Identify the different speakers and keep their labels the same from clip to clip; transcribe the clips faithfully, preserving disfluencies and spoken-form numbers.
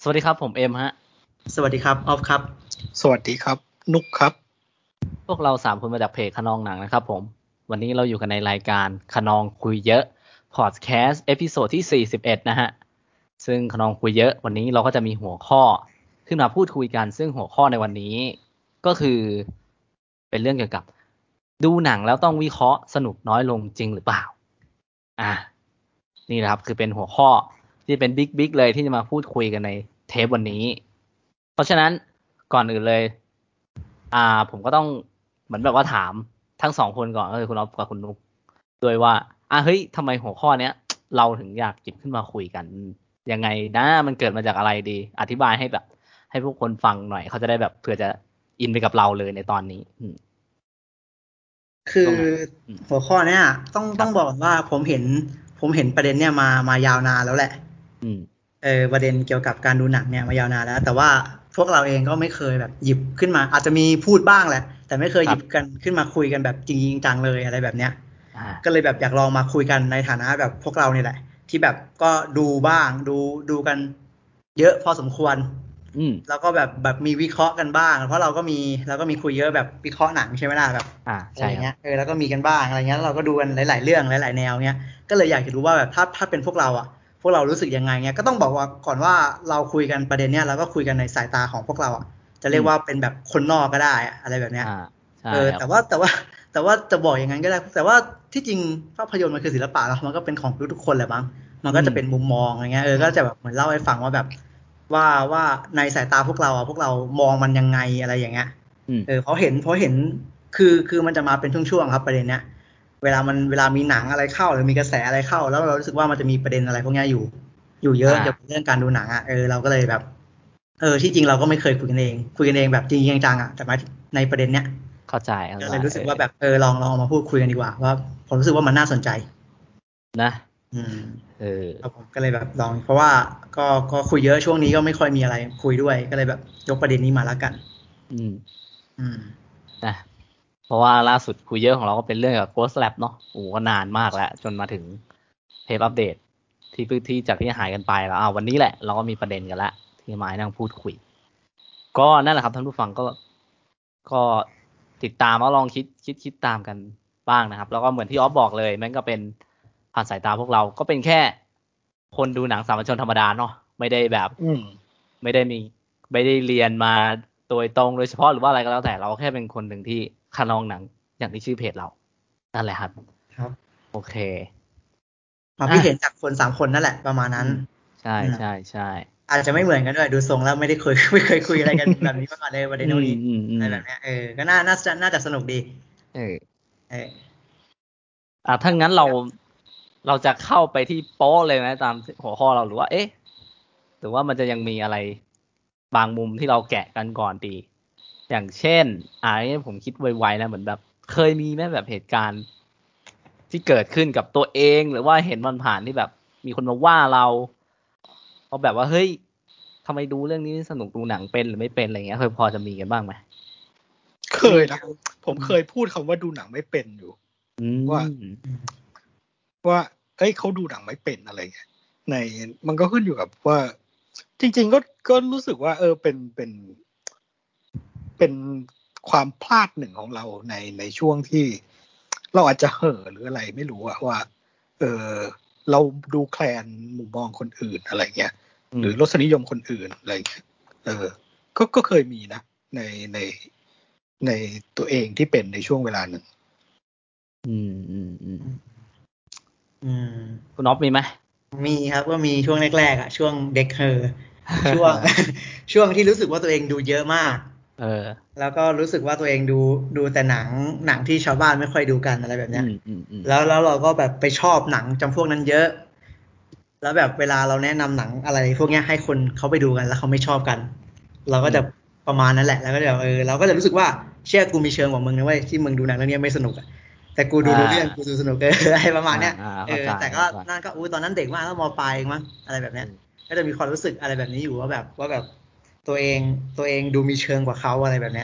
Speaker 1: สวัสดีครับผมเอ็มฮะ
Speaker 2: สวัสดีครับออฟครับ
Speaker 3: สวัสดีครับนุกครับ
Speaker 1: พวกเราสามคนมาจากเพจคะนองหนังนะครับผมวันนี้เราอยู่กันในรายการคะนองคุยเยอะพอดแคสต์เอพิโซดที่สี่สิบเอ็ดนะฮะซึ่งคะนองคุยเยอะวันนี้เราก็จะมีหัวข้อขึ้นมาพูดคุยกันซึ่งหัวข้อในวันนี้ก็คือเป็นเรื่องเกี่ยวกับดูหนังแล้วต้องวิเคราะห์สนุกน้อยลงจริงหรือเปล่าอ่ะนี่นะครับคือเป็นหัวข้อที่เป็นบิ๊กบิ๊กเลยที่จะมาพูดคุยกันในเทปวันนี้เพราะฉะนั้นก่อนอื่นเลยอ่าผมก็ต้องเหมือนแบบว่าถามทั้งสองคนก่อนก็คือคุณอ๊อฟกับคุณนุ๊กโดยว่าอ่ะเฮ้ยทำไมหัวข้อเนี้ยเราถึงอยากหยิบขึ้นมาคุยกันยังไงนะมันเกิดมาจากอะไรดีอธิบายให้แบบให้พวกคนฟังหน่อยเขาจะได้แบบเผื่อจะอินไปกับเราเลยในตอนนี้อืม
Speaker 2: คือหัวข้อเนี้ยต้องต้องบอกว่าผมเห็นผมเห็นประเด็นเนี้ยมามายาวนานแล้วแหละ
Speaker 1: อืม
Speaker 2: เออประเด็นเกี่ยวกับการดูหนังเนี่ยมายาวนานแล้วแต่ว่าพวกเราเองก็ไม่เคยแบบหยิบขึ้นมาอาจจะมีพูดบ้างแหละแต่ไม่เคยหยิบกันขึ้นมาคุยกันแบบจริงๆจังเลยอะไรแบบเนี้ยก็เลยแบบอยากลองมาคุยกันในฐานะแบบพวกเราเนี่ยแหละที่แบบก็ดูบ้างดูดูกันเยอะพอสมควรแล้วก็แบบแบบมีวิเคราะห์กันบ้างเพราะเราก็มีเราก็มีคุยเยอะแบบวิเคราะห์หนังใช่ไหมล่ะแบบอะไรเงี้ยเออแล้วก็มีกันบ้างอะไรเงี้ยแล้วเราก็ดูกันหลายๆเรื่องหลายๆแนวเงี้ยก็เลยอยากจะรู้ว่าแบบถ้าถ้าเป็นพวกเราอ่ะพวกเรารู้สึกยังไงเงี้ยก็ต้องบอกว่าก่อนว่าเราคุยกันประเด็นเนี้ยเราก็คุยกันในสายตาของพวกเราอ่ะจะเรียกว่าเป็นแบบคนนอกก็ได้อะไรแบบเนี้ยเออแต่ว่าแต่ว่าแต่ว่าจะบอกอย่างนั้นก็ได้แต่ว่าที่จริงภาพยนตร์มันคือศิลปะแล้วมันก็เป็นของทุกๆคนแหละมั้งมันก็จะเป็นมุมมองอะไรเงี้ยเออก็จะแบบเหมือนเล่าให้ฟังว่าแบบว่าว่าในสายตาพวกเราอ่ะพวกเรามองมันยังไงอะไรอย่างเงี้ยเออเพราะเห็นเพราะเห็นคือคือมันจะมาเป็นช่วงๆครับประเด็นเนี้ยเวลามันเวลามีหนังอะไรเข้าหรือมีกระแสอะไรเข้าแล้วเรารู้สึกว่ามันจะมีประเด็นอะไรพวกนี้อยู่อยู่เยอะเกี่ยวกับเรื่องการดูหนังอ่ะเออเราก็เลยแบบเออที่จริงเราก็ไม่เคยคุยกันเองคุยกันเองแบบจริงจังอ่ะแต่มาในประเด็นเนี้ย
Speaker 1: เข้าใจ
Speaker 2: ก็เลยรู้สึกว่าแบบเออลองลองเอามาพูดคุยกันดีกว่าว่าผมรู้สึกว่ามันน่าสนใจ
Speaker 1: นะ
Speaker 2: อืม
Speaker 1: เออ
Speaker 2: ผมก็เลยแบบลองเพราะว่าก็ก็คุยเยอะช่วงนี้ก็ไม่ค่อยมีอะไรคุยด้วยก็เลยแบบยกประเด็นนี้มาแล้วกัน
Speaker 1: อืม
Speaker 2: อืม
Speaker 1: นะเพราะว่าล่าสุดคุยเยอะของเราก็เป็นเรื่องกับ Ghost Lab เนาะโอ้ก็นานมากแล้วจนมาถึงเทปอัปเดตที่ที่จากที่หายกันไปแล้วอ่าวันนี้แหละเราก็มีประเด็นกันแล้วที่มาให้นั่งพูดคุยก็นั่นแหละครับท่านผู้ฟังก็ก็ติดตามแล้วลองคิดคิดคิดตามกันบ้างนะครับแล้วก็เหมือนที่ออฟบอกเลยมันก็เป็นผ่านสายตาพวกเราก็เป็นแค่คนดูหนังสามัญชนธรรมดาเนาะไม่ได้แบบไม่ได้มีไม่ได้เรียนมาโดยตรงโดยเฉพาะหรือว่าอะไรก็แล้วแต่เราแค่เป็นคนหนึ่งที่คะนองหนังอย่างที่ชื่อเพจเรานั่นแหละครับ
Speaker 2: ครับ
Speaker 1: โอเค
Speaker 2: ความคิดเห็นจากคนสามคนนั่นแหละประมาณนั้น
Speaker 1: ใช่ใช่ใช่
Speaker 2: อาจจะไม่เหมือนกันด้วยดูทรงแล้วไม่ได้คุยไม่เคยคุยอะไรกันแบบนี้มาก่อนเลยประเด็นนี้อะไรแบบนี้เออก็น่าน่าจะน่าจะสนุกดี
Speaker 1: เออ
Speaker 2: เออ
Speaker 1: อ่ะถ้างั้นเราเราจะเข้าไปที่โป๊ะเลยไหมตามหัวข้อเราหรือว่าเอ๊ะหรือว่ามันจะยังมีอะไรบางมุมที่เราแกะกันก่อนดีอย่างเช่นอ่านี่ผมคิดไวๆนะเหมือนแบบเคยมีไหมแบบเหตุการณ์ที่เกิดขึ้นกับตัวเองหรือว่าเห็นมันผ่านที่แบบมีคนมาว่าเราเพราะแบบว่าเฮ้ยทำไมดูเรื่องนี้สนุกดูหนังเป็นหรือไม่เป็นอะไรเงี้ยเคยพอจะมีกันบ้างไหม
Speaker 3: เคยนะผมเคยพูดคำว่าดูหนังไม่เป็นอยู่ว่าว่าเอ้ยเขาดูหนังไม่เป็นอะไรเงี้ยในมันก็ขึ้นอยู่กับว่าจริงๆก็ก็รู้สึกว่าเออเป็นเป็นเป็นความพลาดหนึ่งของเราในในช่วงที่เราอาจจะเห่อหรืออะไรไม่รู้อะว่าเออเราดูแคลนมุมมองคนอื่นอะไรเงี้ยหรือรสนิยมคนอื่นอะไรเงี้ยเออก็ก็เคยมีนะในในในตัวเองที่เป็นในช่วงเวลาหนึ่ง
Speaker 1: อืมอืมอืม
Speaker 2: อืม
Speaker 1: คุณอ๊อฟมีไหม
Speaker 2: มีครับก็มีช่วงแรกๆอ่ะช่วงเด็กเฮอช่วงช่วงที่รู้สึกว่าตัวเองดูเยอะมาก
Speaker 1: เออ
Speaker 2: แล้วก็รู้สึกว่าตัวเองดูดูแต่หนังหนังที่ชาวบ้านไม่ค่อยดูกันอะไรแบบเนี้ยแล้วแล้วเราก็แบบไปชอบหนังจำพวกนั้นเยอะแล้วแบบเวลาเราแนะนำหนังอะไรพวกเนี้ยให้คนเขาไปดูกันแล้วเขาไม่ชอบกันเราก็จะประมาณนั้นแหละแล้วก็แบบเออเราก็จะรู้สึกว่าเชื่อกูมีเชิงกว่ามึงนะเว้ยที่มึงดูหนังเรื่องนี้ไม่สนุกอ่ะแต่กูดูรู้เรื่องกูดูสนุกเอออะไรประมาณเนี้ยเออแต่ก็นั่นก็อู้ตอนนั้นเด็กมากแล้วม.ปลายเองมั้งอะไรแบบเนี้ยก็จะมีความรู้สึกอะไรแบบนี้อยู่ว่าแบบว่าแบบตัวเองตัวเองดูมีเชิงกว่าเขาอะไรแบบเนี้ย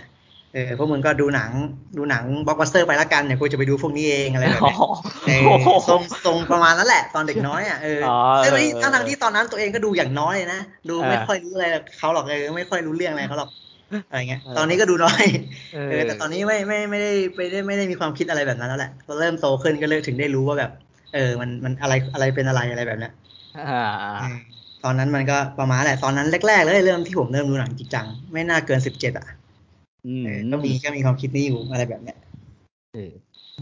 Speaker 2: เออพวกมึงก็ดูหนังดูหนังบล็อกบัสเตอร์ไปละกันเนี่ยกูจะไปดูพวกนี้เองอะไรแบบนี้เออทรงทรงประมาณนั้นแหละตอนเด็กน้อยอ่ะเออใช่ไหมทั้งทั้งที่ตอนนั้นตัวเองก็ดูอย่างน้อยนะดูไม่ค่อยรู้อะไรเขาหรอกเออไม่ค่อยรู้เรื่องอะไรเขาหรอกอะไรเงี้ยตอนนี้ก็ดูน้อยเออแต่ตอนนี้ไม่ไม่ไม่ได้ไม่ได้ไม่ได้มีความคิดอะไรแบบนั้นแล้วแหละพอเริ่มโตขึ้นก็เลยถึงได้รู้ว่าแบบเออมันมันอะไรอะไรเป็นอะไรอะไรแบบเนี้ยตอนนั้นมันก็ประมาณแหละตอนนั้นแรกๆเลยเริ่มที่ผมเริ่มดูหนังจริงจังไม่น่าเกินสิบเจ็ดอ่ะเออก็มีก็มีความคิดนี้อยู่อะไรแบบเนี้ย
Speaker 1: เออ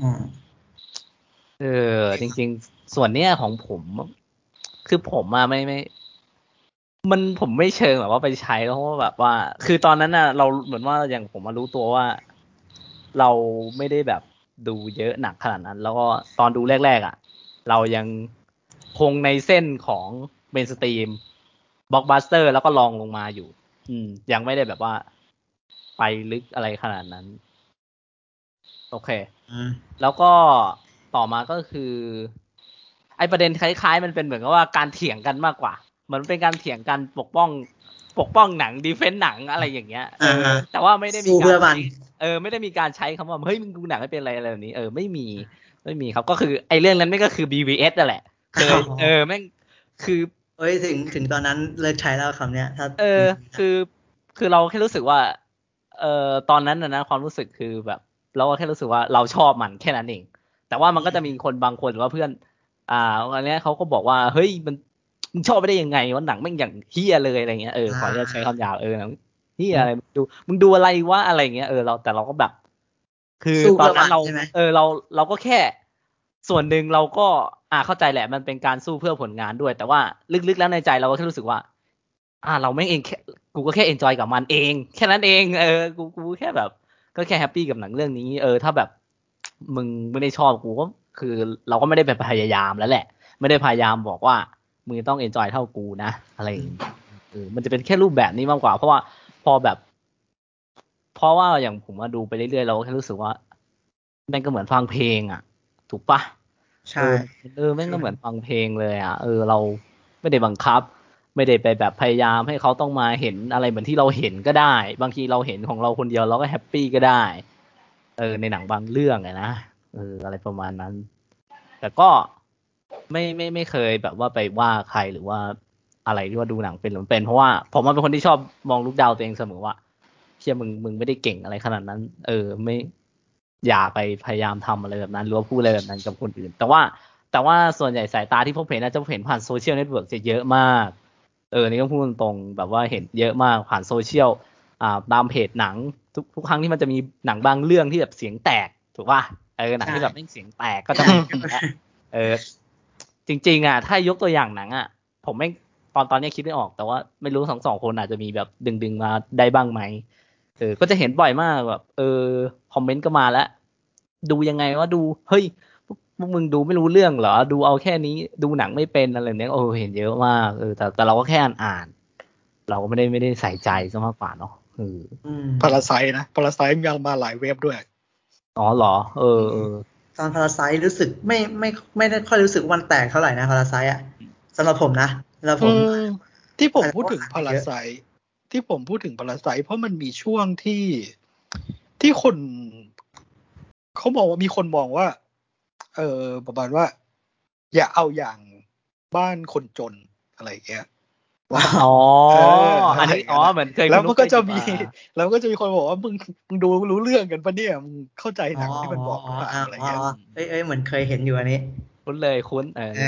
Speaker 1: เออจริงๆส่วนเนี้ยของผมคือผมอะไม่ไม่มันผมไม่เชิงแบบว่าไปใช้เพราะว่าแบบว่าคือตอนนั้นน่ะเราเหมือนว่าอย่างผมมารู้ตัวว่าเราไม่ได้แบบดูเยอะหนักขนาดนั้นแล้วก็ตอนดูแรกๆอ่ะเรายังคงในเส้นของเมนสตรีมบล็อกบัสเตอร์แล้วก็ลองลงมาอยู่อืมยังไม่ได้แบบว่าไปลึกอะไรขนาดนั้นโอเคแล้วก็ต่อมาก็คือไอประเด็นคล้ายๆมันเป็นเหมือนกับว่าการเถียงกันมากกว่าเหมือนเป็นการเถียงกันปกป้องปกป้องหนังดีเฟนส์หนังอะไรอย่างเงี้ยเออแต่ว่าไม่ได้มีการเออไม่ได้มีการใช้คำว่าเฮ้ยมึงดูหนังไม่เป็นอะไรอะไรแบบนี้เออไม่มีไม่มีครับก็คือไอเรื่องนั้นไม่ก็คือ บี วี เอส นั่นแหละเคยเออแม่งคือ
Speaker 2: เอ้ยถึงถึงตอนนั้นเลิกใช้แล้วคำเนี้ยถ้า
Speaker 1: เออคือคือเราแค่รู้สึกว่าเออตอนนั้นนะความรู้สึกคือแบบเราก็แค่รู้สึกว่าเราชอบมันแค่นั้นเองแต่ว่ามันก็จะมีคนบางคนหรือว่าเพื่อนอ่าอันนี้เขาก็บอกว่าเฮ้ยมันมึงชอบไปได้ยังไงว่าหนังแม่งอย่างเฮียเลยอะไรเงี้ยเออขออนุญาตใช้คำหยาบเออเฮียอะไรมึงดูมึงดูอะไรวะอะไรเงี้ยเออเราแต่เราก็แบบคือตอนนั้นเราเออเราเราก็แค่ส่วนหนึ่งเราก็อ่าเข้าใจแหละมันเป็นการสู้เพื่อผลงานด้วยแต่ว่าลึกๆแล้วในใจเราก็แค่รู้สึกว่าอ่าเราไม่เองแค่กูก็แค่เอนจอยกับมันเองแค่นั้นเองเออกูกูแค่แบบก็แค่แฮปปี้กับหนังเรื่องนี้เออถ้าแบบมึงไม่ได้ชอบกูก็คือเราก็ไม่ได้ไปพยายามแล้วแหละไม่ได้พยายามบอกว่ามึงต้องเอนจอยเท่ากูนะอะไรอย่างเงี้ยเออมันจะเป็นแค่รูปแบบนี้มากกว่าเพราะว่าพอแบบเพราะว่าอย่างผมมาดูไปเรื่อยๆเราแค่รู้สึกว่าแม่งก็เหมือนฟังเพลงอ่ะถูกปะ
Speaker 2: ใช่
Speaker 1: เออเออแม่งก็เหมือนฟังเพลงเลยอ่ะเออเราไม่ได้บังคับไม่ได้ไปแบบพยายามให้เขาต้องมาเห็นอะไรเหมือนที่เราเห็นก็ได้บางทีเราเห็นของเราคนเดียวเราก็แฮปปี้ก็ได้เออในหนังบางเรื่องไงนะเอออะไรประมาณนั้นแต่ก็ไม่ไม่ไม่เคยแบบว่าไปว่าใครหรือว่าอะไรที่ว่าดูหนังเป็นหรือเป็นเพราะว่าผมเป็นคนที่ชอบมองลูกดาวตัวเองเสมอว่าเชื่อมึงมึงไม่ได้เก่งอะไรขนาดนั้นเออไม่อย่าไปพยายามทำอะไรแบบนั้นหรือว่าพูดอะไรแบบนั้นกับคนอื่นแต่ว่าแต่ว่าส่วนใหญ่สายตาที่พบเห็นน่าจะเห็นผ่านโซเชียลเน็ตเวิร์กจะเยอะมากเออนี่ก็พูดตรงๆแบบว่าเห็นเยอะมากผ่านโซเชียลอ่าตามเพจหนังทุกทุกครั้งที่มันจะมีหนังบางเรื่องที่แบบเสียงแตกถูกป่ะเออหนังที่แบบไม่เสียงแตกก็จะเออจริงๆอ่ะถ้ายกตัวอย่างหนังอ่ะผมไม่ตอนตอนนี้คิดไม่ออกแต่ว่าไม่รู้ทั้งสองคนอาจจะมีแบบดึงๆมาได้บ้างไหมเออก็จะเห็นบ่อยมากแบบเออคอมเมนต์ก็มาแล้วดูยังไงว่าดูเฮ้ยพวกมึงดูไม่รู้เรื่องเหรอดูเอาแค่นี้ดูหนังไม่เป็นอะไรเนี้ยโอ้เห็นเยอะมากเออแต่แต่เราก็แค่อ่านอ่านเราก็ไม่ได้ไม่ได้ใส่ใจซะมากกว่าเนาะเออ
Speaker 3: พาราไซต์นะพาราไซต์ยังมาหลายเว็บด้วย
Speaker 1: อ๋อเหรอเออเออ
Speaker 2: ตอนพาราไซต์รู้สึกไม่ไม่ไม่ได้ค่อยรู้สึกวันแตกเท่าไหร่นะพาราไซต์อ่ะสำหรับผมนะสำหรับผม
Speaker 3: ที่ผมพูดถึงพาราไซต์ที่ผมพูดถึงพาราไซต์เพราะมันมีช่วงที่ที่คนเขามองว่ามีคนมองว่าเออประมาณว่าอย่าเอาอย่างบ้านคนจนอะไรเงี้ย
Speaker 1: อ๋ออันนี้อ๋อเหมือนเคย
Speaker 3: แล้วมันก็จะมีแล้วก็จะมีคนบอกว่ามึงมึงดูรู้เรื่องกันปะเนี่ยมึงเข้าใจหนังที่มันบอกหรือเปล่าอะไรเงี้ย
Speaker 2: เอ้ยเอ้ยเหมือนเคยเห็นอยู่อันนี้
Speaker 1: คุ้นเลยคุ้นเออ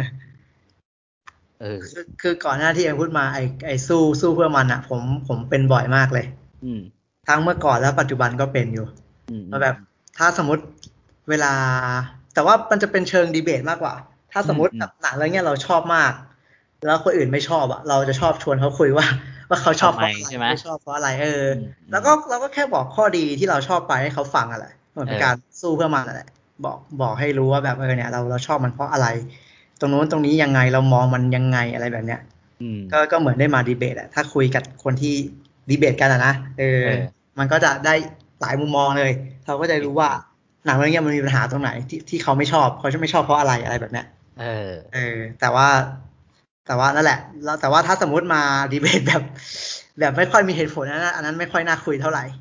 Speaker 2: เออคือคือก่อนหน้าที่เอ็มพูดมาไอ้ไอ้สู้สู้เพื่อมันอ่ะผมผมเป็นบ่อยมากเลย
Speaker 1: อืม
Speaker 2: ทั้งเมื่อก่อนแล้วปัจจุบันก็เป็นอยู่แบบถ้าสมมติเวลาแต่ว่ามันจะเป็นเชิงดีเบตมากกว่าถ้าสมมติแบบหนังเรื่องนี้เราชอบมากแล้วคนอื่นไม่ชอบอ่ะเราจะชอบชวนเขาคุยว่าว่าเขาชอบเพราะอะไรไม่ชอบเพราะอะไรเออแล้วก็เราก็แค่บอกข้อดีที่เราชอบไปให้เขาฟังอะไรเหมือนเป็นการสู้เพื่อมันอะไรบอกบอกให้รู้ว่าแบบเออเนี่ยเราเราชอบมันเพราะอะไรตรงโน้นตรงนี้ยังไงเรามองมันยังไงอะไรแบบเนี้ยก็ก็เหมือนได้มาดีเบตอะถ้าคุยกับคนที่ดีเบตกันอะนะเออมันก็จะได้หลายมุมมองเลยเขาก็จะรู้ว่าหนังเรื่องนี้มันมีปัญหาตรงไหนที่ที่เขาไม่ชอบเขาจะไม่ชอบเพราะอะไรอะไรแบบเนี้ย
Speaker 1: เออ
Speaker 2: เออแต่ว่าแต่ว่านั่นแหละแล้วแต่ว่าถ้าสมมุติมาดีเบตแบบแบบไม่ค่อยมีเหตุผลนั้นอันนั้นไม่ค่อยน่าคุยเท่าไหร่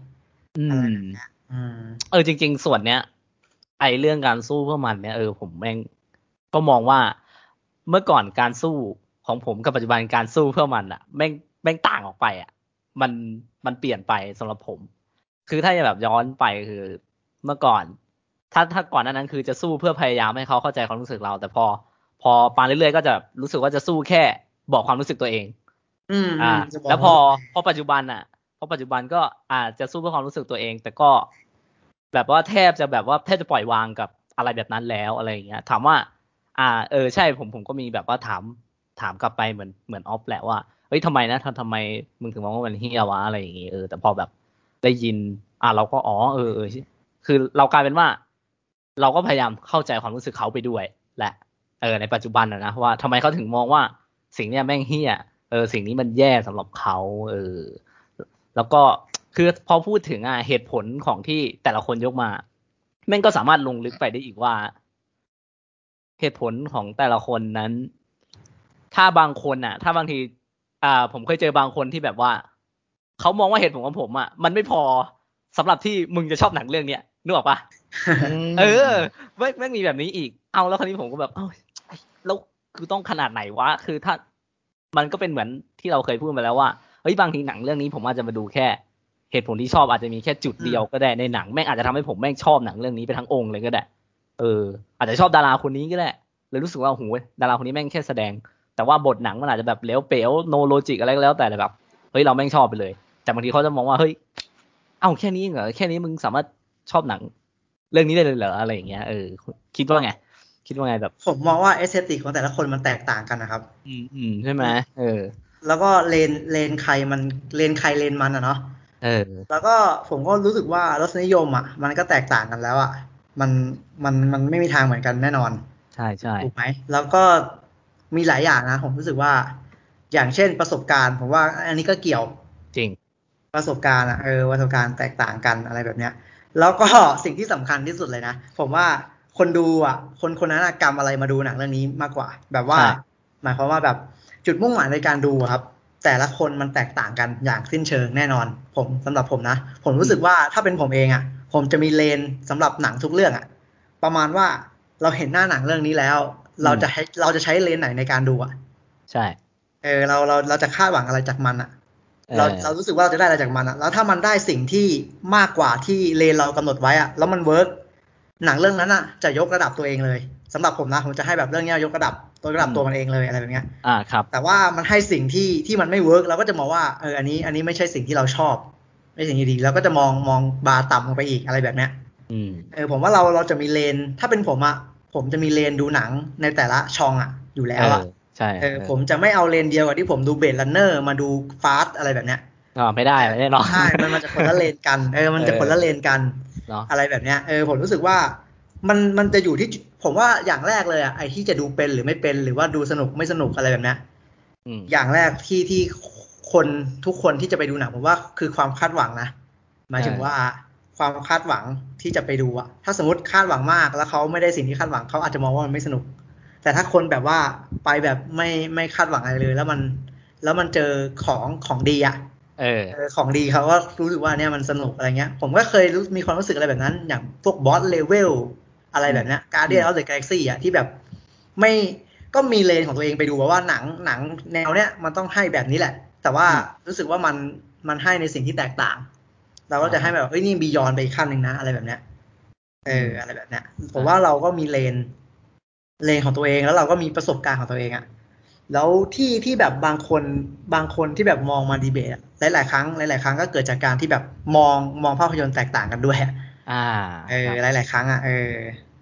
Speaker 1: อืมเออจริงๆส่วนเนี้ยไอเรื่องการสู้เพื่อมันเนี่ยเออผมแม่งก็มองว่าเมื่อก่อนการสู้ของผมกับปัจจุบันการสู้เพื่อมันอ่ะแม่งแม่งต่างออกไปอ่ะมันมันเปลี่ยนไปสำหรับผมคือถ้าจะแบบย้อนไปคือเมื่อก่อนถ้าถ้าก่อนนั้นนั้นคือจะสู้เพื่อพยายามให้เขาเข้าใจความรู้สึกเราแต่พอพอปานเรื่อยๆก็จะรู้สึกว่าจะสู้แค่บอกความรู้สึกตัวเอง
Speaker 2: อืม
Speaker 1: อ่าแล้วพอพอปัจจุบันอ่ะพอปัจจุบันก็อาจจะสู้เพื่อความรู้สึกตัวเองแต่ก็แบบว่าแทบจะแบบว่าแทบจะปล่อยวางกับอะไรแบบนั้นแล้วอะไรอย่างเงี้ยถามว่าอ่าเออใช่ผมผมก็มีแบบว่าถามถามกลับไปเหมือนเหมือนออฟแหละว่าเฮ้ยทำไมนะทำทำไมมึงถึงมองว่ามันเฮี้ยวะอะไรอย่างงี้เออแต่พอแบบได้ยินอ่าเราก็อ๋อเออเออคือเรากลายเป็นว่าเราก็พยายามเข้าใจความรู้สึกเขาไปด้วยแหละเออในปัจจุบันอะนะว่าทำไมเขาถึงมองว่าสิ่งเนี้ยแม่งเฮี้ยเออสิ่งนี้มันแย่สำหรับเขาเออแล้วก็คือพอพูดถึงอ่ะเหตุผลของที่แต่ละคนยกมาแม่งก็สามารถลงลึกไปได้อีกว่าเหตุผลของแต่ละคนนั้นถ้าบางคนอ่ะถ้าบางทีอ่าผมเคยเจอบางคนที่แบบว่าเขามองว่าเหตุผลของผมอ่ะมันไม่พอสำหรับที่มึงจะชอบหนังเรื่องเนี้ยนึกออกปะเออไม่ไม่มีแบบนี้อีกเอาแล้วคราวนี้ผมก็แบบเอ้าแล้วคือต้องขนาดไหนวะคือถ้ามันก็เป็นเหมือนที่เราเคยพูดมาแล้วว่าเฮ้ยบางทีหนังเรื่องนี้ผมอาจจะมาดูแค่เหตุผลที่ชอบอาจจะมีแค่จุดเดียวก็ได้ในหนังแม่งอาจจะทำให้ผมแม่งชอบหนังเรื่องนี้ไปทั้งองค์เลยก็ได้เอออาจจะชอบดาราคนนี้ก็ได้เลยรู้สึกว่าโหดาราคนนี้แม่งแค่แสดงแต่ว่าบทหนังมันอาจจะแบบเลี้ยวเป๋วโนโลจิกอะไรก็แล้วแต่แบบเฮ้ยเราแม่งชอบไปเลยแต่บางทีเขาจะมองว่าเฮ้ยเอ้าแค่นี้เหรอแค่นี้มึงสามารถชอบหนังเรื่องนี้ได้เลยเหรออะไรอย่างเงี้ยเออคิดว่าไงคิดว่าไงแบบ
Speaker 2: ผมมองว่าเอสเธติกของแต่ละคนมันแตกต่างกันนะครับ
Speaker 1: อืมอืมใช่ไหมเออ
Speaker 2: แล้วก็เลนเลนใครมันเลนใครเลนมันอ่ะเนาะ
Speaker 1: เออ
Speaker 2: แล้วก็ผมก็รู้สึกว่ารสนิยมอ่ะมันก็แตกต่างกันแล้วอ่ะมันมันมันไม่มีทางเหมือนกันแน่นอน
Speaker 1: ใช่ใช่
Speaker 2: ถูกไหมแล้วก็มีหลายอย่างนะผมรู้สึกว่าอย่างเช่นประสบการณ์ผมว่าอันนี้ก็เกี่ยว
Speaker 1: จริง
Speaker 2: ประสบการณ์อ่ะเออประสบการณ์แตกต่างกันอะไรแบบเนี้ยแล้วก็สิ่งที่สำคัญที่สุดเลยนะผมว่าคนดูอ่ะคนคนนั้นกรรมอะไรมาดูหนังเรื่องนี้มากกว่าแบบว่าหมายความว่าแบบจุดมุ่งหมายในการดูครับแต่ละคนมันแตกต่างกันอย่างสิ้นเชิงแน่นอนผมสำหรับผมนะผมรู้สึกว่าถ้าเป็นผมเองอ่ะผมจะมีเลนสำหรับหนังทุกเรื่องอ่ะประมาณว่าเราเห็นหน้าหนังเรื่องนี้แล้วเราจะให้เราจะใช้เลนไหนในการดูอ่ะ
Speaker 1: ใช่
Speaker 2: เออเราเราเราจะคาดหวังอะไรจากมันอ่ะเราเรารู้สึกว่าเราจะได้อะไรจากมันอ่ะแล้วถ้ามันได้สิ่งที่มากกว่าที่เลนเรากำหนดไว้อ่ะแล้วมันเวิร์กหนังเรื่องนั้นอ่ะจะยกระดับตัวเองเลยสำหรับผมนะผมจะให้แบบเรื่องนี้ยกระดับตัวระดับตัวมันเองเลยอะไรแบบเนี้ย
Speaker 1: อ่าครับ
Speaker 2: แต่ว่ามันให้สิ่งที่ที่มันไม่เวิร์กเราก็จะมองว่าเอออันนี้อันนี้ไม่ใช่สิ่งที่เราชอบไม่ใช่สิ่งที่ดีเราก็จะมองมองบาร์ต่ำลงไปอีกอะไรแบบเนี้ยเออผมว่าเราเราจะมีเลนถ้าเป็นผมอ่ะผมจะมีเลนดูหนังในแต่ละช่องอ่ะอยู่แล้วอ่ะ
Speaker 1: ใช่
Speaker 2: เออผมจะไม่เอาเลนเดียวกับที่ผมดูเบดรันเนอร์มาดูฟาสอะไรแบบเนี้ย
Speaker 1: อ๋อไม่ได้ไม่ได้หรอก
Speaker 2: ใช่มันมันจะคนละเลนกันเออมันจะคนละเลนกัน
Speaker 1: เนาะ
Speaker 2: อะไรแบบเนี้ยเออผมรู้สึกว่ามันมันจะอยู่ที่ผมว่าอย่างแรกเลยอ่ะไอ้ที่จะดูเป็นหรือไม่เป็นหรือว่าดูสนุกไม่สนุกอะไรแบบเนี้ยอย่างแรกที่ที่คนทุกคนที่จะไปดูหนังผมว่าคือความคาดหวังนะหมายถึงว่าความคาดหวังที่จะไปดูอะถ้าสมมติคาดหวังมากแล้วเขาไม่ได้สิ่งที่คาดหวังเขาอาจจะมองว่ามันไม่สนุกแต่ถ้าคนแบบว่าไปแบบไม่ไม่คาดหวังอะไรเลยแล้วมันแล้วมันเจอของของดีอะ
Speaker 1: เออ
Speaker 2: ของดีเขาก็รู้สึกว่าเนี่ยมันสนุกอะไรเงี้ยผมก็เคยรู้มีความรู้สึกอะไรแบบนั้นอย่างพวกบอสเลเวลอะไรแบบเนี้ยการ์เดียนออฟเดอะกาแล็กซี่อะที่แบบไม่ก็มีเลนของตัวเองไปดูว่าหนังหนังแนวเนี้ยมันต้องให้แบบนี้แหละแต่ว่ารู้สึกว่ามันมันให้ในสิ่งที่แตกต่างเราก็จะให้แบบเอ้ยนี่บียอนไปอีกขั้นหนึ่งนะอะไรแบบเนี้ยเอออะไรแบบเนี้ยผมว่าเราก็มีเลนเลนของตัวเองแล้วเราก็มีประสบการณ์ของตัวเองอะแล้วที่ที่แบบบางคนบางคนที่แบบมองมาดีเบตหลายๆครั้งหลายๆครั้งก็เกิดจากการที่แบบมองมองภาพยนตร์แตกต่างกันด้วย
Speaker 1: อ่า
Speaker 2: เออหลายๆครั้งอ่ะเออ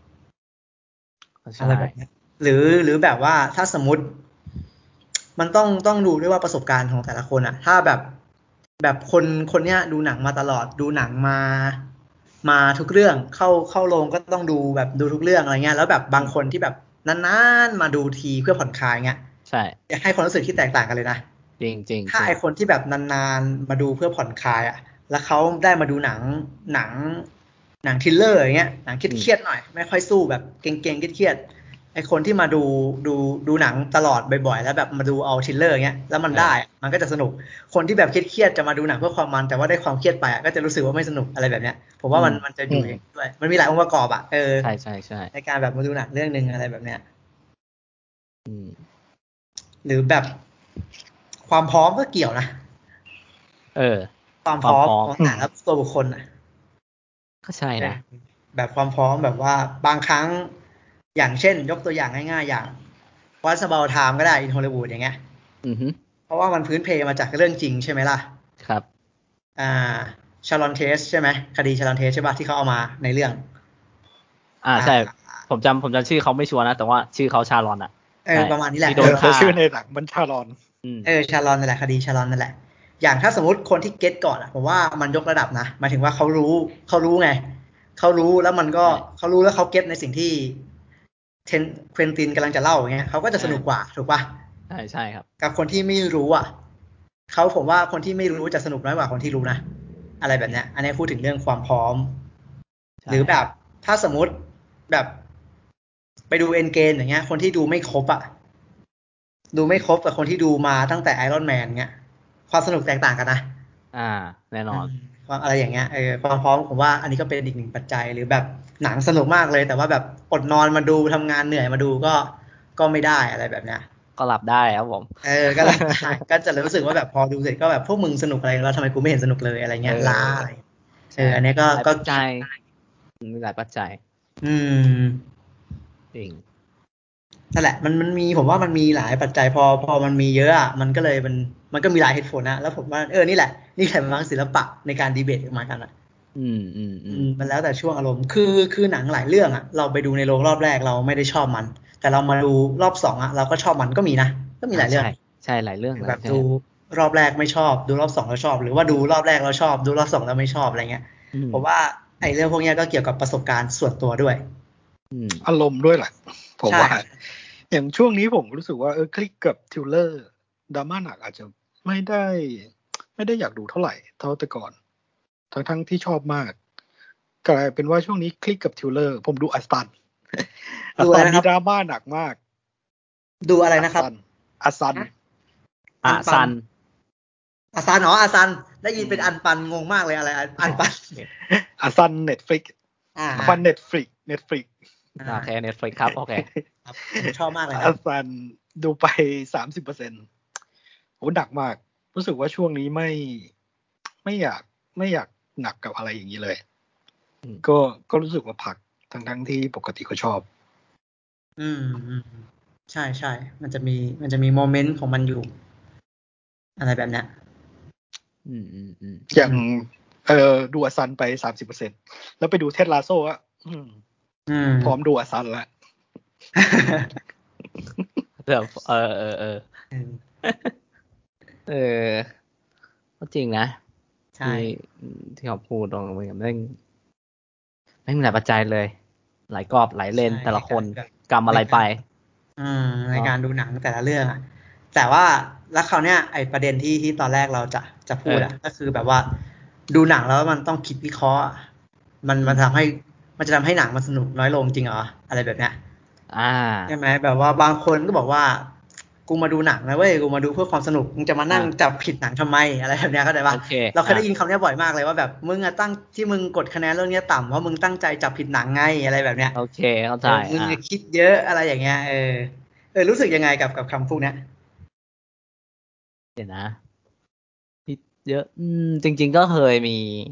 Speaker 1: ใช่
Speaker 2: อะไรแบบนี้หรือหรือแบบว่าถ้าสมมติมันต้องต้องดูด้วยว่าประสบการณ์ของแต่ละคนอ่ะถ้าแบบแบบคนคนเนี้ยดูหนังมาตลอดดูหนังมามาทุกเรื่องเข้าเข้าโรงก็ต้องดูแบบดูทุกเรื่องอะไรเงี้ยแล้วแบบบางคนที่แบบนานๆมาดูทีเพื่อผ่อนคลายเงี้ย
Speaker 1: ใช่
Speaker 2: อยากให้ความรู้สึกที่แตกต่างกันเลยนะ
Speaker 1: จริงจริง
Speaker 2: ถ้าไอคนที่แบบนานๆมาดูเพื่อผ่อนคลายอ่ะแล้วเขาได้มาดูหนังหนังหนังทริลเลอร์อย่างเงี้ยหนังเครียดๆหน่อยไม่ค่อยสู้แบบเก่งๆเครียดๆไอคนที่มาดูดูดูหนังตลอดบ่อยๆแล้วแบบมาดูเอาชิลเลอร์เงี้ยแล้วมันได้มันก็จะสนุกคนที่แบบเครียดๆจะมาดูหนังเพื่อความมันแต่ว่าได้ความเครียดไปก็จะรู้สึกว่าไม่สนุกอะไรแบบเนี้ยผมว่ามันมันจะอยู่อย่างด้วยมันมีหลายองค์ประกอบอ่ะเออ
Speaker 1: ใช่ใช่ใช่
Speaker 2: ในการแบบมาดูหนังเรื่องนึงอะไรแบบเนี้ยหรือแบบความพร้อมก็เกี่ยวนะ
Speaker 1: เออ
Speaker 2: ความพร้อมของแต่ละตัวบุคคลอ่ะ
Speaker 1: ก็ใช่นะ
Speaker 2: แบบความพร้อมแบบว่าบางครั้งอย่างเช่นยกตัวอย่างง่ายๆอย่าง Once Upon a Time ก็ได้ in Hollywood อย่างเงี้ย
Speaker 1: อือฮึ
Speaker 2: เพราะว่ามันพื้นเพมาจากเรื่องจริงใช่ไหมล่ะ
Speaker 1: ครับ
Speaker 2: อ่าชารอนเทสใช่ไหมคดีชารอนเทสใช่ป่ะที่เขาเอามาในเรื่อง
Speaker 1: อ่าใช่ผมจำผมจำชื่อเขาไม่ชัวร์นะแต่ว่าชื่อเขาชารอนอ่ะ
Speaker 2: เออประมาณนี้แหละ
Speaker 3: โดนฆ่าชื่อในหนังมันชารอน
Speaker 2: เออชารอนนั่นแหละคดีชารอนนั่นแหละอย่างถ้าสมมติคนที่เก็ตก่อนอ่ะผมว่ามันยกระดับนะหมายถึงว่าเขารู้เขารู้ไงเขารู้แล้วมันก็เขารู้แล้วเขาเก็ตในสิ่งที่เทนเควินตินกำลังจะเล่าอย่างเงี้ยเขาก็จะสนุกกว่าถูกป่ะ
Speaker 1: ใช่ใช่ครับ
Speaker 2: กับคนที่ไม่รู้อ่ะเขาผมว่าคนที่ไม่รู้จะสนุกน้อยกว่าคนที่รู้นะอะไรแบบเนี้ยอันนี้พูดถึงเรื่องความพร้อมหรือแบบถ้าสมมติแบบไปดูเอ็นเกมอย่างเงี้ยคนที่ดูไม่ครบอ่ะดูไม่ครบกับคนที่ดูมาตั้งแต่ไอรอนแมนเงี้ยความสนุกแตกต่างกันนะ
Speaker 1: อ่าแน่นอน
Speaker 2: ความอะไรอย่างเงี้ยเออความพร้อมผมว่าอันนี้ก็เป็นอีกหนึ่งปัจจัยหรือแบบหนังสนุกมากเลยแต่ว่าแบบอดนอนมาดูทำงานเหนื่อยมาดูก็ก็ไม่ได้อะไรแบบเนี้ย
Speaker 1: ก็หลับได้ครับผม
Speaker 2: เออก็หลับได้ก็จะรู้สึกว่าแบบพอดูเสร็จก็แบบพวกมึงสนุกอะไรแล้วทำไมกูไม่เห็นสนุกเลยอะไรเงี้ยล้าอะไรเอออันนี้ก็ก็
Speaker 1: ปัจจัยมีหลายปัจจัย
Speaker 2: อืม
Speaker 1: จริง
Speaker 2: นั่นแหละมันมันมีผมว่ามันมีหลายปัจจัยพอพอมันมีเยอะอ่ะมันก็เลยมันมันก็มีหลายเหตุผลนะแล้วผมว่าเออนี่แหละนี่แหละมันศิลปะในการดีเบตออกมากันอ่ะ
Speaker 1: อืมอืมอืม
Speaker 2: มันแล้วแต่ช่วงอารมณ์คือคือหนังหลายเรื่องอ่ะเราไปดูในโรงรอบแรกเราไม่ได้ชอบมันแต่เรามาดูรอบสองอ่ะเราก็ชอบมันก็มีนะก็มีหลายเรื่อง
Speaker 1: ใช่ใช่หลายเรื่องเลย
Speaker 2: แบบดูรอบแรกไม่ชอบดูรอบสองแล้วชอบหรือว่าดูรอบแรกแล้วชอบดูรอบสองแล้วไม่ชอบอะไรเงี้ยผมว่าไอ้เรื่องพวกนี้ก็เกี่ยวกับประสบการณ์ส่วนตัวด้วย
Speaker 3: อารมณ์ด้วยแหละผมว่าอย่างช่วงนี้ผมรู้สึกว่าเออคลิกกับทิวเลอร์ดราม่าหนักอาจจะไม่ได้ไม่ได้อยากดูเท่าไหร่เท่าแต่ก่อนทั้งทั้งที่ชอบมากกลายเป็นว่าช่วงนี้คลิกกับทิวเลอร์ผมดูอัสตันอัสตันนี่ดราม่าหนักมาก
Speaker 2: ดูอะไรนะครับ
Speaker 3: อัสตัน
Speaker 1: อัสตัน
Speaker 2: อัสตันเนาะอัสตันได้ยินเป็นอันปันงงมากเลยอะไรอันปัน
Speaker 3: อัสตันเน็ตฟลิกอัสตันเน็ตฟลิกเน็ตฟลิก
Speaker 1: โอเค Netflix ครับโอเค
Speaker 2: ผมชอบมากเลยนะ
Speaker 3: อัสตันดูไป สามสิบเปอร์เซ็นต์ โหหนักมากรู้สึกว่าช่วงนี้ไม่ไม่อยากไม่อยากหนักกับอะไรอย่างนี้เลยก็ก็รู้สึกว่าพักทั้งทั้งที่ปกติก็ชอบ
Speaker 2: อืมใช่ใช่มันจะมีมันจะมีโมเมนต์ของมันอยู่อะไรแบบนี้
Speaker 1: อืมอืมอืม
Speaker 3: อย่างเออดูอัสซันไป สามสิบเปอร์เซ็นต์ แล้วไปดูเท็ดลาโซ่อะพร้อมดูอัสซันแล้ว
Speaker 1: เดี๋ยวเออเออเออเออก็จริงนะที่ที่เขาพูดตรงเหมือนกันไม่ไม่มีหลายปัจจัยเลยหลายกรอบหลายเลนแต่ละคนกรรมอะไรไป
Speaker 2: อืมในการดูหนังแต่ละเรื่องอ่ะแต่ว่าแล้วคราวเนี้ยไอประเด็นที่ที่ตอนแรกเราจะจะพูดอ่ะก็คือแบบว่าดูหนังแล้วมันต้องคิดวิเคราะห์มันมันทำให้มันจะทำให้หนังมันสนุกน้อยลงจริงเหรออะไรแบบเนี้ย
Speaker 1: อ่า
Speaker 2: ใช่ไหมแบบว่าบางคนก็บอกว่ากูมาดูหนังนะเว้ยกูมาดูเพื่อความสนุกมึงจะมานั่งจับผิดหนังทำไมอะไรแบบนี้เข้าใจป่ะเราเคยได้ยินคำนี้บ่อยมากเลยว่าแบบมึงอะตั้งที่มึงกดคะแนนเรื่องนี้ต่ำเพราะมึงตั้งใจจับผิดหนังไงอะไรแบบเนี้ย
Speaker 1: โอเคเข้าใจ
Speaker 2: มึงคิดเยอะอะไรอย่างเงี้ยเออเออรู้สึกยังไงกับกับคำพูดนี้
Speaker 1: เดี๋ยวนะคิดเยอะอืมจริงๆก็เคยมี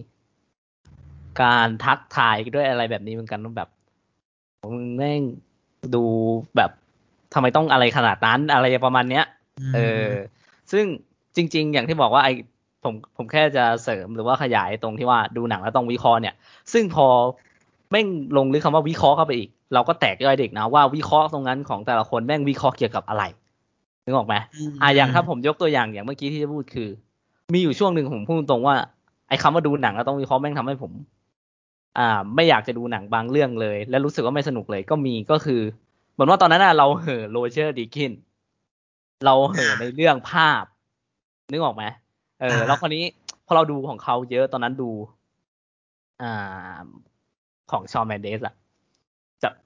Speaker 1: การทักทายด้วยอะไรแบบนี้เหมือนกันแบบมึงแม่งดูแบบทำไมต้องอะไรขนาดนั้นอะไรประมาณเนี้ยเออซึ่งจริงๆอย่างที่บอกว่าไอผมผมแค่จะเสริมหรือว่าขยายตรงที่ว่าดูหนังแล้วต้องวิเคราะห์เนี่ยซึ่งพอแม่งลงลึกคำว่าวิเคราะห์เข้าไปอีกเราก็แตกย่อยเด็กนะว่าวิเคราะห์ตรงนั้นของแต่ละคนแม่งวิเคราะห์เกี่ยวกับอะไรนึกออกไหมอ่ะอย่างถ้าผมยกตัวอย่างอย่างเมื่อกี้ที่จะพูดคือมีอยู่ช่วงหนึ่งผมพูดตรงว่าไอ้คำว่าดูหนังแล้วต้องวิเคราะห์แม่งทำให้ผมอ่าไม่อยากจะดูหนังบางเรื่องเลยและรู้สึกว่าไม่สนุกเลยก็มีก็คือเหมือนว่าตอนนั้นน่ะเราเห่อโรเจอร์ดีคินเราเห่อในเรื่องภาพนึกออกไหมเออแล้วคราวนี้พอเราดูของเขาเยอะตอนนั้นดูอ่าของชอนแมนเดสอะจะ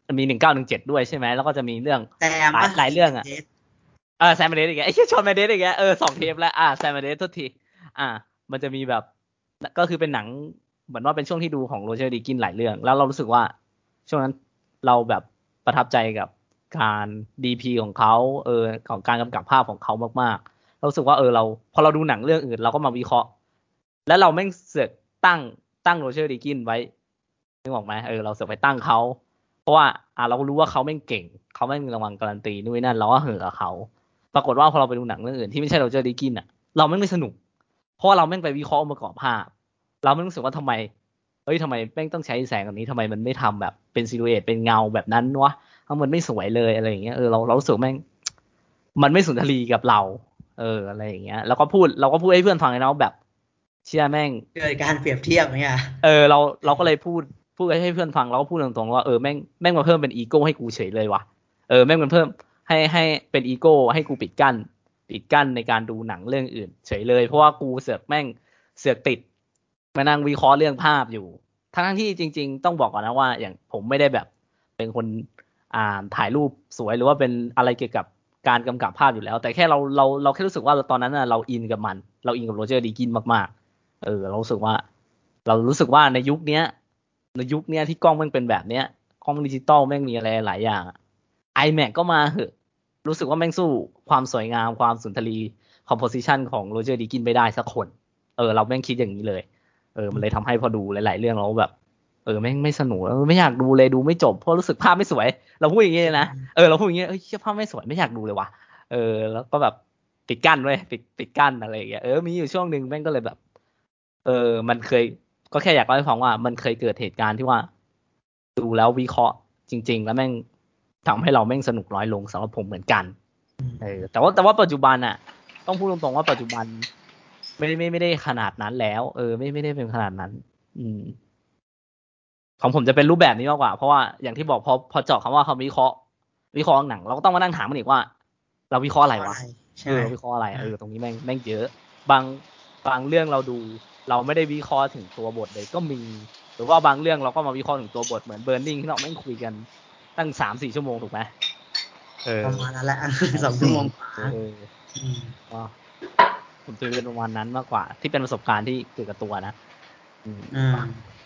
Speaker 1: มันมีหนึ่งเก้าหนึ่งเจ็ดด้วยใช่ไหมแล้วก็จะมีเรื่องหลายหลายเรื่องอ่ะเออแซมเมเดสอีกไอ้เหี้ยชอนเมเดสอีกเออสองเทปแล้วอ่าแซมเมเดสทุกทีอ่ามันจะมีแบบก็คือเป็นหนังเหมือนว่าเป็นช่วงที่ดูของโรเจอร์ดีกินหลายเรื่องแล้วเรารู้สึกว่าช่วงนั้นเราแบบประทับใจกับการ ดี พี ของเขาเออของการกำกับภาพของเขามากๆเรารู้สึกว่าเออเราพอเราดูหนังเรื่องอื่นเราก็มาวิเคราะห์แล้วเราแม่งเสือกตั้งตั้งโรเจอร์ดีกินไว้นึกออกไหมเออเราเสือกไปตั้งเขาเพราะว่าอ่าเรารู้ว่าเขาแม่งเก่งเขาแม่งมีรางวัลการันตีนู่นนั่นเราก็เห่อกับเขาปรากฏว่าพอเราไปดูหนังเรื่องอื่นที่ไม่ใช่โรเจอร์ดีกินอ่ะเราแม่งไม่สนุกเพราะว่าเราแม่งไปวิเคราะห์องค์ประกอบภาพเราไม่รู้สึกว่าทำไมเฮ้ยทำไมแม่งต้องใช้แสงแบบนี้ทำไมมันไม่ทำแบบเป็นซิลูเอตเป็นเงาแบบนั้นวะมันไม่สวยเลยอะไรอย่างเงี้ยเออเราเรารู้สึกแม่งมันไม่สุนทรีกับเราเอออะไรอย่างเงี้ยแล้วก็พูดเราก็พูดให้เพื่อนฟังนะแบบเชื่อแม่ง
Speaker 2: เกิดการเปรียบเทียบเนี่ย
Speaker 1: เออเราเราก็เลยพูดพูดให้เพื่อนฟังเราก็พูดตรงๆว่าเออแม่งแม่งมาเพิ่มเป็นอีโก้ให้กูเฉยเลยว่ะเออแม่งมันเพิ่มให้ให้เป็นอีโก้ให้กูปิดกั้นปิดกั้นในการดูหนังเรื่องอื่นเฉยเลยเพราะว่ากูเสือกแม่งเสือกติดมานั่งวิเคราะห์เรื่องภาพอยู่ทั้งที่จริงๆต้องบอกก่อนนะว่าอย่างผมไม่ได้แบบเป็นคนอ่าถ่ายรูปสวยหรือว่าเป็นอะไรเกี่ยวกับการกำกับภาพอยู่แล้วแต่แค่เราเราเราแค่รู้สึกว่าตอนนั้นน่ะเราอินกับมันเราอินกับโรเจอร์ดีกินมากๆเออเรารู้สึกว่าเรารู้สึกว่าในยุคนี้ในยุคนี้ที่กล้องมันเป็นแบบเนี้ยกล้องดิจิตอลแม่งมีอะไรหลายอย่าง iMac ก็มาเหอะรู้สึกว่าแม่งสู้ความสวยงามความสุนทรีคอมโพสิชันของโรเจอร์ดีกินไม่ได้สักคนเออเราแม่งคิดอย่างนี้เลยเออมันเลยทำให้พอดูหลายๆเรื่องเราแบบเออแม่งไม่สนุกเออไม่อยากดูเลยดูไม่จบเพราะรู้สึกภาพไม่สวยเราพูดอย่างนี้เลยนะเออเราพูดอย่างนี้เอ้ยภาพไม่สวยไม่อยากดูเลยว่ะเออแล้วก็แบบปิดกั้นเว้ยปิดปิดกั้นอะไรอย่างเงี้ยเออมีอยู่ช่วงนึงแม่งก็เลยแบบเออมันเคยก็แค่อยากเล่าให้ฟังว่ามันเคยเกิดเหตุการณ์ที่ว่าดูแล้ววิเคราะห์จริงๆแล้วแม่งทำให้เราแม่งสนุกน้อยลงสำหรับผมเหมือนกันเออแต่ว่าแต่ว่าปัจจุบันอ่ะต้องพูดตรงๆว่าปัจจุบันไม่ไม่ไม่ได้ขนาดนั้นแล้วเออไม่ไม่ได้เป็นขนาดนั้นอืมของผมจะเป็นรูปแบบนี้มากกว่าเพราะว่าอย่างที่บอกพอพอเจาะคำว่าเขาวิเคราะห์วิเคราะห์หนังเราก็ต้องมานั่งถามมันอีกว่าเราวิเคราะห์อะไรวะเออวิเคราะห์อะไรเออตรงนี้แม่งแม่งเยอะบางบางเรื่องเราดูเราไม่ได้วิเคราะห์ถึงตัวบทเลยก็มีหรือว่าบางเรื่องเราก็มาวิเคราะห์ถึงตัวบทเหมือนเบิร์นนิ่งที่เราแม่งคุยกันตั้งสามสี่ชั่วโมงถูกไหม
Speaker 2: เออประมาณนั้นแหละสองชั่วโมง
Speaker 1: เออก็ผมจะเป็นประมาณนั้นมากกว่าที่เป็นประสบการณ์ที่เกิดกับตัวนะ
Speaker 2: อืม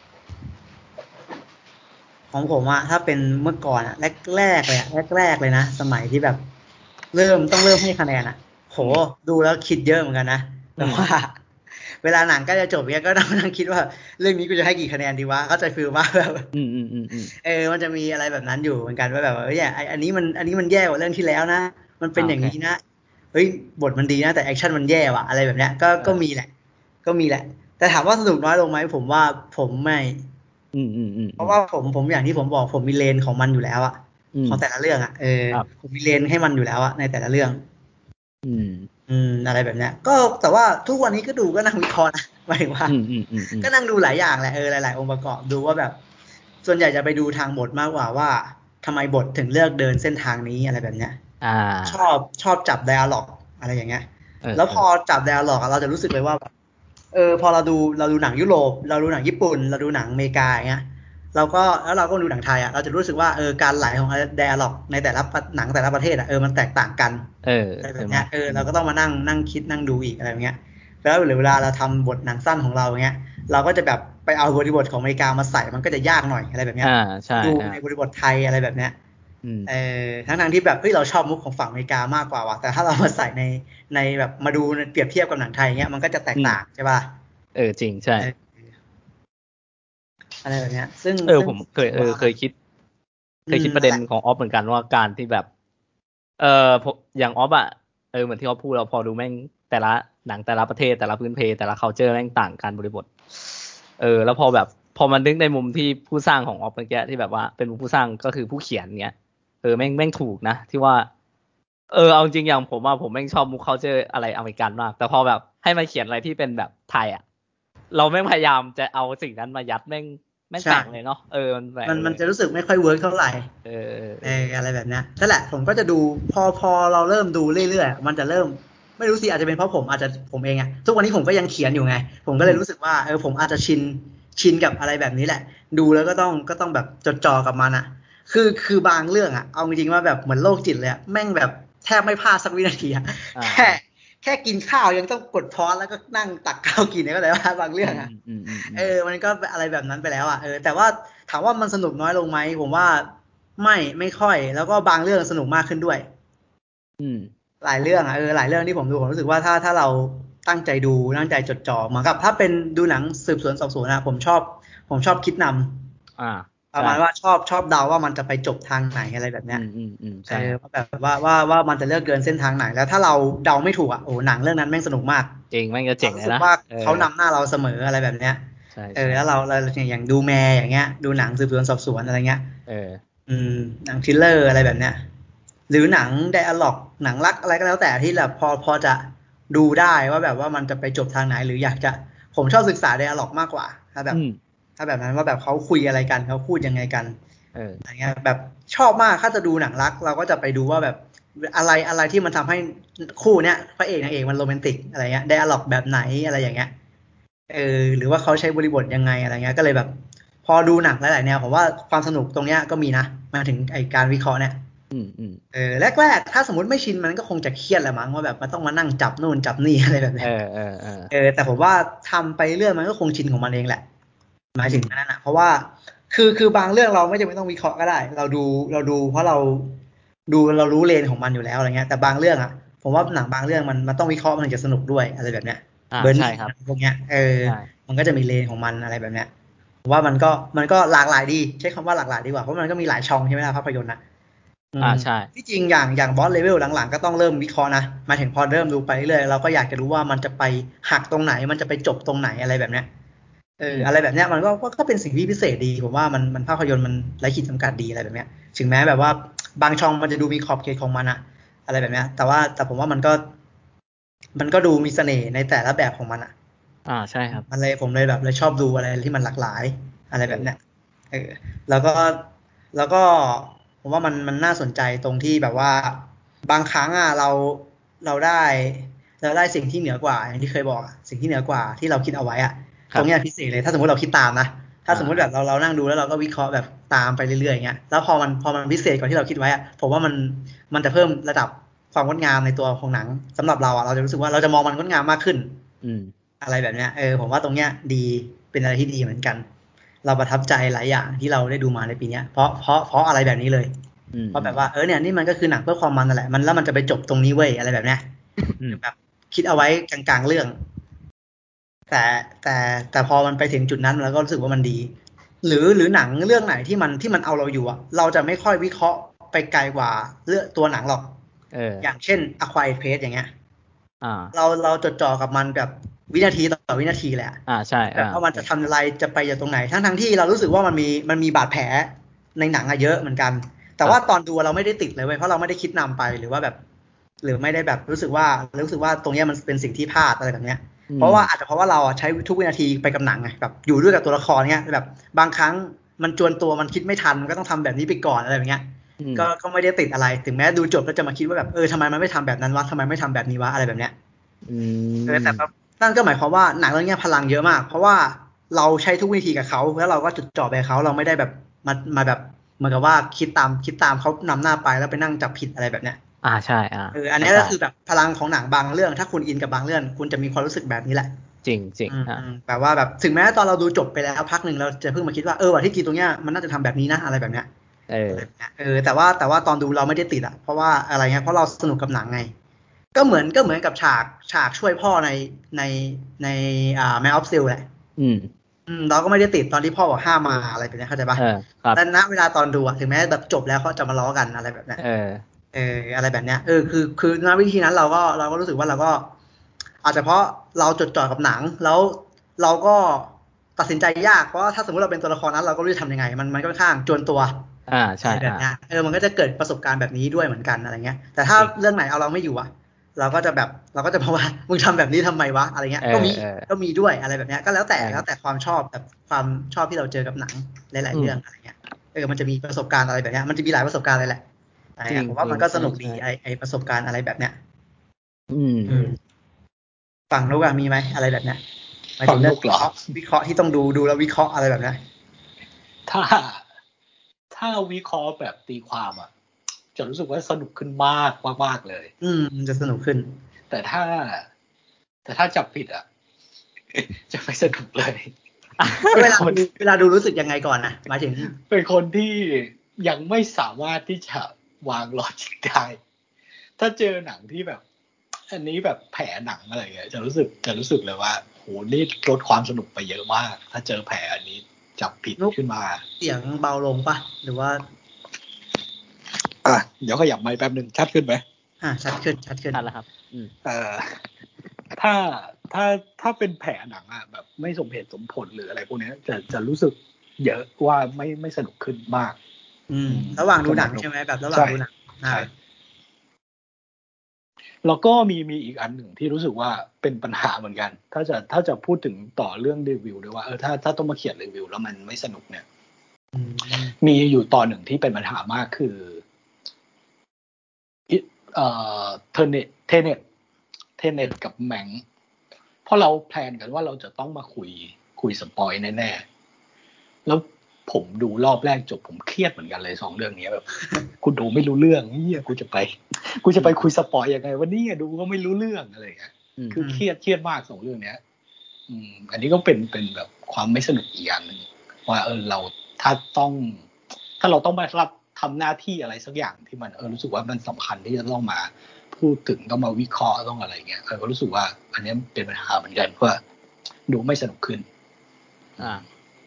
Speaker 2: ของผมอะถ้าเป็นเมื่อก่อนอะแรกๆเลยอะแรกๆเลยนะสมัยที่แบบเริ่มต้องเริ่มให้คะแนนอะโหดูแล้วคิดเยอะเหมือนกันนะแต่ว่าเวลาหนังใกล้จะจบเนี้ยก็ต้องนั่งคิดว่าเรื่องนี้กูจะให้กี่คะแนนดีวะเข้าใจฟีลว่าแบบ
Speaker 1: อืมอืมอืมอืม
Speaker 2: เออมันจะมีอะไรแบบนั้นอยู่เหมือนกันว่าแบบเอ้ยไออันนี้มันอันนี้มันแย่กว่าเรื่องที่แล้วนะมันเป็นอย่างนี้นะเฮ้ยบทมันดีนะแต่แอคชั่นมันแย่ว่ะอะไรแบบเนี้ยก็ก็มีแหละก็มีแหละแต่ถามว่าสนุกน้อยลงไหมผมว่าผมไม่
Speaker 1: อืมอืมอืม
Speaker 2: เพราะว่าผมผมอย่างที่ผมบอกผมมีเลนของมันอยู่แล้วอะของแต่ละเรื่องอะเออผมมีเลนให้มันอยู่แล้วอะในแต่ละเรื่อง
Speaker 1: อืม
Speaker 2: อืมอะไรแบบเนี้ยก็แต่ว่าทุกวันนี้ก็ดูก็นั่งวิเคราะห์นะหมายถึงว่าก็นั่งดูหลายอย่างแหละเออหลายๆองค์ประกอบดูว่าแบบส่วนใหญ่จะไปดูทางบทมากกว่าว่าทำไมบทถึงเลือกเดินเส้นทางนี้อะไรแบบเนี้ยชอบชอบจับไดอะล็อกอะไรอย่างเงี้ยแล้วพอจับไดอะล็อกเราจะรู้สึกเลยว่าเออพอเราดูเราดูหนังยุโรปเราดูหนังญี่ปุ่นเราดูหนังอเมริกาอย่างเงี้ยเราก็แล้วเราก็ดูหนังไทยอ่ะเราจะรู้สึกว่าเออการไหลของไดอะล็อกในแต่ละหนังแต่ละประเทศอ่ะเออมันแตกต่างกัน
Speaker 1: เออ
Speaker 2: อะไรแบบเนี้ยเออเราก็ต้องมานั่งนั่งคิดนั่งดูอีกอะไรแบบเงี้ยแล้วหรือเวลาเราทำบทหนังสั้นของเราเงี้ยเราก็จะแบบไปเอาบริบทของอเมริกามาใส่มันก็จะยากหน่อยอะไรแบบเนี้ยดูในบริบทไทยอะไรแบบเนี้ยเออทั้งทั้งที่แบบเฮ้ยเราชอบมุกของฝั่งอเมริกามากกว่าว่ะแต่ถ้าเรามาใส่ในในแบบมาดูเปรียบเทียบกับหนังไทยเงี้ยมันก็จะแตกต่างใช่ป่ะ
Speaker 1: เออจริงใช่
Speaker 2: อะไรแบบเนี้ยซึ่ง
Speaker 1: เออผมเคยเออเคยคิดเคยคิดประเด็นของออฟเหมือนกันว่าการที่แบบเอออย่างออฟอ่ะเออเหมือนที่เขาพูดเราพอดูแม่งแต่ละหนังแต่ละประเทศแต่ละพื้นเพแต่ละ culture แม่งต่างกันบริบทเออแล้วพอแบบพอมันนึกในมุมที่ผู้สร้างของออฟเมื่อกี้ที่แบบว่าเป็นผู้สร้างก็คือผู้เขียนเงี้ยเออแม่งแม่งถูกนะที่ว่าเออเอาจริงอย่างผมว่าผมแม่งชอบมุก culture อะไรอเมริกันมากแต่พอแบบให้มาเขียนอะไรที่เป็นแบบไทยอ่ะเราแม่งพยายามจะเอาสิ่งนั้นมายัดแม่งแม่งแปลกเลยเนาะเออมันแปลก
Speaker 2: มันมันจะรู้สึกไม่ค่อยเวิร์กเท่าไหร่
Speaker 1: เออ
Speaker 2: เอออะไรแบบนี้นั่นแหละผมก็จะดูพอพอเราเริ่มดูเรื่อยๆมันจะเริ่มไม่รู้สิอาจจะเป็นเพราะผมอาจจะผมเองอะทุกวันนี้ผมก็ยังเขียนอยู่ไงผมก็เลยรู้สึกว่าเออผมอาจจะชินชินกับอะไรแบบนี้แหละดูแล้วก็ต้องก็ต้องแบบจดจ่อกับมันอะคือคือบางเรื่องอะเอาจริงๆว่าแบบเหมือนโรคจิตเลยอะแม่งแบบแทบไม่พลาดสักวินาทีอะแค่แค่กินข้าวยังต้องกดพอสแล้วก็นั่งตักข้าวกินก็ได้ว่าบางเรื่องอะเออมันก็อะไรแบบนั้นไปแล้วอะเออแต่ว่าถามว่ามันสนุกน้อยลงไหมผมว่าไม่ไม่ค่อยแล้วก็บางเรื่องสนุกมากขึ้นด้วย
Speaker 1: อืม
Speaker 2: หลายเรื่องอะเออหลายเรื่องที่ผมดูผมรู้สึกว่าถ้าถ้าเราตั้งใจดูตั้งใจจดจ่อเหมือนกับถ้าเป็นดูหนังสืบสวนสอบสวนนะผมชอบผมชอบคิดนำ
Speaker 1: อ่า
Speaker 2: ประมาณว่าชอบชอบเดาว่ามันจะไปจบทางไหนอะไรแบบเนี้ย
Speaker 1: อืมอืมอืม
Speaker 2: เอ
Speaker 1: ใช่
Speaker 2: อแบบว่าว่าว่ามันจะเลือกเดินเส้นทางไหนแล้วถ้าเราเดาไม่ถูกอ่ะโอ้หนังเรื่องนั้นแม่งสนุกมาก
Speaker 1: จริงแม่งจะ
Speaker 2: เรา
Speaker 1: เจ๋งเลยนะ
Speaker 2: รู้สึกว่า
Speaker 1: เออ
Speaker 2: เขานำหน้าเราเสมออะไรแบบเนี้ย
Speaker 1: ใช่
Speaker 2: เออ
Speaker 1: ใช่
Speaker 2: แล้วเราเราอย่างดูแมร์อย่างเงี้ยดูหนังสืบสวนสอบสวนอะไรเงี้ย
Speaker 1: เออ
Speaker 2: อืมหนังทริลเลอร์อะไรแบบเนี้ยหรือหนังไดอะล็อกหนังรักอะไรก็แล้วแต่ที่แบบพอพอจะดูได้ว่าแบบว่ามันจะไปจบทางไหนหรืออยากจะผมชอบศึกษาไดอะล็อกมากกว่าถ้าแบบถ้าแบบนั้นว่าแบบเขาคุยอะไรกันเขาพูดยังไงกัน
Speaker 1: เออ
Speaker 2: อะไรเงี้ยแบบชอบมากถ้าจะดูหนังรักเราก็จะไปดูว่าแบบอะไรอะไรที่มันทำให้คู่เนี้ยพระเอกนางเอกมันโรแมนติกอะไรเงี้ยไดอะล็อกแบบไหนอะไรอย่างเงี้ยเออหรือว่าเขาใช้บริบทยังไงอะไรเงี้ยก็เลยแบบพอดูหนังหลายๆแนวผมว่าความสนุกตรงเนี้ยก็มีนะมาถึงไอการวิเคราะห์เนี่ย
Speaker 1: อืมอืม
Speaker 2: เออแรกๆถ้าสมมติไม่ชินมันก็คงจะเครียดแหละมั้งว่าแบบมันต้องมานั่งจับนู่นจับนี่อะไรแบบ
Speaker 1: เอ
Speaker 2: เนี้ย
Speaker 1: อเออเออ
Speaker 2: เออแต่ผมว่าทำไปเรื่อยมันก็คงชินของมันเองแหละหมายถึงนั้นนะเพราะว่าคือคือบางเรื่องเราไม่จำเป็นต้องวิเคราะห์ก็ได้เราดูเราดูเพราะเราดูเรารู้เลนของมันอยู่แล้วอะไรเงี้ยแต่บางเรื่องอ่ะผมว่าหนังบางเรื่องมันมันต้องวิเคราะห์มันถึงจะสนุกด้วยอะไรแบบเนี้ย
Speaker 1: อ่า
Speaker 2: เบอร์นิ่ง
Speaker 1: ใช่ครับ
Speaker 2: พวกเนี้ยเออ
Speaker 1: ใช่
Speaker 2: มันก็จะมีเลนของมันอะไรแบบเนี้ยผมว่ามันก็มันก็หลากหลายดีใช้คำว่าหลากหลายดีกว่าเพราะมันก็มีหลายช่องใช่ไหมล่ะภาพยนตร์นะอืม
Speaker 1: อ่าใช่
Speaker 2: ที่จริงอย่างอย่างบอสเลเวลหลังๆก็ต้องเริ่มวิเคราะห์นะมาถึงพอเริ่มดูไปเรื่อยเราก็อยากจะรู้ว่ามันจะไปหักตรงไหนมันจะไปจบตรงไหนอะไรแบบเนี้ยเอออะไรแบบเนี้ยมันก็ก็เป็นสิ่งที่พิเศษดีผมว่ามันมันภาพยนตร์มันไร้ขีดจำกัดดีอะไรแบบเนี้ยถึงแม้แบบว่าบางช่องมันจะดูมีขอบเขตของมันอะอะไรแบบเนี้ยแต่ว่าแต่ผมว่ามันก็มันก็ดูมีเสน่ห์ในแต่ละแบบของมันอะ
Speaker 1: อ่าใช่ครับ
Speaker 2: มันเลยผมเลยแบบเลยชอบดูอะไรที่มันหลากหลายอะไร
Speaker 1: เออ
Speaker 2: แบบเนี้ยเออแล้วก็แล้วก็ผมว่ามันมันน่าสนใจตรงที่แบบว่าบางครั้งอ่ะเราเราได้เราได้สิ่งที่เหนือกว่าอย่างที่เคยบอกอะสิ่งที่เหนือกว่าที่เราคิดเอาไว้อะตรงเนี้ย
Speaker 1: ครับ
Speaker 2: พิเศษเลยถ้าสมมติเราคิดตามนะถ้า
Speaker 1: อ่า
Speaker 2: สมมติแบบเราเรานั่งดูแล้วเราก็วิเคราะห์แบบตามไปเรื่อยๆอย่างเงี้ยแล้วพอมันพอมันพิเศษกว่าที่เราคิดไว้อะผมว่ามันมันจะเพิ่มระดับความงดงามในตัวของหนังสำหรับเราอ่ะเราจะรู้สึกว่าเราจะมองมันงดงามมากขึ้น
Speaker 1: อืม
Speaker 2: อะไรแบบเนี้ยเออผมว่าตรงเนี้ยดีเป็นอะไรที่ดีเหมือนกันเราประทับใจหลายอย่างที่เราได้ดูมาในปีเนี้ยเพราะเพราะเพราะอะไรแบบนี้เลย
Speaker 1: อืม
Speaker 2: เพราะ
Speaker 1: อืม
Speaker 2: แบบว่าเออเนี่ยนี่มันก็คือหนังเพื่อความมันนั่นแหละมันแล้วมันจะไปจบตรงนี้เว้ยอะไรแบบเนี้ย
Speaker 1: อืม
Speaker 2: แบบคิดเอาไว้กลางๆเรื่องแต่แต่แต่พอมันไปถึงจุดนั้นเราก็รู้สึกว่ามันดีหรือหรือหนังเรื่องไหนที่มันที่มันเอาเราอยู่อะเราจะไม่ค่อยวิเคราะห์ไปไกลกว่าเรื่องตัวหนังหรอก
Speaker 1: เออ
Speaker 2: อย่างเช่น A Quiet Place อย่างเงี้ย
Speaker 1: อ่า
Speaker 2: เราเราจดจ่อกับมันแบบวินาทีต่อวินาทีแหละ
Speaker 1: อ่าใช่อ่า
Speaker 2: แบบว่ามัน
Speaker 1: ใช่
Speaker 2: จะทำอะไรจะไปจากตรงไหนทั้งทั้งที่เรารู้สึกว่ามันมีมันมีบาดแผลในหนังอะเยอะเหมือนกันแต่ว่าตอนดูเราไม่ได้ติดเลยเว้ยเพราะเราไม่ได้คิดนำไปหรือว่าแบบหรือไม่ได้แบบรู้สึกว่ารู้สึกว่าตรงนี้มันเป็นสิ่งที่พลาดอะไรแบบเนี้ยเพราะว่าอาจจะเพราะว่าเราใช้ทุกวินาทีไปกับหนังไงแบบอยู่ด้วยกับตัวละครเนี้ยแบบบางครั้งมันจวนตัวมันคิดไม่ทันมันก็ต้องทำแบบนี้ไปก่อนอะไรแบบเนี้ยก็ก็ไม่ได้ติดอะไรถึงแม้ดูจบแล้วจะมาคิดว่าแบบเออทำไมมันไม่ทำแบบนั้นวะทำไมไม่ทำแบบนี้วะอะไรแบบเนี้ย
Speaker 1: อื
Speaker 2: เออแต่
Speaker 1: ม
Speaker 2: นั่นก็หมายความว่าหนังเรื่องนี้พลังเยอะมากเพราะว่าเราใช้ทุกวิธีกับเขาแล้วเราก็จุดจ่อไปเขาเราไม่ได้แบบมามาแบบเหมือนกับว่าคิดตามคิดตามเขานำหน้าไปแล้วไปนั่งจับผิดอะไรแบบเนี้ย
Speaker 1: อ่าใช่อ่า
Speaker 2: เอออันนี้ก็คือแบบพลังของหนังบางเรื่องถ้าคุณอินกับบางเรื่องคุณจะมีความรู้สึกแบบนี้แหละ
Speaker 1: จริงจริง
Speaker 2: อืม
Speaker 1: อ่า
Speaker 2: แบบว่าแบบถึงแม้ตอนเราดูจบไปแล้วพักหนึ่งเราจะเพิ่งมาคิดว่าเออว่าที่จริงตรงเนี้ยมันน่าจะทำแบบนี้นะอะไรแบบเนี้ย
Speaker 1: เออ
Speaker 2: อะไรแบบเนี้ยเออแต่ว่าแต่ว่าตอนดูเราไม่ได้ติดอ่ะเพราะว่าอะไรเงี้ยเพราะเราสนุกกับหนังไงก็เหมือนก็เหมือนกับฉากฉากช่วยพ่อในในในอ่าแมนออฟซิลแหละ
Speaker 1: อืม
Speaker 2: อืมเราก็ไม่ได้ติดตอนที่พ่อบอกห้ามมาอะไรแบบนี้เข้าใจปะ
Speaker 1: เออครับ
Speaker 2: แต่ณเวลาตอนดูอะถึงแม้แบบจบแล้วเขาจะมาล้อกันอะไรแบบเนี้ย
Speaker 1: เออ
Speaker 2: เอออะไรแบบเนี้ยเออคือคือณวิธีนั้นเราก็เราก็รู้สึกว่าเราก็อาจจะเพราะเราจดจ่อกับหนังแล้วเราก็ตัดสินใจยากเพราะว่าถ้าสมมติเราเป็นตัวละครนั้นเราก็ไม่รู้จะทำยังไงมันมันค่อนข้างจวนตัว
Speaker 1: อ่า
Speaker 2: อะไรแบ
Speaker 1: ใช่อ่า
Speaker 2: บเนี้ยเออมันก็จะเกิดประสบการณ์แบบนี้ด้วยเหมือนกันอะไรเงี้ยแต่ถ้า
Speaker 1: จริง
Speaker 2: เรื่องไหนเอาเราไม่อยู่อะเราก็จะแบบเราก็จะบอกว่ามึงทำแบบนี้ทำไมวะอะไรเงี้
Speaker 1: เออ
Speaker 2: ยก็มี
Speaker 1: เออ
Speaker 2: ก็มีด้วยอะไรแบบเนี้ยก็แล้วแต่
Speaker 1: เออ
Speaker 2: แล้วแต่ความชอบแบบความชอบที่เราเจอกับหนังหลายๆ
Speaker 1: อืม
Speaker 2: เรื่องอะไรเงี้ยเออมันจะมีประสบการณ์อะไรแบบเนี้ยมันจะมีหลายประสบการณ์เลยแหละอะไร
Speaker 1: จริง
Speaker 2: เงี้ยผมว่า
Speaker 1: จริง
Speaker 2: มันก็ส
Speaker 1: ใช่ใช่
Speaker 2: นุกดีไอไอประสบการณ์อะไรแบบเนี้ย
Speaker 1: อืม
Speaker 2: อืมฝั่งนู้นมีไหมอะไรแบบเนี้ยหมายถึ
Speaker 3: ฝั่
Speaker 2: งเรื่อง
Speaker 3: งนุกเหรอ
Speaker 2: วิเคราะห์วิเคราะห์ที่ต้องดูดูแล้ววิเคราะห์อะไรแบบเนี้ย
Speaker 3: ถ้าถ้าวิเคราะห์แบบตีความอ่ะจะรู้สึกว่าสนุกขึ้นมากมากๆเลย
Speaker 2: อืมจะสนุกขึ้น
Speaker 3: แต่ถ้าแต่ถ้าจับผิดอ่ะจะไม่สนุกเลย
Speaker 2: เวลาเวลาดูรู้สึกยังไงก่อนนะหมายถึง
Speaker 3: เป็นคนที่ยังไม่สามารถที่จะวางลอจิกได้ถ้าเจอหนังที่แบบอันนี้แบบแผลหนังอะไรเงี้ยจะรู้สึกจะรู้สึกเลยว่าโหนี่ลดความสนุกไปเยอะมากถ้าเจอแผลอันนี้จับผิดขึ้นมา
Speaker 2: เสียงเบาลงปะหรือว่า
Speaker 3: อ่ะเดี๋ยวขยับไมค์แป๊บนึงชัดขึ้นไหม
Speaker 2: อ่าชัดขึ้นชัดขึ้น
Speaker 1: ชัดแล้วครับอืม
Speaker 3: เอ่อถ้าถ้าถ้าเป็นแผลหนังอ่ะแบบไม่สมเหตุสมผลหรืออะไรพวกนี้จะจะรู้สึกเยอะว่าไม่ไม่สนุกขึ้นมาก
Speaker 2: อืมระหว่างดูหนังใช่ไหมแบบระหว่างดูหนัง
Speaker 3: ใช่แล้วก็มีมีอีกอันหนึ่งที่รู้สึกว่าเป็นปัญหาเหมือนกันถ้าจะถ้าจะพูดถึงต่อเรื่องรีวิวด้วยว่าเออถ้าถ้าต้องมาเขียนรีวิวแล้วมันไม่สนุกเนี่ยมีอยู่ตอนหนึ่งที่เป็นปัญหามากคือเอ่อเทเน็ตเทเน็ตเทเน็ตกับแมงเพราะเราแพลนกันว่าเราจะต้องมาคุยคุยสปอยแน่ๆแล้วผมดูรอบแรกจบผมเครียดเหมือนกันเลยสองเรื่องนี้แบบกูดูไม่รู้เรื่องเหี้ยกูจะไปกูจะไปคุยสปอยยังไงวันนี้ดูก็ไม่รู้เรื่องอะไรอย่างเงี้ยคือเครียดเครียดมากสองเรื่องเนี้ยอืมอันนี้ก็เป็นเป็นแบบความไม่สนุกอีกอย่างนึงว่าเออเราถ้าต้องถ้าเราต้องมารับทำหน้าที่อะไรสักอย่างที่มันเออรู้สึกว่ามันสำคัญที่จะต้องมาพูดถึงต้องมาวิเคราะห์ต้องอะไรเงี้ยเออก็รู้สึกว่าอันนี้เป็นปัญหาเหมือนกันเพราะว่าดูไม่สนุกขึ้น
Speaker 1: อ่า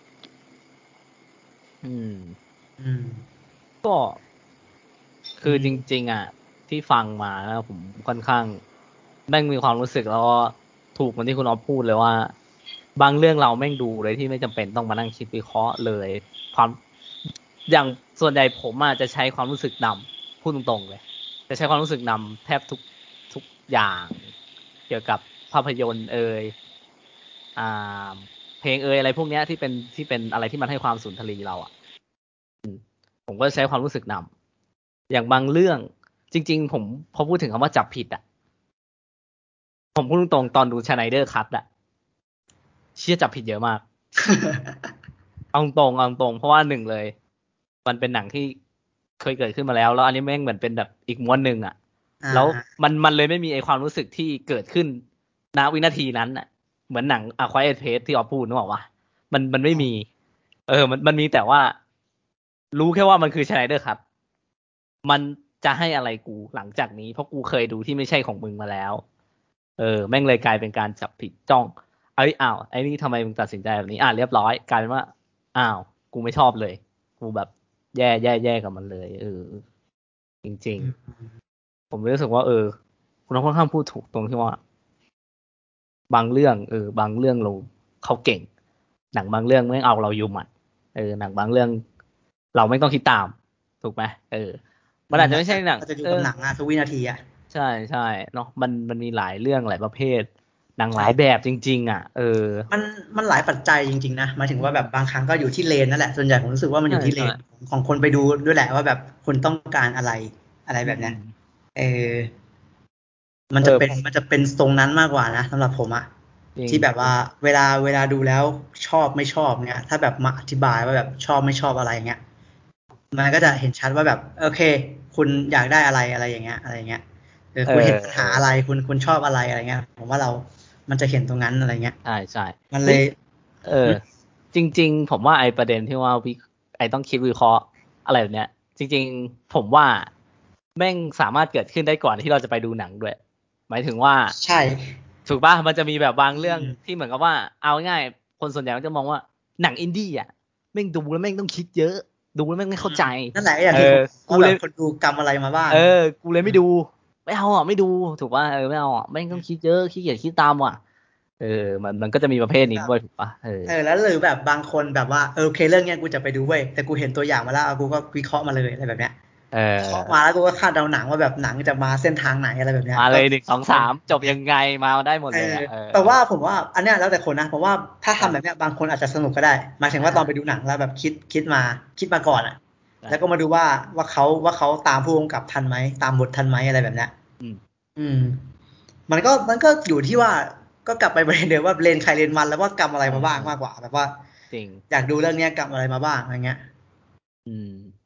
Speaker 1: อืม
Speaker 2: อืม
Speaker 1: ก็คือจริงๆอ่ะที่ฟังมาแล้วผมค่อนข้างแม่งมีความรู้สึกแล้วก็ถูกเหมือนที่คุณอ๊อฟพูดเลยว่าบางเรื่องเราแม่งดูเลยที่ไม่จำเป็นต้องมานั่งคิดวิเคราะห์เลยความอย่างส่วนใหญ่ผมอาจจะใช้ความรู้สึกนำพูดตรงๆเลยจะใช้ความรู้สึกนำแทบทุกทุกอย่างเกี่ยวกับภาพยนตร์เอ่ยอ่าเพลงเอ่ยอะไรพวกเนี้ยที่เป็นที่เป็นอะไรที่มันให้ความสุนทรีเราอ่ะผมก็ใช้ความรู้สึกนำอย่างบางเรื่องจริงๆผมพอพูดถึงคำว่าจับผิดอ่ะผมพูดตรงๆตอนดูชไนเดอร์คัทอ่ะเชี่ยจับผิดเยอะมาก เอาตรงเอาตรงเพราะว่าหนึ่งเลยมันเป็นหนังที่เคยเกิดขึ้นมาแล้วแล้วอันนี้แม่งเหมือนเป็นแบบอีกม้วนหนึ่งอ่ะแล้วมันมันเลยไม่มีไอความรู้สึกที่เกิดขึ้นณวินาทีนั้นอ่ะเหมือนหนัง A Quiet Place ที่ออฟพูดนึกออกปะมันมันไม่มีเออมันมันมีแต่ว่ารู้แค่ว่ามันคือชไนเดอร์คัทมันจะให้อะไรกูหลังจากนี้เพราะกูเคยดูที่ไม่ใช่ของมึงมาแล้วเออแม่งเลยกลายเป็นการจับผิดจ้องไอ้อ้าวไอ้นี่ทำไมมึงตัดสินใจแบบนี้อ่ะเรียบร้อยกลายเป็นว่าอ้าวกูไม่ชอบเลยกูแบบแย่แย่แย่กับมันเลยเออจริงๆผมรู้สึกว่าเออคุณค่อนข้างพูดถูกตรงที่ว่าบางเรื่องเออบางเรื่องเราเขาเก่งหนังบางเรื่องไม่เอาเราอยู่หมัดเออหนังบางเรื่องเราไม่ต้องคิดตามถูกไหมเออมันอาจจะไม่ใช่หนัง
Speaker 2: จะดูกับหนังอะทุกวินาทีอะ
Speaker 1: ใช่ใช่เนาะมันมันมีหลายเรื่องหลายประเภทหนังหลายแบบจริงๆอ่ะเออ
Speaker 2: มันมันหลายปัจจัยจริงๆนะหมายถึงว่าแบบบางครั้งก็อยู่ที่เลนนั่นแหละส่วนใหญ่ผมรู้สึกว่ามันอยู่ที่เลนของคนไปดูด้วยแหละว่าแบบคุณต้องการอะไรอะไรแบบนี้เออมันจะเป็นมันจะเป็นตรงนั้นมากกว่านะสำหรับผมอะที่แบบว่าเวลาเวลาดูแล้วชอบไม่ชอบเนี่ยถ้าแบบมาอธิบายว่าแบบชอบไม่ชอบอะไรเงี้ยมันก็จะเห็นชัดว่าแบบโอเคคุณอยากได้อะไรอะไรอย่างเงี้ยอะไรเงี้ยเออคุณเห็นปัญหาอะไรคุณคุณชอบอะไรอะไรเงี้ยผมว่าเรามันจะเห็นตรงนั้นอะไรเงี้ย
Speaker 1: ใช่ใช่
Speaker 2: มันเลย
Speaker 1: เออจริงๆผมว่าไอ้ประเด็นที่ว่าวิไอ้ต้องคิดวิเคราะห์อะไรแบบเนี้ยจริงๆผมว่าแม่งสามารถเกิดขึ้นได้ก่อนที่เราจะไปดูหนังด้วยหมายถึงว่า
Speaker 2: ใช่
Speaker 1: ถูกป่ะมันจะมีแบบบางเรื่องที่เหมือนกับว่าเอาง่ายคนส่วนใหญ่ก็จะมองว่าหนังอินดี้อ่ะแม่งดูแล้วแม่งต้องคิดเยอะดูแล้วแม่งไม่เข้าใจ
Speaker 2: นั่นแหละอย่างที่กูเลยคนดูกรรมอะไรมาบ้าง
Speaker 1: เออกูเลยไม่ดูไม่เอาอ่ะไม่ดูถูกป่ะเออไม่เอาอ่ะแม่งต้องคิดเยอะขี้เกียจคิดตามว่ะเออมันมันก็จะมีประเภทนี้ด้วยถูกป่ะเออ
Speaker 2: เออแล้วหรือแบบบางคนแบบว่าเออโอเคเรื่องเนี้ยกูจะไปดูเว้ยแต่กูเห็นตัวอย่างมาแล้วกูก็วิเคราะห์มาเลยอะไรแบบเนี้ย
Speaker 1: เออ
Speaker 2: วิเคราะห์มาแล้วกูก็คาดเดาหนังว่าแบบหนังจะมาเส้นทางไหนอะไรแบบเนี้ย
Speaker 1: มาเลยหนึ่งสองสามจบยังไงมาได้หมดเลยอ่ะ
Speaker 2: แต่ว่าผมว่าอันเนี้ยแล้วแต่คนนะผมว่าถ้าทำแบบเนี้ยบางคนอาจจะสนุกก็ได้หมายถึงว่าตอนไปดูหนังแล้วแบบคิดคิดมาคิดมาก่อนอ่ะแล้วก็มาดูว่าว่าเขาว่าเขาตามผู้กำกับทันไหมตามบททันไหมอะไรแบบเนี้ยอืมมันก็มันก็อยู่ที่ว่าก็กลับไปประเด็นเดิมว่าเลนใครเลนมันแล้วว่ากรรมอะไรมาบ้างมากกว่าแบบว่า
Speaker 1: จริง
Speaker 2: อยากดูเรื่องนี้กรรมอะไรมาบ้างอะไรเงี้ย
Speaker 1: อืม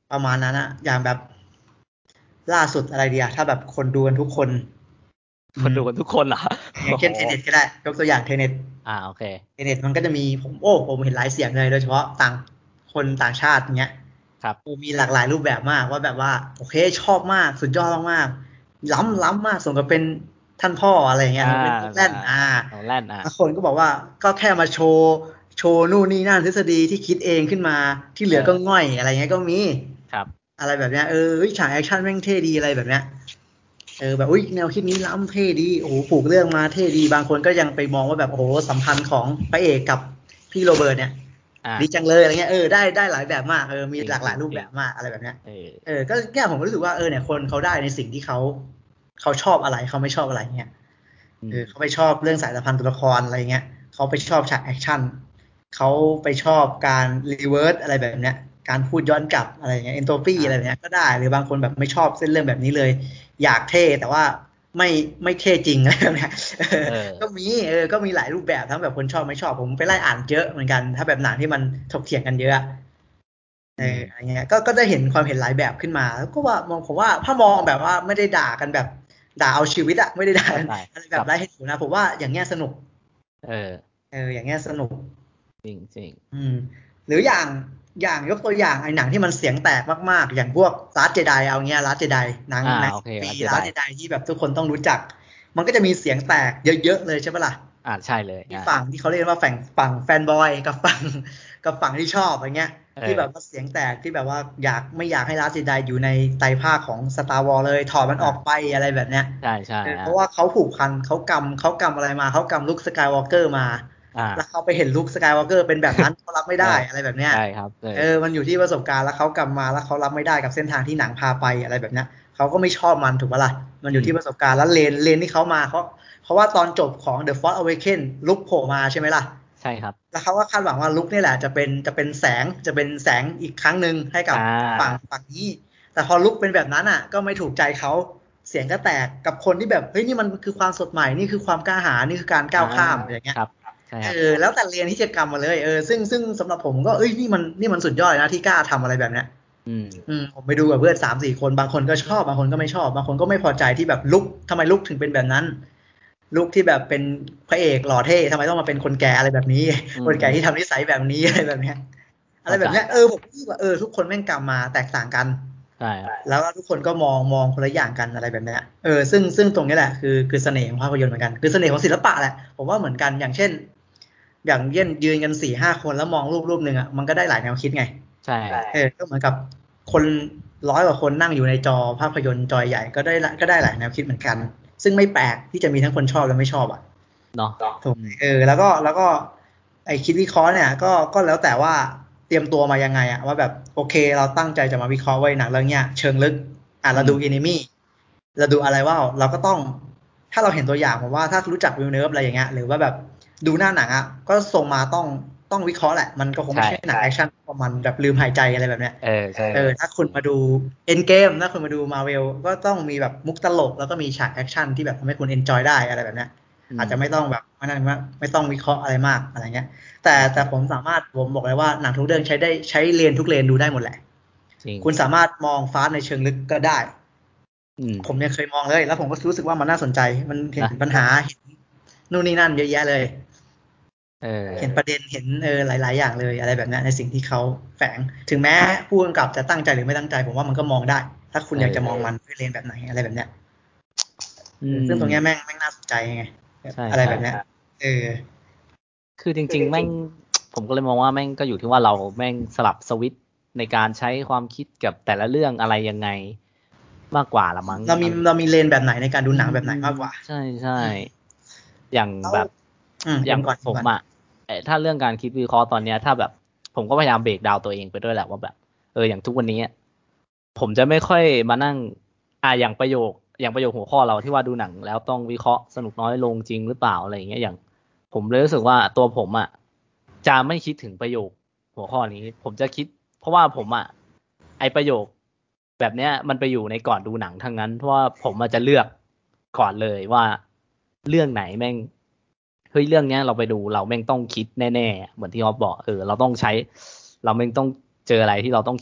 Speaker 2: ประมาณนั้นนะอย่างแบบล่าสุดอะไรดีอะถ้าแบบคนดูกันทุกคน
Speaker 1: คนดูกันทุกคนเหรอ
Speaker 2: อย่างเช่นเทเน็ตก็ได้ยกตัวอย่างเทเน็ต
Speaker 1: อ่าโอเค
Speaker 2: เทเน็ตมันก็จะมีผมโอ้ผมเห็นหลายเสียงเลยโดยเฉพาะต่างคนต่างชาติอย่างเงี้ย
Speaker 1: ครับ
Speaker 2: มีหลากหลายรูปแบบมากว่าแบบว่าโอเคชอบมากสุดยอดมากๆล้ำล้ำมากสมกับเป็นท่านพ่ออะไรเงี้ย
Speaker 1: อ่า
Speaker 2: เป็นโนแลนอ่า
Speaker 1: โนแลนอ่า
Speaker 2: บางคนก็บอกว่าก็แค่มาโชว์โชว์นู่นนี่นั่นทฤษฎีที่คิดเองขึ้นมาที่เหลือก็ง่อยอะไรเงี้ยก็มี
Speaker 1: ครับ
Speaker 2: อะไรแบบเนี้ยเออฉากแอคชั่นแม่งเท่ดีอะไรแบบเนี้ยเออแบบอุ้ยแนวคิดนี้ล้ำเท่ดีโอ้โหผูกเรื่องมาเท่ดีบางคนก็ยังไปมองว่าแบบโอ้โหสัมพันธ์ของพระเอกกับพี่โรเบิร์ตเนี่ยดีจังเลยอะไรเงี้ยเออได้ได้หลายแบบมากเออมีหลากหลายรูปแบบมากอะไรแบบเนี้ยเออก็แค่ผมรู้สึกว่าเออเนี่ยคนเขาได้ในสิ่งที่เขาเขาชอบอะไรเขาไม่ชอบอะไรเงี้ยเออเขาไปชอบเรื่องสายสัมพันธ์ตัวละครอะไรเงี้ยเขาไปชอบฉากแอคชั่นเขาไปชอบการรีเวิร์สอะไรแบบเนี้ยการพูดย้อนกลับอะไรเงี้ยเอนโทรปีอะไรแบบเนี้ยก็ได้หรือบางคนแบบไม่ชอบเส้นเรื่องแบบนี้เลยอยากเท่แต่ว่าไม่ไม่เท่จริงอะไรแบบเนี้ยก็มีเออก็มีหลายรูปแบบทั้งแบบคนชอบไม่ชอบผมไปไล่อ่านเยอะเหมือนกันถ้าแบบหนังที่มันถกเถียงกันเยอะเอออะไรเงี้ยก็ก็ได้เห็นความเห็นหลายแบบขึ้นมาแล้วก็ว่ามองผมว่าถ้ามองแบบว่าไม่ได้ด่ากันแบบด่าเอาชีวิตอะไม่ได้ด่ากันอะไรแบบไร้เหตุผลนะผมว่าอย่างเงี้ยสนุก
Speaker 1: เออ
Speaker 2: เอออย่างเงี้ยสนุก
Speaker 1: จริงจริง
Speaker 2: อืมหรืออย่างอย่างยกตัวอย่างไอ้หนังที่มันเสียงแตกมากๆอย่างพวกลาสต์เจไดเอาเงี้ยลาสต์เจไดหนัง
Speaker 1: อ่า
Speaker 2: หนัง
Speaker 1: โอเค
Speaker 2: ปี
Speaker 1: แล้วจะได้
Speaker 2: ลาสต์เจไดที่แบบทุกคนต้องรู้จักมันก็จะมีเสียงแตกเยอะๆเลยใช่ปะล่ะ
Speaker 1: อ่าใช่เลย
Speaker 2: ที่
Speaker 1: อ่า
Speaker 2: ฝั่งที่เขาเรียกว่าฝั่งฝั่งแฟนบอยกับฝั่งกับฝั่งที่ชอบอะไรเงี้ยที่แบบ
Speaker 1: เออ
Speaker 2: ว่าเสียงแตกที่แบบว่าอยากไม่อยากให้ลาสต์เจไดอยู่ในไตรภาคของ Star Wars เลยถอดมันออกไปอะไรแบบเนี้ย
Speaker 1: ใช่ใช่
Speaker 2: เออเพ
Speaker 1: อ่า
Speaker 2: ราะว่าเขาผูกพันเขากำเขากำอะไรมาเขากำลุคสกายวอล์กเกอร์มา
Speaker 1: อ่า
Speaker 2: แล้วเขาไปเห็นลุคสกายวอล์กเกอร์เป็นแบบนั้นเขารับไม่
Speaker 1: เออ
Speaker 2: ได้อะไรแบบเนี้ย
Speaker 1: ใช่ครับเออ
Speaker 2: เออมันอยู่ที่ประสบการณ์แล้วเขากำมาแล้วเขารับไม่ได้กับเส้นทางที่หนังพาไปอะไรแบบเนี้ยเขาก็ไม่ชอบมันถูกปะล่ะมันอยู่ที่ประสบการณ์แล้วเลนเลนที่เขามาเขาเพราะว่าตอนจบของ The Force Awakens ลุคโผล่มาใช่ไหมล่ะ
Speaker 1: ใช่ครับ
Speaker 2: แล้วเขาก็คาดหวังว่าลุคนี่แหละจะเป็นจะเป็นแสงจะเป็นแสงอีกครั้งหนึ่งให้กั
Speaker 1: อ่
Speaker 2: บฝั่ง
Speaker 1: า
Speaker 2: ฝั่งนี้แต่พอลุคเป็นแบบนั้นอ่ะก็ไม่ถูกใจเขาเสียงก็แตกกับคนที่แบบเฮ้ยนี่มันคือความสดใหม่นี่คือความกล้าหาญนี่คือการก้า
Speaker 1: อ่า
Speaker 2: วข้ามอย่างเงี้ย
Speaker 1: ครับใช่
Speaker 2: เอ
Speaker 1: ครับ
Speaker 2: อแล้วแต่เรียนที่จะกรรมมาเลยเออซึ่งซึ่งสำหรับผมก็เอ้ยนี่มันนี่มันสุดยอดนะที่กล้าทำอะไรแบบเนี้ย
Speaker 1: อืม
Speaker 2: อืมผมไปดูกับเพื่อนสามสี่คนบางคนก็ชอบบางคนก็ไม่ชอบบางคนก็ไม่พอใจที่แบบลุคทำไมลุคถึงเป็นแบบนั้นลุคที่แบบเป็นพระเอกหล่อเท่ทำไมต้องมาเป็นคนแก่อะไรแบบนี้
Speaker 1: อื
Speaker 2: คนแก่
Speaker 1: มอืม
Speaker 2: ที่ทำนิสัยแบบนี้อะไรแบบเนี้ยอะไร
Speaker 1: เข้าใจ
Speaker 2: แบบเนี้ยเออผมคิดว่าเออทุกคนแม่งกลับมาแตกต่างกัน
Speaker 1: ใช่ครับ
Speaker 2: แล้วทุกคนก็มองมองคนละอย่างกันอะไรแบบเนี้ยเออซึ่งซึ่งตรงนี้แหละคือคือเสน่ห์ของภาพยนตร์เหมือนกันคือเสน่ห์ของศิลปะแหละผมว่าเหมือนกันอย่างเช่นอย่างเย็นยืนกันสี่ห้าคนแล้วมองรูปรูปหนึ่งอ่ะมันก็ได้หลายแนวคิดไง
Speaker 1: ใช่
Speaker 2: เออก็เหมือนกับคนร้อยกว่าคนนั่งอยู่ในจอภาพยนตร์จอใหญ่ก็ได้ก็ได้หลายแนวคิดเหมือนกันซึ่งไม่แปลกที่จะมีทั้งคนชอบและไม่ชอบอ่ะ
Speaker 1: เนาะ
Speaker 2: ถูกเออแล้วก็แล้วก็ไอคิดวิเคราะห์เนี่ยก็ก็แล้วแต่ว่าเตรียมตัวมายังไงอะว่าแบบโอเคเราตั้งใจจะมาวิเคราะห์ไว้หนังเรื่องเนี้ยเชิงลึกอ่ะเราดู enemy เราดูอะไรว่าเราก็ต้องถ้าเราเห็นตัวอย่างผมว่าถ้ารู้จักวิลเนิร์ฟอะไรอย่างเงี้ยหรือว่าแบบดูหน้าหนังอ่ะก็ส่งมาต้องต้องวิเคราะห์แหละมันก็คงไม่
Speaker 1: ใช่
Speaker 2: ใช่หนังแอคชั่นประมาณแบบลืมหายใจอะไรแบบเนี้ย
Speaker 1: เออใช่
Speaker 2: เออถ้าคุณมาดูเอ็นเกมถ้าคุณมาดูมาเวลก็ต้องมีแบบมุกตลกแล้วก็มีฉากแอคชั่นที่แบบทำให้คุณเอนจอยได้อะไรแบบเนี้ย อาจจะไม่ต้องแบบไม่นั่นไม่ต้องวิเคราะห์อะไรมากอะไรเงี้ยแต่แต่ผมสามารถผมบอกเลยว่าหนังทุกเรื่องใช้ได้ใช้เลนทุกเลนดูได้หมดแหละ
Speaker 1: จริง
Speaker 2: คุณสามารถมองฟาสในเชิงลึกก็ได้
Speaker 1: อืม
Speaker 2: ผมเนี่ยเคยมองเลยแล้วผมก็รู้สึกว่ามันน่าสนใจมันเห็น
Speaker 1: นะ
Speaker 2: ปัญหาเห็นนู่นนี่นั่นเยอะแยะเลย
Speaker 1: เอ
Speaker 2: เห็น
Speaker 1: อ
Speaker 2: ประเด็นเห็นเออหลายๆอย่างเลยอะไรแบบนี้ในสิ่งที่เขาแฝงถึงแม้ผู้กำกับจะตั้งใจหรือไม่ตั้งใจผมว่ามันก็มองได้ถ้าคุณ
Speaker 1: เอ
Speaker 2: อยากจะมอง
Speaker 1: อ
Speaker 2: มันด้วยเลนแบบไหนอะไรแบบเนี้ย
Speaker 1: อื
Speaker 2: ซึ่งตรงนี้แม่ง
Speaker 1: ม
Speaker 2: แม่งน่าสนใจไง
Speaker 1: ใช่ใช่
Speaker 2: อะไรแบบเนี้ยเออ
Speaker 1: คือจริงๆแม่งผมก็เลยมองว่าแม่งก็อยู่ที่ว่าเราแม่งสลับสวิตช์ในการใช้ความคิดกับแต่ละเรื่องอะไรยังไงมากกว่าละมั้ง
Speaker 2: เรามี
Speaker 1: อะไร
Speaker 2: เรามีเลนแบบไหนในการดู
Speaker 1: อื
Speaker 2: หนังแบบไหนมากกว่า
Speaker 1: ใช่ใช่อย่างแบบ
Speaker 2: อืม
Speaker 1: อย่าง
Speaker 2: เอ็มก่อน
Speaker 1: ผม
Speaker 2: ก่อน
Speaker 1: อ่ะเอ่อถ้าเรื่องการคิดวิเคราะห์ตอนเนี้ยถ้าแบบผมก็พยายามเบรกดาวน์ตัวเองไปด้วยแหละว่าแบบเอออย่างทุกวันนี้ผมจะไม่ค่อยมานั่งอ่าอย่างประโยคอย่างประโยคหัวข้อเราที่ว่าดูหนังแล้วต้องวิเคราะห์สนุกน้อยลงจริงหรือเปล่าอะไรอย่างเงี้ยอย่างผมเลยรู้สึกว่าตัวผมอ่ะจะไม่คิดถึงประโยคหัวข้อนี้ผมจะคิดเพราะว่าผมอ่ะไอประโยคแบบเนี้ยมันไปอยู่ในก่อนดูหนังทั้งนั้นเพราะว่าผมอาจจะเลือกก่อนเลยว่าเรื่องไหนแม่งเฮ้ยเรื่องเนี้ยเราไปดูเราแม่งต้องคิดแน่ๆเหมือนที่ออฟบอกเออเราต้องใช้เราแม่งต้องเจออะไรที่เราต้องคิด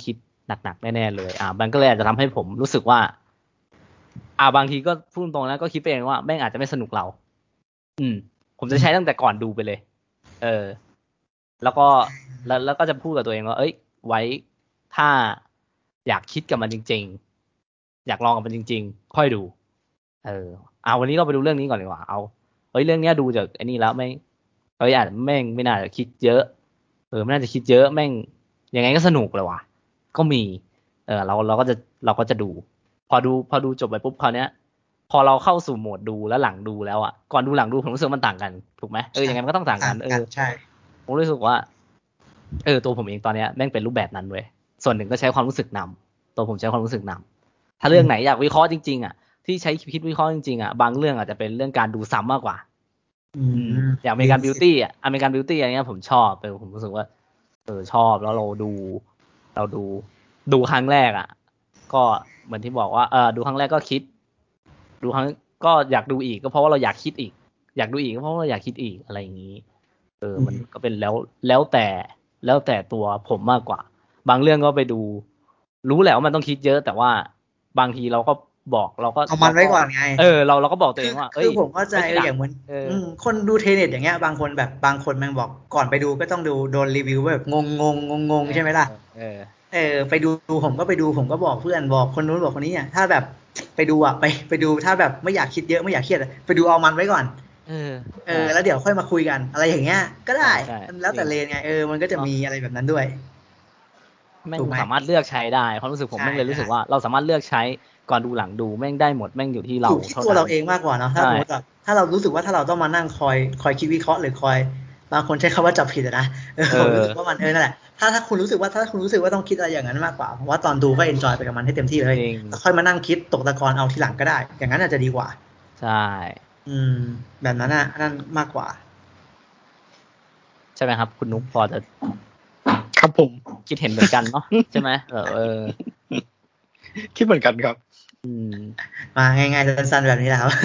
Speaker 1: หนักๆแน่ๆเลยอ่ามันก็เลยอาจจะทำให้ผมรู้สึกว่าอ่าบางทีก็พูดตรงๆนะก็คิดเองว่าแม่งอาจจะไม่สนุกเราอืมผมจะใช้ตั้งแต่ก่อนดูไปเลยเออแล้วก็แล้วแล้วก็จะพูดกับตัวเองว่าเอ้ยไว้ถ้าอยากคิดกับมันจริงๆอยากลองกับมันจริงๆค่อยดูเออเอาวันนี้เราไปดูเรื่องนี้ก่อนดีกว่าเอาเฮ้ยเรื่องนี้ดูจากไอ้นี่แล้วไม่เอ้ยอาจจะแม่งไม่น่าจะคิดเยอะเออไม่น่าจะคิดเยอะแม่งยังไงก็สนุกเลยว่ะก็มีเออเราเราก็จะเราก็จะดูพอดูพอดูจบไปปุ๊บคราวเนี้ยพอเราเข้าสู่โหมดดูแล้วหลังดูแล้วอ่ะก่อนดูหลังดูผมรู้สึกมันต่างกันถูกไหมเออยังไงมันก็ต้องต่างกันเออ
Speaker 2: ใช่
Speaker 1: ผมรู้สึกว่าเออตัวผมเองตอนเนี้ยแม่งเป็นรูปแบบนั้นเว้ยส่วนหนึ่งก็ใช้ความรู้สึกนำตัวผมใช้ความรู้สึกนำถ้าเรื่องไหนอยากวิเคราะห์จริงๆอ่ะที่ใช้คิดวิเคราะห์จริงๆอ่ะบางเรื่องอาจจะเป็นเรื่องการดูซ้ำมากกว่าอย่างอเมริกันบิวตี้อ่ะอเมริกันบิวตี้อะไรเงี้ยผมชอบเออผมรู้สึกว่าเออชอบแล้วเราดูเราดูดูครั้งแรกอ่ะก็เหมือนที่บอกว่าเออดูครั้งแรกก็คิดดูครั้งก็อยากดูอีกก็เพราะว่าเราอยากคิดอีกอยากดูอีกก็เพราะว่าเราอยากคิดอีกอะไรอย่างนี้เออมันก็เป็นแล้วแล้วแต่แล้วแต่ตัวผมมากกว่าบางเรื่องก็ไปดูรู้แหละว่ามันต้องคิดเยอะแต่ว่าบางทีเราก็บอกเราก็
Speaker 2: เอามันไว้ก่อนไง
Speaker 1: เออเราเราก็บอกตัวเองว่า
Speaker 2: คือผมเข้าใจเอออย่างเหมือนคนดูเทเน็ตอย่างเงี้ยบางคนแบบบางคนแม่งบอกก่อนไปดูก็ต้องดูโดนรีวิวแบบงงงงงงใช่ไหมล่ะ
Speaker 1: เออ
Speaker 2: เออไปดูผมก็ไปดูผมก็บอกเพื่อนบอกคนนู้นบอกคนนี้อ่ะถ้าแบบไปดูอ่ะไปไปดูถ้าแบบไม่อยากคิดเยอะไม่อยากเครียดไปดูเอามันไว้ก่อน
Speaker 1: เออ
Speaker 2: เออแล้วเดี๋ยวค่อยมาคุยกันอะไรอย่างเงี้ยก็ได้แล้วแต่เลนไงเออมันก็จะมีอะไรแบบนั้นด้วย
Speaker 1: แม่งสามารถเลือกใช้ได้ความรู้สึกผมแม่งเลยรู้สึกว่าเราสามารถเลือกใช้ก่อนดูหลังดูแม่งได้หมดแม่งอยู่ที่เรา
Speaker 2: อยู่ที่ตัวเราเองมากกว่าเนาะถ้าสมมติว่าถ้าเรารู้สึกว่าถ้าเราต้องมานั่งคอยคอยคิดวิเคราะห์หรือคอยบางคนใช้คำว่าจับผิดนะเออผมรู้สึกว่ามันเออนั่นแหละถ้าถ้าคุณรู้สึกว่าถ้าคุณรู้สึกว่าต้องคิดอะไรอย่างนั้นมากกว่าเพราะว่าตอนดูก็เอนจอยไปกับมันให้เต็มที่เลยแล้วค่อยมานั่งคิดตกตะกอนเอาทีหลังก็ได้อย่างนั้นอาจจะดีกว่า
Speaker 1: ใช่
Speaker 2: อืมแบบนั้นน่ะนั่นมากกว่า
Speaker 1: ใช่ไหมครับคุณนุ๊กพอจะ
Speaker 3: ครับผม
Speaker 1: คิดเห็นเหมือนกันเนาะใช่ไหมเออเออ
Speaker 3: คิดเหมือนกันครับ
Speaker 1: อืม
Speaker 2: มาง่ายๆสั้นๆแบบนี้แหละครับ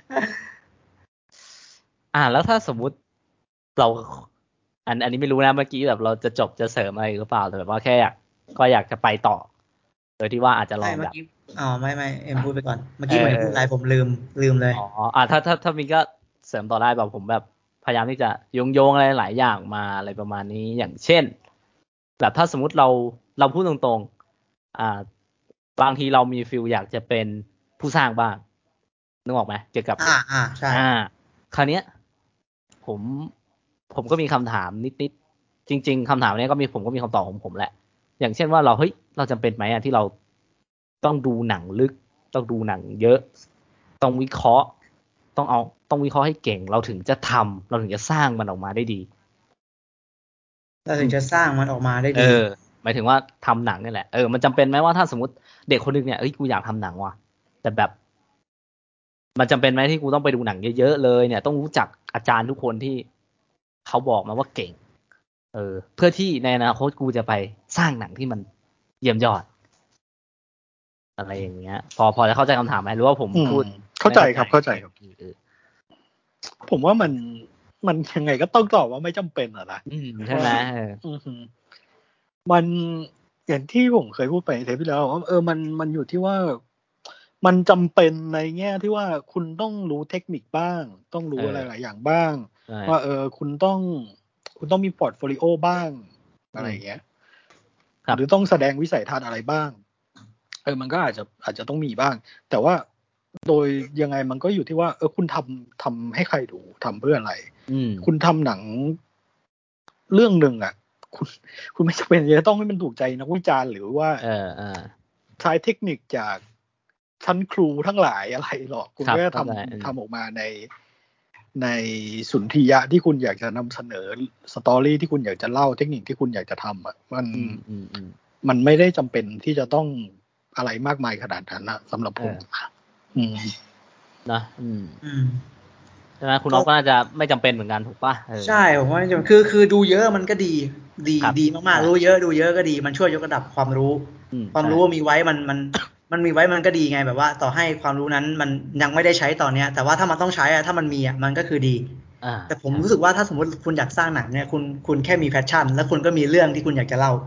Speaker 1: อ่าแล้วถ้าสมมุติเราอันอันนี้ไม่รู้นะเมื่อกี้แบบเราจะจบจะเสริมอะไรหรือเปล่าแต่แบบว่าแค่อยากก็อยากจะไปต่อโดยที่ว่าอาจจะลองแบบ
Speaker 2: อ๋อไม่ไม่เอ็มพูดไปก่อนเมื่อกี้เหมือนพูดอะไรผมลืมลืมเลย
Speaker 1: อ๋ออ่าถ้าถ้าถ้ามีก็เสริมต่อได้แบบผมแบบพยายามที่จะโยงโยงอะไรหลายอย่างมาอะไรประมาณนี้อย่างเช่นแบบถ้าสมมุติเราเราพูดตรงๆอ่าบางทีเรามีฟิลอยากจะเป็นผู้สร้างบ้างนึกออกไหมเกี่ยวกับ
Speaker 2: อ่าอ่าใช่
Speaker 1: อ่าคราวเนี้ยผมผมก็มีคำถามนิดๆจริงๆคำถามนี้ก็มีผมก็มีคำตอบของผมแหละอย่างเช่นว่าเราเฮ้ยเราจำเป็นไหมอ่ะที่เราต้องดูหนังลึกต้องดูหนังเยอะต้องวิเคราะห์ต้องเอาต้องวิเคราะห์ให้เก่งเราถึงจะทำเราถึงจะสร้างมันออกมาได้ดี
Speaker 2: เราถึงจะสร้างมันออกมาได้ดี
Speaker 1: เออหมายถึงว่าทำหนังนี่แหละเออมันจำเป็นไหมว่าถ้าสมมติเด็กคนนึงเนี่ยเอ้ยกูอยากทำหนังว่ะแต่แบบมันจำเป็นไหมที่กูต้องไปดูหนังเยอะๆเลยเนี่ยต้องรู้จักอาจารย์ทุกคนที่เขาบอกมาว่าเก่งเออเพื่อที่ในอนาคตกูจะไปสร้างหนังที่มันเยี่ยมยอดอะไรอย่างเงี้ยพอพอจะเข้าใจคำถามไหมหรือว่าผมพูด
Speaker 3: เข้าใจครับเข้าใจครับผมว่ามันมันยังไงก็ต้องตอบว่าไม่จำเป็นอ่ะนะ
Speaker 1: ใช่ไหม
Speaker 3: มันอย่างที่ผมเคยพูดไปในเทปที่แล้วว่าเออมันมันอยู่ที่ว่ามันจำเป็นในแง่ที่ว่าคุณต้องรู้เทคนิคบ้างต้องรู้อะไรหลายอย่างบ้างว่าเออคุณต้องคุณต้องมีพอร์ตโฟลิโอบ้างอะไรอย่างเงี้ยหรือต้องแสดงวิสัยทัศน์อะไรบ้างเออมันก็อาจจะอาจจะต้องมีบ้างแต่ว่าโดยยังไงมันก็อยู่ที่ว่าเออคุณทำทำให้ใครดูทำเพื่ออะไรคุณทำหนังเรื่องหนึ่งอ่ะคุณคุณไม่จำเป็นจะต้องให้มันถูกใจนักวิจารณ์หรือว่าใช้เทคนิคจากชั้นครูทั้งหลายอะไรหรอกคุณแค่ทำทำออกมาในในสุนทรียะที่คุณอยากจะนำเสนอสตอรี่ที่คุณอยากจะเล่าเทคนิคที่คุณอยากจะทำอ่ะมันมันไม่ได้จำเป็นที่จะต้องอะไรมากมายขนาดนั้นนะสำหรับผมอืม
Speaker 1: นะอืมอืมใช่ไหมคุณอ๊อฟก็น่าจะไม่จำเป็นเหมือนกันถูกป่ะ
Speaker 2: ใช่ผมว่าคือคือดูเยอะมันก็ดีดีดีมากๆรู้เยอะดูเยอะก็ดีมันช่วยยกระดับความรู้ความรู้มีไว้มันมันมันมีไว้มันก็ดีไงแบบว่าต่อให้ความรู้นั้นมันยังไม่ได้ใช้ตอนเนี้ยแต่ว่าถ้ามันต้องใช้อะถ้ามันมีอะมันก็คือดีแต่ผมรู้สึกว่าถ้าสมมติคุณอยากสร้างหนังเนี่ยคุณคุณแค่มีแพชชั่นแล้วคุณก็มีเรื่องที่คุณอยากจะเล่า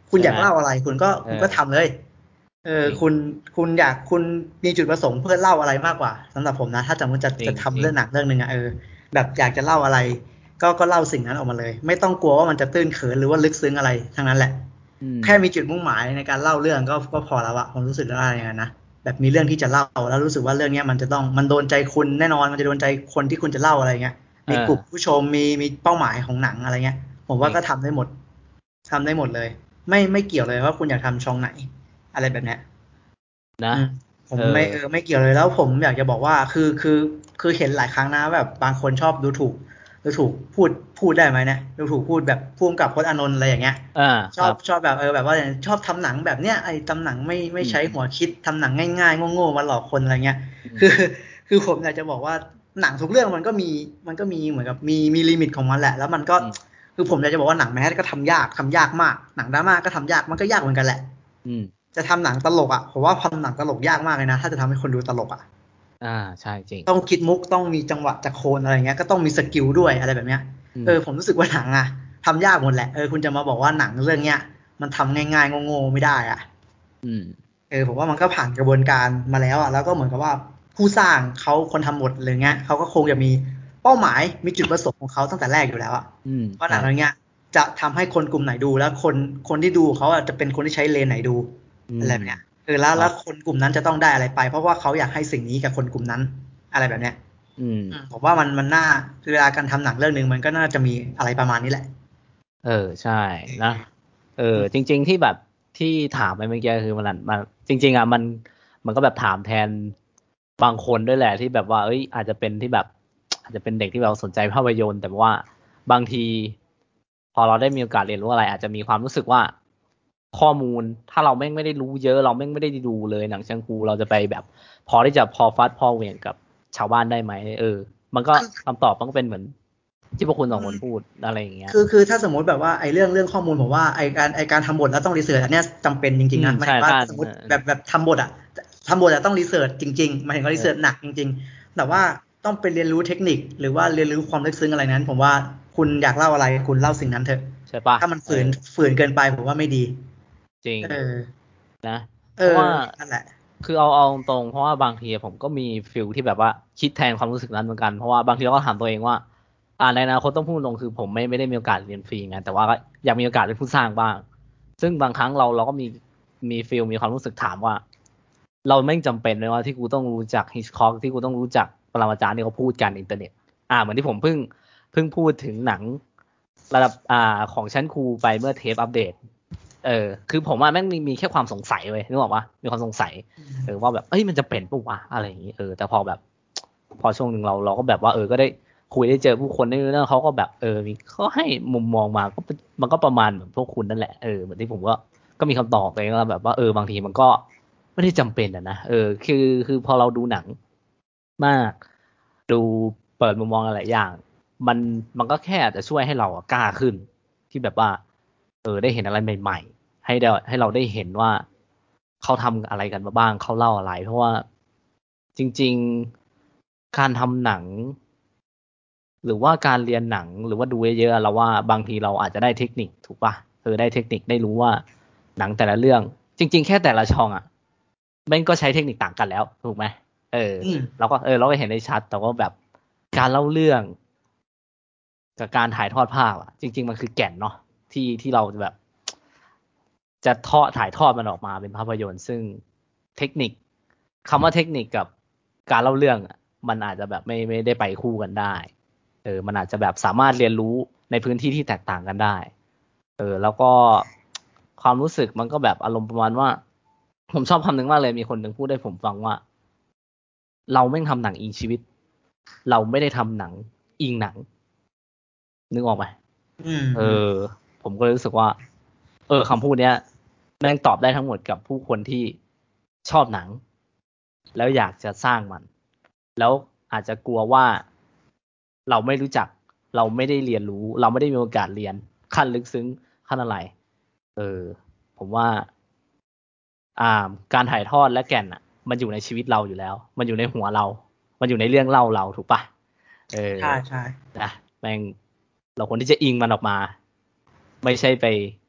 Speaker 2: คุณอยากเล่าอะไรคุณก็คุณก็ทำเลยเออคุณคุณอยากคุณมีจุดประสงค์เพื่อเล่าอะไรมากกว่าสำหรับผมนะถ้าสมมติจะจะทำเรื่องหนังเรื่องนึงอ่ะเออแบบอยากจะเล่าอะไรก็ก็เล่าสิ่งนั้นออกมาเลยไม่ต้องกลัวว่ามันจะตื้นเขินหรือว่าลึกซึ้งอะไรทั้งนั้นแหละแค่มีจุดมุ่งหมายในการเล่าเรื่องก็ก็พอแล้วอะผมรู้สึกว่าอย่างนั้นนะแบบมีเรื่องที่จะเล่าแล้วรู้สึกว่าเรื่องนี้มันจะต้องมันโดนใจคุณแน่นอนมันจะโดนใจคนที่คุณจะเล่าอะไรเงี้ยมีกลุ่มผู้ชมมีมีเป้าหมายของหนังอะไรเงี้ยผมว่าก็ทำได้หมดทำได้หมดเลยไม่ไม่เกี่ยวเลยว่าคุณอยากทำช่องไหนอะไรแบบเนี้ยนะผมไม่เออไม่เกี่ยวเลยแล้วผมอยากจะบอกว่าคือคือคือเห็นหลายครั้งนะแบบบางคนชอบดูถูกดูถูกพูดพูดได้ไหมเนี่ยดูถูกพูดแบบพุ่มกับพจน์อานนท์อะไรอย่างเงี้ยชอบชอบแบบเออแบบว่าชอบทำหนังแบบเนี้ยไอ้ทำหนังไม่ไม่ใช้หัวคิดทำหนังง่ายๆโง่ๆมาหลอกคนอะไรเงี้ยคือคือผมอยากจะบอกว่าหนังทุกเรื่องมันก็มีมันก็มีเหมือนกับมีมีลิมิตของมันแหละแล้วมันก็คือผมอยากจะบอกว่าหนังแมสก็ทำยากทำยากมากหนังดราม่าก็ทำยากมันก็ยากเหมือนกันแหละจะทำหนังตลกอ่ะผมว่าทำหนังตลกยากมากเลยนะถ้าจะทำให้คนดูตลกอ่ะ
Speaker 1: อ่าใช่จริง
Speaker 2: ต้องคิดมุกต้องมีจังหวะจากโคนอะไรเงี้ยก็ต้องมีสกิลด้วยอะไรแบบเนี้ยเออผมรู้สึกว่าหนังอ่ะทำยากหมดแหละเออคุณจะมาบอกว่าหนังเรื่องเนี้ยมันทำง่ายๆโง่ๆไม่ได้อ่ะ
Speaker 1: อืม
Speaker 2: เออผมว่ามันก็ผ่านกระบวนการมาแล้วอ่ะแล้วก็เหมือนกับว่าผู้สร้างเขาคนทำบทอะไรเงี้ยเขาก็คงจะมีเป้าหมายมีจุดประสงค์ของเขาตั้งแต่แรกอยู่แล้วอ่ะว่าหนังเรื่องเนี้ยจะทำให้คนกลุ่มไหนดูแล้วคนคนที่ดูเขาอ่ะจะเป็นคนที่ใช้เลนไหนดูอะไรแบบเนี้ยเออแล้วแล้วคนกลุ่มนั้นจะต้องได้อะไรไปเพราะว่าเขาอยากให้สิ่งนี้กับคนกลุ่มนั้นอะไรแบบเนี้ย
Speaker 1: อืม
Speaker 2: ผมว่ามันมันน่าเวลาการทำหนังเรื่องนึงมันก็น่าจะมีอะไรประมาณนี้แหละ
Speaker 1: เออใช่นะเออจริงๆที่แบบที่ถามไปเมื่อกี้คือมันมันจริงๆอ่ะมันมันก็แบบถามแทนบางคนด้วยแหละที่แบบว่าเอ้ยอาจจะเป็นที่แบบอาจจะเป็นเด็กที่แบบสนใจภาพยนตร์แต่ว่าบางทีพอเราได้มีโอกาสเรียนรู้อะไรอาจจะมีความรู้สึกว่าข้อมูลถ้าเราแม่งไม่ได้รู้เยอะเราแม่งไม่ได้ดูเลยหนังเชิงครูเราจะไปแบบพอที่จะพอฟัดพอเหวี่ยงกับชาวบ้านได้ไหมเออมันก็คำตอบมันก็เป็นเหมือนที่พวกคุณสองคนพูดอะไรอย่างเงี้ย
Speaker 2: คือคือถ้าสมมติแบบว่าไอ้เรื่องเรื่องข้อมูลผมว่าไอ้การไอ้การทำบทแล้วต้องรีเสิร์ชอันเนี้ยจำเป็นจริงๆนะหมายถึงว่าสมมติแบบแบบทำบทอ่ะทำบทอ่ะต้องรีเสิร์ชจริงๆหมายถึงว่ารีเสิร์ชหนักจริงๆแต่ว่าต้องไปเรียนรู้เทคนิคหรือว่าเรียนรู้ความลึกซึ้งอะไรนั้นผมว่าคุณอยากเล่าอะไรคุณเล่าสิ่งนั้นเถอะ
Speaker 1: ใช่ปะ
Speaker 2: ถ้ามันฝืนฝืนเกินไปผมว่าไม่ดี
Speaker 1: จริง
Speaker 2: เออ
Speaker 1: นะ
Speaker 2: เออ
Speaker 1: เพราะว่า
Speaker 2: นั่นแหละ
Speaker 1: คือเอาเอาตรงเพราะว่าบางทีผมก็มีฟิลที่แบบว่าคิดแทนความรู้สึกนั้นเหมือนกันเพราะว่าบางทีเราก็ถามตัวเองว่าอ่าในอนาคตต้องพูดตรงคือผมไม่ไม่ได้มีโอกาสเรียนฟรีไงแต่ว่าก็อยากมีโอกาสเป็นผู้สร้างบ้างซึ่งบางครั้งเราเราก็มีมีฟิลมีความรู้สึกถามว่าเราไม่จำเป็นเลยว่าที่กูต้องรู้จักฮิชคอกที่กูต้องรู้จักปรมาจารย์ที่เขาพูดกันอินเทอร์เน็ตอ่าเหมือนที่ผมเพิ่งเพิ่งพูดถึงหนังระดับอ่าของชั้นครูไปเมื่อเทปอัปเดตเออคือผมว่าแม่งมีมีแค่ความสงสัยเว้ยนึกออกปะมีความสงสัยเออว่าแบบเอ้ยมันจะเป็นปุ๊วะอะไรอย่างงี้เออแต่พอแบบพอช่วงหนึ่งเราเราก็แบบว่าเออก็ได้คุยได้เจอผู้คนได้เรื่องเขาก็แบบเออมีเขาให้มุมมองมาก็มันก็ประมาณแบบพวกคุณนั่นแหละเออเหมือนที่ผมก็ก็มีคำตอบเลยว่าแบบว่าเออบางทีมันก็ไม่ได้จำเป็นอะนะเออคือคือพอเราดูหนังมากดูเปิดมุมมองหลายอย่างมันมันก็แค่อาจจะช่วยให้เรากล้าขึ้นที่แบบว่าเออได้เห็นอะไรใหม่ๆให้ได้ให้เราได้เห็นว่าเขาทำอะไรกันมาบ้างเขาเล่าอะไรเพราะว่าจริงๆการทำหนังหรือว่าการเรียนหนังหรือว่าดูเยอะๆเราว่าบางทีเราอาจจะได้เทคนิคถูกป่ะเออได้เทคนิคได้รู้ว่าหนังแต่ละเรื่องจริงๆแค่แต่ละช่องอ่ะแม่งก็ใช้เทคนิคต่างกันแล้วถูกไหมเออเราก็เออเราก็เห็นได้ชัดแต่ว่าแบบการเล่าเรื่องกับการถ่ายทอดภาพอ่ะจริงๆมันคือแก่นเนาะที่ที่เราจะแบบจะทอดถ่ายทอดมันออกมาเป็นภาพยนตร์ซึ่งเทคนิคคำว่าเทคนิคกับการเล่าเรื่องอ่ะมันอาจจะแบบไม่ไม่ได้ไปคู่กันได้เออมันอาจจะแบบสามารถเรียนรู้ในพื้นที่ที่แตกต่างกันได้เออแล้วก็ความรู้สึกมันก็แบบอารมณ์ประมาณว่าผมชอบคำหนึ่งมากเลยมีคนหนึ่งพูดให้ผมฟังว่าเราแม่งทำหนังอิงชีวิตเราไม่ได้ทำหนังอิงหนังนึกออกไหมเออผมก็รู้สึกว่าเออคำพูดเนี้ยแม่งตอบได้ทั้งหมดกับผู้คนที่ชอบหนังแล้วอยากจะสร้างมันแล้วอาจจะกลัวว่าเราไม่รู้จักเราไม่ได้เรียนรู้เราไม่ได้มีโอกาสเรียนขั้นลึกซึ้งขั้นอะไรเออผมว่าอ่าการถ่ายทอดและแก่นอ่ะมันอยู่ในชีวิตเราอยู่แล้วมันอยู่ในหัวเรามันอยู่ในเรื่องเล่าเราถูกปะเออ
Speaker 2: ใช่ใช่
Speaker 1: นะแม่งเราควรที่จะอิงมันออกมาไม่ใช่ไป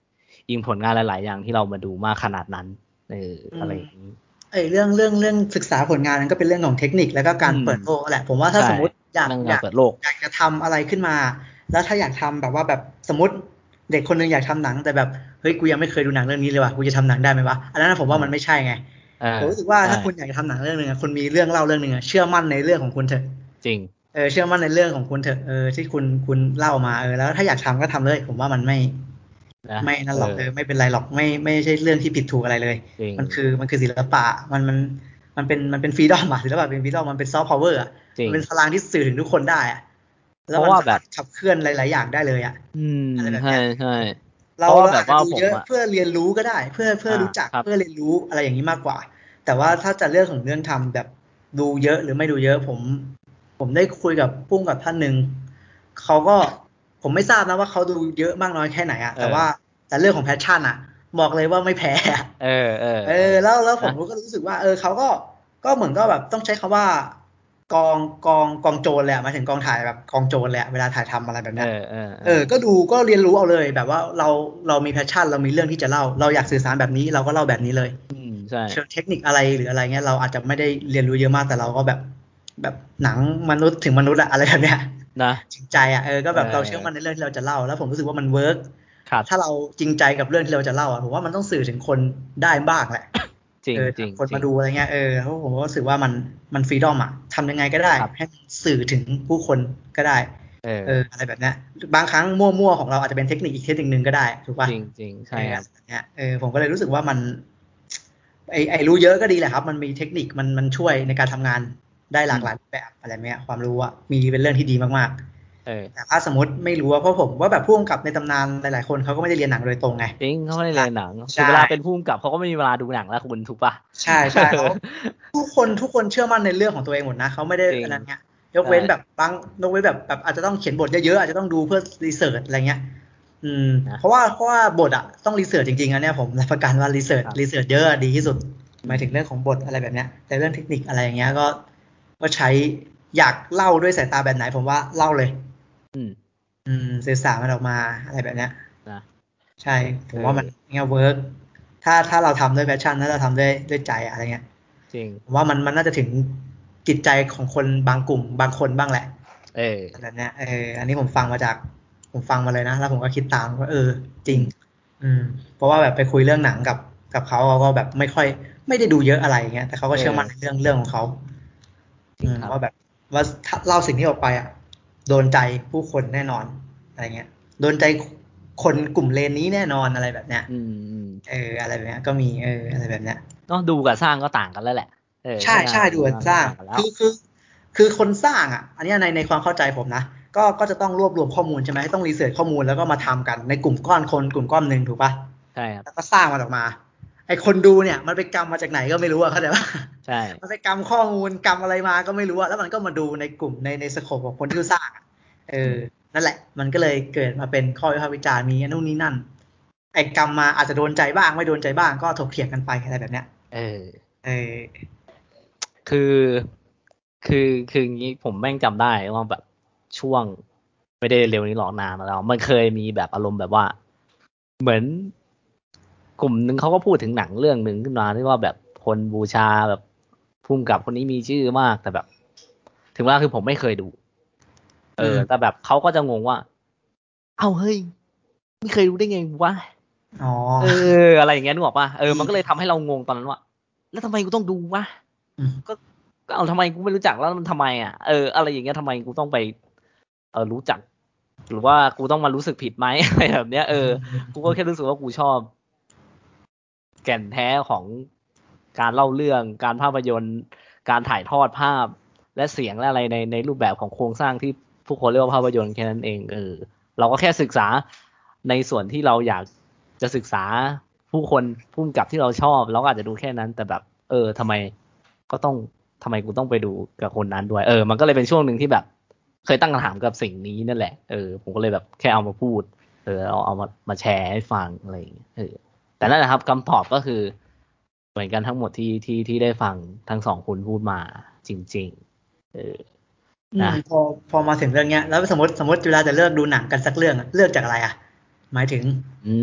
Speaker 1: อิงผลงานหลายๆอย่างที่เรามาดูมากขนาดนั้นเอออะไรอย่างนี้
Speaker 2: ไอ้เรื่องเรื่องเรื่องศึกษาผลงานนั้นก็เป็นเรื่องของเทคนิคแล้วก็การเปิดโลกแหละผมว่าถ้าสมมติอยากอยากอยากจะทำอะไรขึ้นมาแล้วถ้าอยากทำแบบว่าแบบสมมติเด็กคนนึงอยากทำหนังแต่แบบเฮ้ยกูยังไม่เคยดูหนังเรื่องนี้เลยว่ะกูจะทำหนังได้ไหมวะอันนั้นผมว่ามันไม่ใช่ไงผมรู้สึกว่าถ้าคุณอยากจะทำหนังเรื่องนึงคุณมีเรื่องเล่าเรื่องนึงเชื่อมั่นในเรื่องของคุณเถอะ
Speaker 1: จริง
Speaker 2: เออเชื่อมั่นในเรื่องของคุณเถอะเออที่คุณคุณเล่ามาเออแล้วถ้าอยากทำก็ทำเลยผมว่ามันไม่ไม่นั่นหรอกเออไม่เป็นไรหรอกไม่ไม่ใช่เรื่องที่ผิดถูกอะไรเลยมันคือมันคือศิลปะมันมันมันเป็นมันเป็นฟรีดอมอะศิลปะเป็นฟรีดอมมันเป็นซอฟต์พาวเวอร์อะมันเป็นพลังที่สื่อถึงทุกคนได้อะแล้วมันแบบขับเคลื่อนหลายๆอย่างได้เลยอะอะไรแบบนี้
Speaker 1: ใช่
Speaker 2: เราเราอาจจะดูเยอะเพื่อเรียนรู้ก็ได้เพื่อเพื่อรู้จักเพื่อเรียนรู้อะไรอย่างนี้มากกว่าแต่ว่าถ้าจะเรื่องของเรื่องทำแบบดูเยอะหรือไม่ดูเยอะผมผมได้คุยกับพุ่งกับท่านหนึ่งเขาก็ผมไม่ทราบนะว่าเขาดูเยอะมากน้อยแค่ไหนอะแต่ว่าแต่เรื่องของแพชชั่นอะบอกเลยว่าไม่แพ้
Speaker 1: เออเออ
Speaker 2: เออแล้วแล้วผมก็รู้สึกว่าเออเขาก็ก็เหมือนก็แบบต้องใช้คำว่ากองกองกองโจรเลยอะหมายถึงกองถ่ายแบบกองโจรเลยเวลาถ่ายทำอะไรแบบนี้
Speaker 1: เออ
Speaker 2: เออก็ดูก็เรียนรู้เอาเลยแบบว่าเราเรามีแพชชั่นเรามีเรื่องที่จะเล่าเราอยากสื่อสารแบบนี้เราก็เล่าแบบนี้เลย
Speaker 1: อืมใช่
Speaker 2: เชิงเทคนิคอะไรหรืออะไรเงี้ยเราอาจจะไม่ได้เรียนรู้เยอะมากแต่เราก็แบบแบบหนังมนุษย์ถึงมนุษย์อะอะไรแบบเนี้ย
Speaker 1: นะ
Speaker 2: จริงใจอะเออก็แบบเราเชื่อมั่นในเรื่องที่เราจะเล่าแล้วผมรู้สึกว่ามันเวิร์กถ้าเราจริงใจกับเรื่องที่เราจะเล่าอะผมว่ามันต้องสื่อถึงคนได้บ้างแหละ
Speaker 1: จริง
Speaker 2: เออ
Speaker 1: จริง
Speaker 2: คนมาดูอะไรเงี้ยเออเพราะผมก็รู้สึกว่ามันมันฟรีดอมอะทำยังไงก็ได้ให้สื่อถึงผู้คนก็ได้เอออะไรแบบนี้บางครั้งมั่วๆของเราอาจจะเป็นเทคนิคอีกเทคนิคนึงก็ได้ถูกป่ะ
Speaker 1: จริงจริงใช่ครับ
Speaker 2: เนี่ยเออผมก็เลยรู้สึกว่ามันไอไอรู้เยอะก็ดีแหละครับมันมีเทคนิคมันมันช่วยในการทำงานได้หลากหลายแบบอะไรเงี้ยความรู้อะมีเป็นเรื่องที่ดีมากๆแต่ถ้าสมมติไม่รู้เพราะผมว่าแบบผู้กำกับในตำนานหลายๆคนเขาก็ไม่ได้เรียนหนังโดยตรงไง
Speaker 1: จริงเขาไม่ได้เรียนหนังคือเวลาเป็นผู้กำกับเขาก็ไม่มีเวลาดูหนังแล้วคุณถูกป่ะ
Speaker 2: ใช่ใช่เขาทุกคนทุกคนเชื่อมั่นในเรื่องของตัวเองหมดนะเขาไม่ได้อะไรเงี้ยยกเว้นแบบบางยกเว้นแบบแบบอาจจะต้องเขียนบทเยอะๆอาจจะต้องดูเพื่อรีเสิร์ชอะไรเงี้ยอืมเพราะว่าเพราะว่าบทอ่ะต้องรีเสิร์ชจริงๆนะเนี่ยผมรับประกันว่ารีเสิร์ชรีเสิร์ชเยอะดีที่สุดหมายถึงเรื่องของบทอะไรแบบเนี้ยแต่เรื่องเทคนิคอะไรอย่างเงี้ยก็ก็ใช้อยากเล่าด้วยสายตาแบบไหนผมว่าเล่าเลย
Speaker 1: อืม
Speaker 2: อืมสื่อสารมันออกมาอะไรแบบเนี้ย
Speaker 1: นะ
Speaker 2: ใช่ผมว่ามันเงี้ยเวิร์กถ้าถ้าเราทำด้วยแพชชั่นถ้าเราทำด้วยด้วยใจอะไรเงี้ย
Speaker 1: จริง
Speaker 2: ผมว่ามันมันน่าจะถึงจิตใจของคนบางกลุ่มบางคนบ้างแหละ
Speaker 1: เออ
Speaker 2: แบบเนี้ยเอออันนี้ผมฟังมาจากผมฟังมาเลยนะแล้วผมก็คิดตามว่าเออจริงอืมเพราะว่าแบบไปคุยเรื่องหนังกับกับเขาเขาก็แบบไม่ค่อยไม่ได้ดูเยอะอะไรเงี้ยแต่เขาก็เชื่อมั่นในเรื่องเรื่องของเขาอืมว่าแบบว่าเล่าสิ่งที่ออกไปอ่ะโดนใจผู้คนแน่นอนอะไรเงี้ยโดนใจคนกลุ่มเลนนี้แน่นอนอะไรแบบเนี้ย
Speaker 1: อืมอืม
Speaker 2: เอออะไรแบบเนี้ยก็มีเอออะไรแบบเนี้ย
Speaker 1: เนาะดูกับสร้างก็ต่างกันแล้วแหละเออ
Speaker 2: ใช่ใช่ดูกับสร้างคือคือคือคนสร้างอ่ะอันนี้ในในความเข้าใจผมนะก็ก็จะต้องรวบรวมข้อมูลใช่ไหมต้องรีเสิร์ชข้อมูลแล้วก็มาทำกันในกลุ่มก้อนคนกลุ่มก้อนหนึ่งถูกป่ะ
Speaker 1: ใช่ครับ
Speaker 2: แล้วก็สร้างมันออกมาไอคนดูเนี่ยมันไปกำมาจากไหนก็ไม่รู้อะเข้าใจป่ะ
Speaker 1: ใช่
Speaker 2: มันไปกำข้อมูลกำอะไรมาก็ไม่รู้อะแล้วมันก็มาดูในกลุ่มในในสโคปของคนที่สร้างเออนั่นแหละมันก็เลยเกิดมาเป็นข้อวิพากษ์วิจารณ์มีนู่นนี่นั่นไอกำมาอาจจะโดนใจบ้างไม่โดนใจบ้างก็ถกเถียงกันไปอะไรแบบเนี้ย
Speaker 1: เออ
Speaker 2: เออ
Speaker 1: คือคือคืองี้ผมแม่งจำได้ว่าแบบช่วงไม่ได้เร็วนี้หรอกนานมาแล้วมันเคยมีแบบอารมณ์แบบว่าเหมือนกลุ่มหนึ่งเขาก็พูดถึงหนังเรื่องหนึ่งขึ้นมาที่ว่าแบบคนบูชาแบบพุ่มกับคนนี้มีชื่อมากแต่แบบถึงเวลาคือผมไม่เคยดูเออแต่แบบเขาก็จะงงว่าเอ้าเฮ้ยไม่เคยดูได้ไงวะ
Speaker 2: อ๋อ
Speaker 1: เอออะไรอย่างเงี้ยนึกออกป่ะเออมันก็เลยทำให้เรางงตอนนั้นว่าแล้วทำไมกูต้องดูวะก็ก็เอาทำไมกูไม่รู้จักแล้วมันทำไมอ่ะเอออะไรอย่างเงี้ยทำไมกูต้องไปเออรู้จักหรือว่ากูต้องมารู้สึกผิดไหมอะไรแบบเนี้ยเออกูก็แค่รู้สึกว่ากูชอบแก่นแท้ของการเล่าเรื่องการภาพยนตร์การถ่ายทอดภาพและเสียงและอะไรในในรูปแบบของโครงสร้างที่ผู้คนเรียกว่าภาพยนตร์แค่นั้นเองเออเราก็แค่ศึกษาในส่วนที่เราอยากจะศึกษาผู้คนผู้กำกับที่เราชอบเราก็อาจจะดูแค่นั้นแต่แบบเออทำไมก็ต้องทำไมกูต้องไปดูกับคนนั้นด้วยเออมันก็เลยเป็นช่วงหนึ่งที่แบบเคยตั้งคำถามกับสิ่งนี้นั่นแหละเออผมก็เลยแบบแค่เอามาพูดเออเอาเอามามาแชร์ให้ฟังอะไรอย่างเงี้ยเออแต่นั่นแหละครับคำตอบก็คือเหมือนกันทั้งหมดที่ที่ที่ได้ฟังทั้งสองคนพูดมาจริงๆเออนะ
Speaker 2: พอพอมาถึงเรื่องเนี้ยแล้วสมมติสมมติเวลาจะเลือกดูหนังกันสักเรื่องเลือกจากอะไรอ่ะหมายถึง
Speaker 1: อืม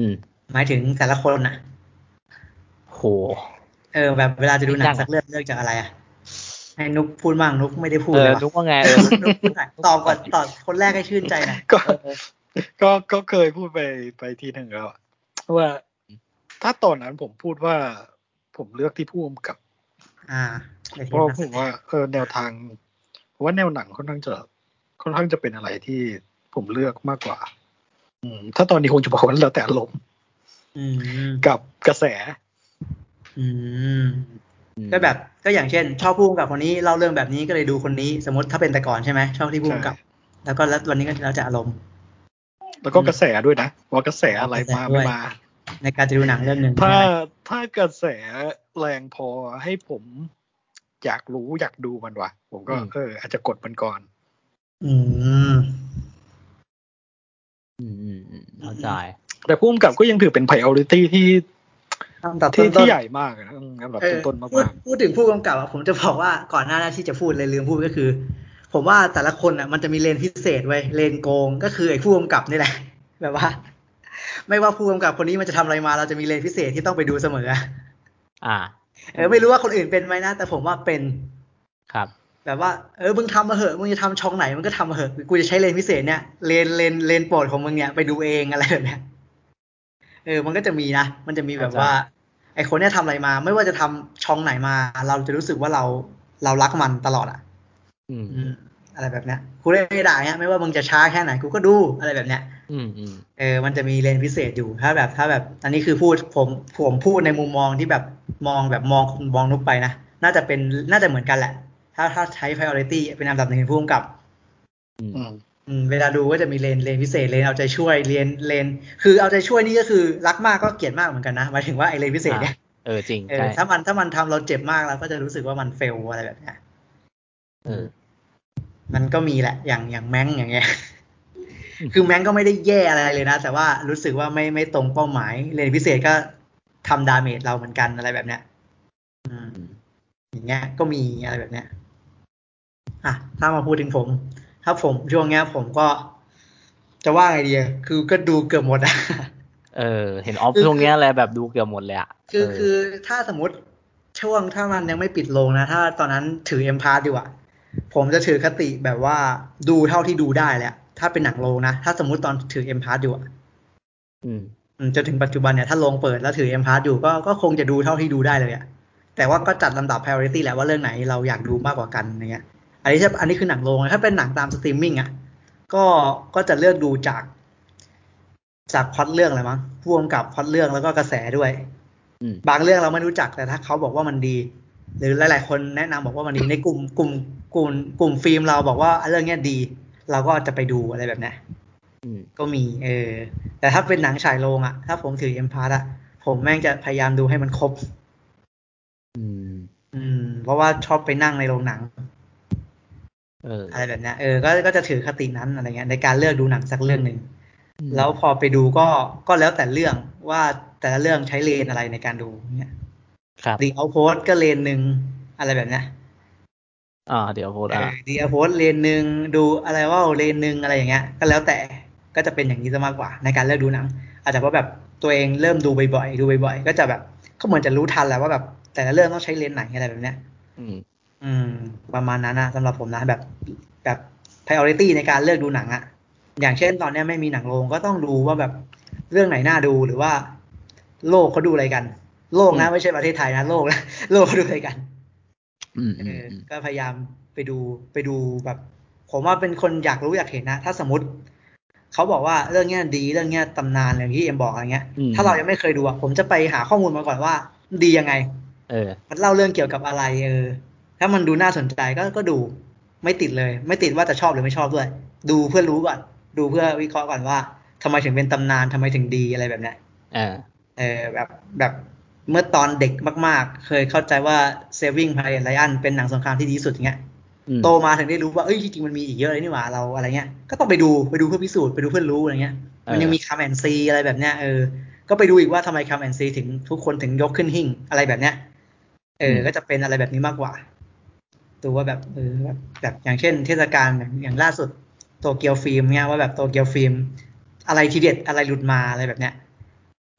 Speaker 2: หมายถึงแต่ละคนน่ะ
Speaker 1: โห
Speaker 2: เออแบบเวลาจะดูหนังสักเรื่องเลือกจากอะไรอ่ะให้นุกพูดมั่งนุกไม่ได้พูดเลยว่ะ
Speaker 1: นุกว่าไงเออ
Speaker 2: นุกพูดหน่อยตอบก่อนตอบคนแรกให้ชื่นใจหน่อย
Speaker 3: ก็ก็ก็เคยพูดไปไปทีหนึ่งแล้วว่าถ้าตอนนั้นผมพูดว่าผมเลือกที่ผู้กำกับ
Speaker 2: อ่า
Speaker 3: เพราะผมว่าเออแนวทางผมว่าแนวหนังค่อนข้างจะค่อนข้างจะเป็นอะไรที่ผมเลือกมากกว่าอืมถ้าตอนนี้คงจะบอกว่าแล้วแต่อารมณ์กับกระแส
Speaker 2: อืมก็แบบก็อย่างเช่นชอบผู้กำกับคนนี้เล่าเรื่องแบบนี้ก็เลยดูคนนี้สมมติถ้าเป็นแต่ก่อนใช่ไหมชอบที่ผู้กำกับแล้วก็แล้ววันนี้ก็แล้วแต่อารมณ์
Speaker 3: แล้วก็กระแสด้วยนะว่ากระแสอะไรมาไม่มา
Speaker 2: ในการจะดูหนังเรื่องหนึ่ง
Speaker 3: ถ้าถ้ากระแสแรงพอให้ผมอยากรู้อยากดูมันว่ะผมก็เอออาจจะกดมันก่อน
Speaker 2: อืม
Speaker 1: อืมอืมอืมเข้าใจ
Speaker 3: แต่ผู้กำกับก็ยังถือเป็น priority ที่ที่ที่ใหญ่มากนะอันดับต้นๆมาก
Speaker 2: ๆพูดถึงผู้กำกับผมจะบอกว่าก่อนหน้านี้ที่จะพูดเลยลืมพูดก็คือผมว่าแต่ละคนอ่ะมันจะมีเลนพิเศษไว้เลนโกงก็คือไอ้ผู้กำกับนี่แหละแบบว่าไม่ว่าผู้กำกับคนนี้มันจะทำอะไรมาเราจะมีเลนพิเศษที่ต้องไปดูเสมอ
Speaker 1: อ่า
Speaker 2: เออไม่รู้ว่าคนอื่นเป็นไหมนะแต่ผมว่าเป็น
Speaker 1: ครับ
Speaker 2: แบบว่าเออมึงทำมาเหอะมึงจะทำช่องไหนมึงก็ทำมาเหอะกูจะใช้เลนพิเศษเนี่ยเลนเลนเลนโปรดของมึงเนี่ยไปดูเองอะไรแบบเนี้ยเออมันก็จะมีนะมันจะมีแบบว่าไอคนเนี้ยทำอะไรมาไม่ว่าจะทำช่องไหนมาเราจะรู้สึกว่าเราเรารักมันตลอดอ่ะ
Speaker 1: อืม
Speaker 2: อะไรแบบเนี้ยกูได้ด่าเนี้ยไม่ว่ามึงจะช้าแค่ไหนกูก็ดูอะไรแบบเนี้ย
Speaker 1: อืมอืม
Speaker 2: เออมันจะมีเลนพิเศษอยู่ถ้าแบบถ้าแบบอันนี้คือพูดผมผมพูดในมุมมองที่แบบมองแบบมองมองนุกไปนะน่าจะเป็นน่าจะเหมือนกันแหละถ้าถ้าใช้ priority เป็นอันดับหนึ่งผู้กำกับอืมเวลาดูก็จะมีเลนเลนพิเศษเลนเอาใจช่วยเลนเลนคือเอาใจช่วยนี่ก็คือรักมากก็เกลียดมากเหมือนกันนะหมายถึงว่าไอเลนพิเศษเนี่ย
Speaker 1: เออจริง
Speaker 2: เออถ้ามันถ้ามันทำเราเจ็บมากเราก็จะรู้สึกว่ามันเฟลอะไรแบบเนี้ย
Speaker 1: เออ
Speaker 2: มันก็มีแหละอย่างอย่างแม้งอย่างเงี้ยคือแม้งก็ไม่ได้แย่อะไรเลยนะแต่ว่ารู้สึกว่าไม่ไม่ตรงเป้าหมายเลนพิเศษก็ทำดาเมจเราเหมือนกันอะไรแบบเนี้ยอืมอย่างเงี้ยก็มีอะไรแบบเนี้ยอ่ะถ้ามาพูดถึงผมถ้าผมช่วงเนี้ยผมก็จะว่าไงดีคือก็ดูเกือบหมดอะ
Speaker 1: เออเห็นออฟช่วงเนี้ยอะไรแบบดูเกือบหมดเลยอ่ะ
Speaker 2: คือคือถ้าสมมติช่วงถ้ามันยังไม่ปิดโรงนะถ้าตอนนั้นถือเอ็มพาร์ดีกว่าผมจะถือคติแบบว่าดูเท่าที่ดูได้แหละถ้าเป็นหนังโรงนะถ้าสมมติตอนถือเอ็มพาร์อยู่
Speaker 1: อืม
Speaker 2: จนถึงปัจจุบันเนี่ยถ้าโรงเปิดแล้วถือเอ็มพาร์อยู่ก็ก็คงจะดูเท่าที่ดูได้เลยอะแต่ว่าก็จัดลำดับ priority แหละว่าเรื่องไหนเราอยากดูมากกว่ากันอย่างเงี้ยอันนี้ใช่อันนี้คือหนังโรงถ้าเป็นหนังตามสตรีมมิ่งอ่ะก็ก็จะเลือกดูจากจากพล็อตเรื่องอะไรมั้งพ่วงกับพล็อตเรื่องแล้วก็กระแสด้วยบางเรื่องเราไม่รู้จักแต่ถ้าเขาบอกว่ามันดีหรือหลายๆคนแนะนำบอกว่ามันดีในกลุ่มกลุ่มกลุ่มกลุ่มฟิล์มเราบอกว่าเรื่องเนี้ยดีเราก็จะไปดูอะไรแบบนี้ก็มีเออแต่ถ้าเป็นหนังฉายโรงอ่ะถ้าผมถือเอ็มพาร์ตอ่ะผมแม่งจะพยายามดูให้มันครบ
Speaker 1: อืม
Speaker 2: อืมเพราะว่าชอบไปนั่งในโรงหนัง
Speaker 1: เออ
Speaker 2: อะไรแบบนี้เออก็ก็จะถือคตินั้นอะไรเงี้ยในการเลือกดูหนังสักเรื่องหนึ่งแล้วพอไปดูก็ก็แล้วแต่เรื่องว่าแต่ละเรื่องใช้เลนอะไรในการดูเนี่ย
Speaker 1: ครับ
Speaker 2: ดีเอาโพสก็เลนหนึ่งอะไรแบบนี้
Speaker 1: อ่าเดี๋ยวโพสอ่า
Speaker 2: ดีเอาโพสเลนหนึ่งดูอะไรว่าเลนหนึ่งอะไรอย่างเงี้ยก็แล้วแต่ก็จะเป็นอย่างนี้ซะมากกว่าในการเลือกดูหนังอาจจะเพราะแบบตัวเองเริ่มดูบ่อยๆดูบ่อยๆก็จะแบบก็เหมือนจะรู้ทันแหละว่าแบบแต่ละเรื่องต้องใช้เลนไหนอะไรแบบเนี้ย
Speaker 1: อืม
Speaker 2: อืมประมาณนั้นนะสำหรับผมนะแบบแบบ priority ในการเลือกดูหนังอะอย่างเช่นตอนนี้ไม่มีหนังโรงก็ต้องดูว่าแบบเรื่องไหนน่าดูหรือว่าโลกเขาดูอะไรกันโลกนะไม่ใช่ประเทศไทยนะโลกนะโลกเขาดูอะไรกันเออก็พยายามไปดูไปดูแบบผมว่าเป็นคนอยากรู้อยากเห็นนะถ้าสมมติเขาบอกว่าเรื่องเนี้ยดีเรื่องเนี้ยตำนานอย่างที่เอ็มบอกอะไรเงี้ยถ้าเรายังไม่เคยดูอะผมจะไปหาข้อมูลมาก่อนว่าดียังไง
Speaker 1: เออ
Speaker 2: มันเล่าเรื่องเกี่ยวกับอะไรเออถ้ามันดูน่าสนใจก็ก็ดูไม่ติดเลยไม่ติดว่าจะชอบหรือไม่ชอบด้วยดูเพื่อรู้ก่อนดูเพื่อวิเคราะห์ก่อนว่าทำไมถึงเป็นตำนานทำไมถึงดีอะไรแบบเนี้ย
Speaker 1: เออ
Speaker 2: เออแบบแบบเมื่อตอนเด็กมากๆเคยเข้าใจว่า Saving Private Ryan เป็นหนังสงครามที่ดีที่สุดอย่างเงี้ยโตมาถึงได้รู้ว่าเอ้ยจริงๆมันมีอีกเยอะเลยนี่หว่าเราอะไรเงี้ยก็ต้องไปดูไปดูเพื่อพิสูจน์ไปดูเพื่อรู้อะไรเงี้ยมันยังมีคัมแอนซีอะไรแบบเนี้ยเออก็ไปดูอีกว่าทำไมคัมแอนซีถึงทุกคนถึงยกขึ้นหิ้งอะไรแบบเนี้ยเออก็จะเป็นอะไรแบบนี้มากกว่าดูว่าแบบเออแบบแบบอย่างเช่นเทศกาลอย่างอย่างล่าสุดโตเกียวฟิล์มเนี้ยว่าแบบโตเกียวฟิล์มอะไรทีเด็ดอะไรหลุดมาอะไรแบบเนี้ย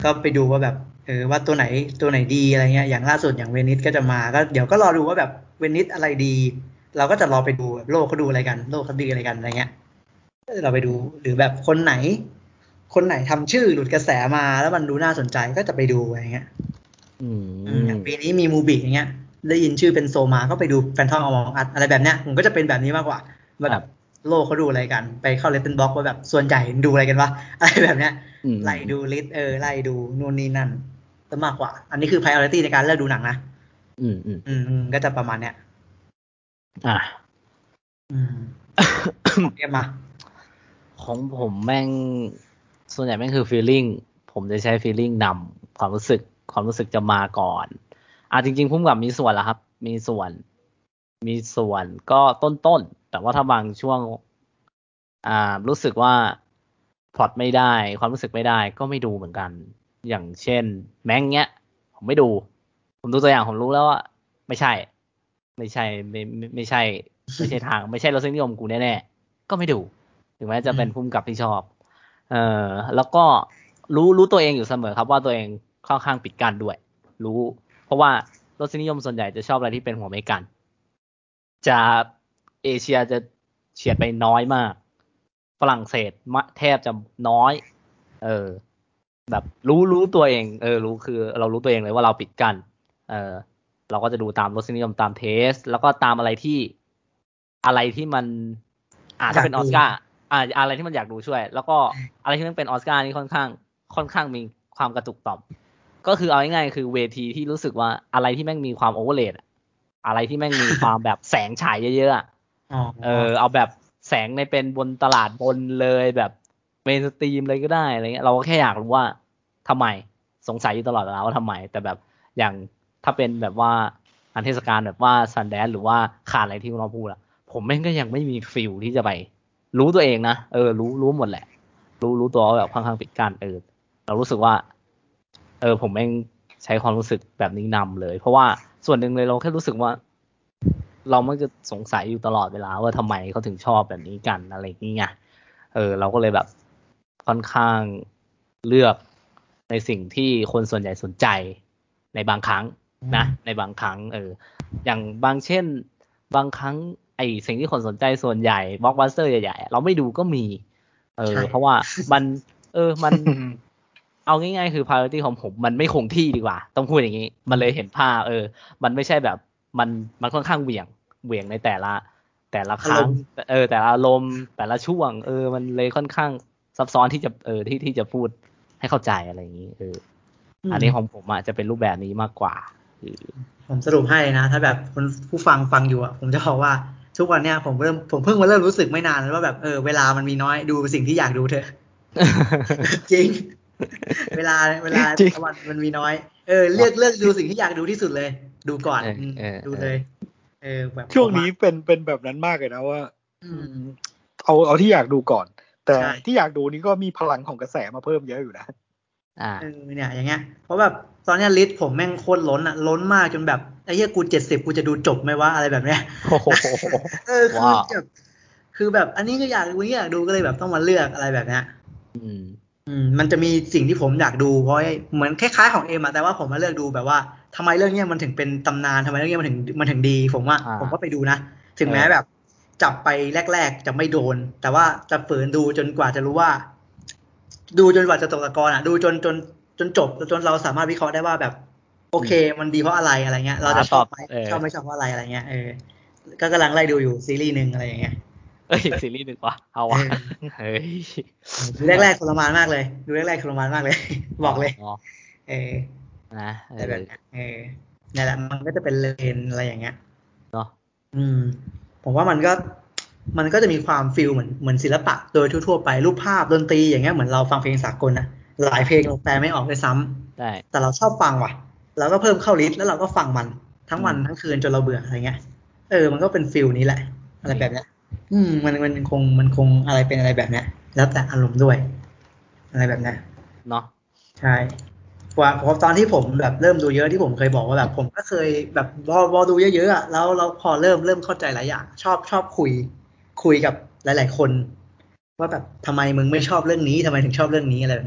Speaker 2: ก็ไปดูว่าแบบเออว่าตัวไหนตัวไหนดีอะไรเงี้ยอย่างล่าสุดอย่างเวนิสก็จะมาก็เดี๋ยวก็รอดูว่าแบบเวนิสอะไรดีเราก็จะรอไปดูโลกเขาดูอะไรกันโลกเขาดีอะไรกันอะไรเงี้ยเราไปดูหรือแบบคนไหนคนไหนทำชื่อหลุดกระแสมาแล้วมันดูน่าสนใจก็จะไปดูอะไรเงี้ยอย่างปีนี้มีมูบิอย่างเงี้ยได้ยินชื่อเป็นโซมาก็ไปดูแฟนทอมอมองอัดอะไรแบบเนี้ยผมก็จะเป็นแบบนี้มากกว่าแบบโลกเขาดูอะไรกันไปเข้าเลตเติ้ลบล็อกว่าแบบส่วนใหญ่ดูอะไรกันวะอะไรแบบเนี้ยไล่ดูลิสต์เออไล่ดูนู่นนี่นั่นจะมากกว่าอันนี้คือ priority ในการเลือกดูหนังนะ
Speaker 1: อืมอืม
Speaker 2: อืมก็จะประมาณเนี้ย
Speaker 1: อ่ะ
Speaker 2: อืมเรียกมา
Speaker 1: ของผมแม่งส่วนใหญ่แม่งคือ feeling ผมจะใช้ feeling นำความรู้สึกความรู้สึกจะมาก่อนอ่ะจริงๆพุ่มกับมีส่วนแล้วครับมีส่วนมีส่วนก็ต้นๆแต่ว่าถ้าบางช่วงอ่ารู้สึกว่าพล็อตไม่ได้ความรู้สึกไม่ได้ก็ไม่ดูเหมือนกันอย่างเช่นแม่งเนี้ยผมไม่ดูผมดูตัวอย่างผมรู้แล้วว่าไม่ใช่ไม่ใช่ไม่ไม่ไม่ใช่ไม่ใช่ทางไม่ใช่รสนิยมกูแน่ๆก็ไม่ดูถึงแม้จะเป็นพุ่มกับที่ชอบเอ่อแล้วก็รู้รู้ตัวเองอยู่เสมอครับว่าตัวเองค่อนข้างปิดกั้นด้วยรู้เพราะว่ารสนิยมส่วนใหญ่จะชอบอะไรที่เป็นหัวเมกันจะเอเชียจะเฉียดไปน้อยมากฝรั่งเศสแทบจะน้อยเออแบบรู้รู้ตัวเองเออรู้คือเรารู้ตัวเองเลยว่าเราปิดกั้นเออเราก็จะดูตามรสนิยมตามเทสแล้วก็ตามอะไรที่อะไรที่มันอ่าถ้าเป็นออสการ์อ่าอะไรที่มันอยากดูช่วยแล้วก็อะไรที่มันเป็นออสการ์นี่ค่อนข้างค่อนข้างมีความกระตุกต่อมก็คือเอาง่ายๆคือเวทีที่รู้สึกว่าอะไรที่แม่งมีความโอเวอร์เลดอะไรที่แม่งมีความแบบแสงฉายเยอะๆเออเอาแบบแสงในเป็นบนตลาดบนเลยแบบเมนสตรีมเลยก็ได้อะไรเงี้ยเราก็แค่อยากรู้ว่าทำไมสงสัยอยู่ตลอดเวลาว่าทำไมแต่แบบอย่างถ้าเป็นแบบว่าอันเทศกาลแบบว่าซันแดนหรือว่าขาดอะไรที่เราพูดอะผมแม่งก็ยังไม่มีฟิลที่จะไปรู้ตัวเองนะเออรู้รู้หมดแหละรู้รู้ตัวว่าแบบค่อนข้างปิดกั้นเออเรารู้สึกว่าเออผมแม่งใช้ความรู้สึกแบบนี้นำเลยเพราะว่าส่วนหนึ่งเลยเราแค่รู้สึกว่าเรามักจะสงสัยอยู่ตลอดเวลาว่าทำไมเขาถึงชอบแบบนี้กันอะไรอย่างเงี้ยเออเราก็เลยแบบค่อนข้างเลือกในสิ่งที่คนส่วนใหญ่สนใจในบางครั้งนะในบางครั้งเอออย่างบางเช่นบางครั้งไอสิ่งที่คนสนใจส่วนใหญ่บล็อกบัสเตอร์ใหญ่ๆเราไม่ดูก็มีเออเพราะว่ามันเออมันเอาง่ายๆคือ priority ของผมมันไม่คงที่ดีกว่าต้องพูดอย่างนี้มันเลยเห็นภาพเออมันไม่ใช่แบบมันมันค่อนข้างเหวี่ยงเหวี่ยงในแต่ละแต่ละครั้งเออแต่ละอารมณ์แต่ละช่วงเออมันเลยค่อนข้างซับซ้อนที่จะเออที่ที่จะพูดให้เข้าใจอะไรอย่างนี้เอออันนี้ของผมอ่ะจะเป็นรูปแบบนี้มากกว่า
Speaker 2: ผมสรุปให้นะถ้าแบบคนผู้ฟังฟังอยู่อ่ะผมจะบอกว่าทุกวันเนี้ยผมเริ่มผมเพิ่งมาเริ่มรู้สึกไม่นานแล้วว่าแบบเออเวลามันมีน้อยดูสิ่งที่อยากดูเถอะจริงเวลาเวลาวันมันมีน้อยเออเลือกเลือกดูสิ่งที่อยากดูที่สุดเลยดูก่อนดูเลยเออแบบ
Speaker 3: ช่วงนี้เป็นเป็นแบบนั้นมากเลยนะว่าเอาเอาที่อยากดูก่อนแต่ที่อยากดูนี้ก็มีพลังของกระแสมาเพิ่มเยอะอยู่นะ
Speaker 2: อ่าเออเนี่ยอย่างเงี้ยเพราะแบบตอนนี้ลิสต์ผมแม่งโคตรล้นอ่ะล้นมากจนแบบไอ้เหี้ยกูเจ็ดสิบกูจะดูจบไหมวะอะไรแบบเนี้ยเออคือแบบคือแบบอันนี้ก็อยากดูนี่อยากดูก็เลยแบบต้องมาเลือกอะไรแบบเนี้ยอืมอืมมันจะมีสิ่งที่ผมอยากดูเพราะเหมือนคล้ายๆของเอ็มอะแต่ว่าผมมาเลือกดูแบบว่าทำไมเรื่องนี้มันถึงเป็นตำนานทำไมเรื่องนี้มันถึงมันถึงดีผมว่าผมก็ไปดูนะถึงแม้แบบจับไปแรกๆจะไม่โดนแต่ว่าจะฝืนดูจนกว่าจะรู้ว่าดูจนกว่าจะตกตะกอนอ่ะดูจนจนจนจบจนเราสามารถวิเคราะห์ได้ว่าแบบโอเคมันดีเพราะอะไรอะไรเงี้ยเราจะชอบไหมชอบไม่ชอบเพราะอะไรอะไรเงี้ยเออก็กำลังไล่ดูอยู่ซีรีส์หนึ่งอะไรอย่างเงี้ย
Speaker 1: เอ้ยซีรีส์หนึ่งวะเอาวะเฮ้ย
Speaker 2: ดูแรกๆทรมานมากเลยดูแรกๆทรมานมากเลยบอกเลยเออ
Speaker 1: นะ
Speaker 2: แต่แบบเออนี่แหละมันก็จะเป็นเลนอะไรอย่างเงี้ย
Speaker 1: เนาะ
Speaker 2: อืมผมว่ามันก็มันก็จะมีความฟิลเหมือนเหมือนศิลปะโดยทั่วๆไปรูปภาพดนตรีอย่างเงี้ยเหมือนเราฟังเพลงสากลนะหลายเพลงเราแปลไม่ออกด้วยซ้ำ
Speaker 1: ได้
Speaker 2: แต่เราชอบฟังว่ะเราก็เพิ่มเข้าลิสต์แล้วเราก็ฟังมันทั้งวันทั้งคืนจนเราเบื่ออะไรเงี้ยเออมันก็เป็นฟิลนี้แหละอะไรแบบเนี้ยอืมมันมันคงมันคงอะไรเป็นอะไรแบบเนี้ยแล้วแต่อารมณ์ด้วยอะไรแบบเนี้ย
Speaker 1: เนาะ
Speaker 2: ใช่ว่าพอตอนที่ผมแบบเริ่มดูเยอะที่ผมเคยบอกว่าแบบผมก็เคยแบบพอพอดูเยอะๆอ่ะแล้วเราพอเริ่มเริ่มเข้าใจหลายอย่างชอบชอบคุยคุยกับหลายๆคนว่าแบบทำไมมึงไม่ชอบเรื่องนี้ทำไมถึงชอบเรื่องนี้อะไรแบบเนี้ย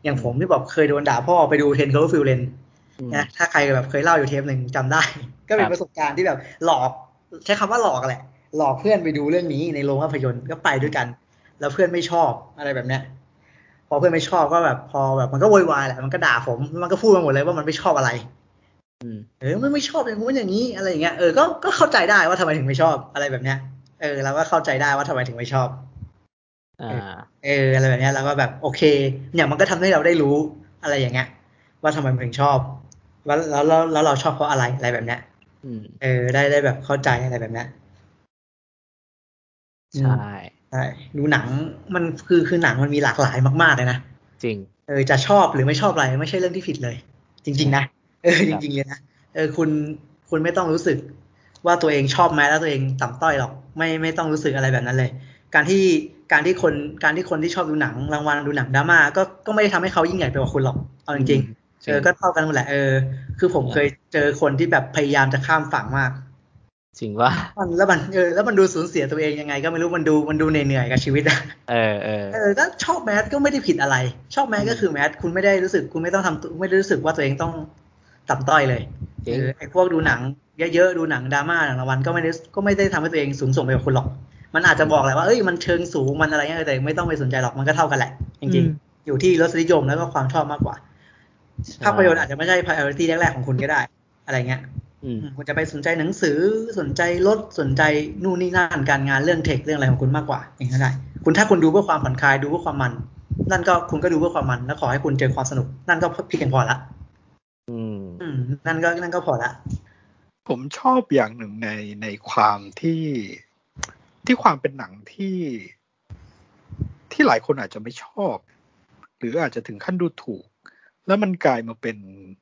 Speaker 2: อย่างผมที่บอกเคยโดนด่าพ่อไปดูเทน Cloverfield Lane นะถ้าใครแบบเคยเล่าอยู่เทปหนึ่งจำได้ก็เป็นประสบการณ์ที่แบบหลอกใช้คำว่าหลอกแหละหลอกเพื่อนไปดูเรื่องนี้ในโรงภาพยนตร์ก็ไปด้วยกันแล้วเพื่อนไม่ชอบอะไรแบบเนี้ยพอเพื่อนไม่ชอบก็แบบพอแบบมันก็โวยวายแหละมันก็ด่าผมมันก็พูดมาหมดเลยว่ามันไม่ชอบอะไรเออมันไม่ชอบอย่างงู้นอย่างนี้อะไรอย่างเงี้ยเออก็ก็เข้าใจได้ว่าทำไมถึงไม่ชอบอะไรแบบเนี้ยเออเราก็เข้าใจได้ว่าทำไมถึงไม่ชอบ
Speaker 1: อ่า
Speaker 2: เอออะไรแบบเนี้ยแล้วก็แบบโอเคเนี่ยมันก็ทำให้เราได้รู้อะไรอย่างเงี้ยว่าทำไมถึงชอบแล้วแล้วแล้วเราชอบเพราะอะไรอะไรแบบเนี้ยเออได้ได้แบบเข้าใจอะไรแบบเนี้ย
Speaker 1: ใช่
Speaker 2: ใช่ดูหนังมันคือคือหนังมันมีหลากหลายมากๆเลยนะ
Speaker 1: จริง
Speaker 2: เออจะชอบหรือไม่ชอบอะไรไม่ใช่เรื่องที่ผิดเลยจริงๆนะเออจริงๆเลยนะเออคุณคุณไม่ต้องรู้สึกว่าตัวเองชอบแม้แล้วตัวเองต่ำต้อยหรอกไม่ไม่ต้องรู้สึกอะไรแบบนั้นเลยการที่การที่คนการที่คนที่ชอบดูหนังรางวัลดูหนังดราม่าก็ก็ไม่ได้ทำให้เขายิ่งใหญ่ไปกว่าคุณหรอกเอาจริงๆเออก็เท่ากันหมดแหละเออคือผมเคยเจอคนที่แบบพยายามจะข้ามฝั่งมาก
Speaker 1: จริงว่า
Speaker 2: มันแล้วมันเออแล้วมันดูสูญเสียตัวเองยังไงก็ไม่รู้มันดูมันดูเหนื่อยๆกับชีวิตอะ
Speaker 1: เออเออ
Speaker 2: เออก็ชอบแมสก็ไม่ได้ผิดอะไรชอบแมสก็คือแมสคุณไม่ได้รู้สึกคุณไม่ต้องทำไม่ได้รู้สึกว่าตัวเองต้องต่ำต้อยเลยเออไอ้พวกดูหนังเยอะๆดูหนังดราม่าหนังรางวัลก็ไม่ได้ก็ไม่ได้ทำให้ตัวเองสูงส่งไปกว่าคุณหรอกมันอาจจะบอกแหละว่าเอ้ยมันเชิงสูงมันอะไรเงี้ยแต่ไม่ต้องไปสนใจหรอกมันก็เท่ากันแหละจริงๆอยู่ที่รสนิยมแล้วก็ความชอบมากกว่าภาพยนตร์อาจจะไม่ใช่ priority แรกๆของคุณก็ได้อะไรเงี้ยคุณจะไปสนใจหนังสือสนใจรถสนใจนู่นนี่นั่นการงานเรื่องเทคเรื่องอะไรของคุณมากกว่าอย่างนั้นได้คุณถ้าคุณดูเพื่อความผ่อนคลายดูเพื่อความมันนั่นก็คุณก็ดูเพื่อความมันแล้วขอให้คุณเจอความสนุกนั่นก็เพียงพอละอืมนั่นก็นั่นก็พอละ
Speaker 3: ผมชอบอย่างหนึ่งในในความที่ที่ความเป็นหนังที่ที่หลายคนอาจจะไม่ชอบหรืออาจจะถึงขั้นดูถูกแล้วมันกลายมาเป็น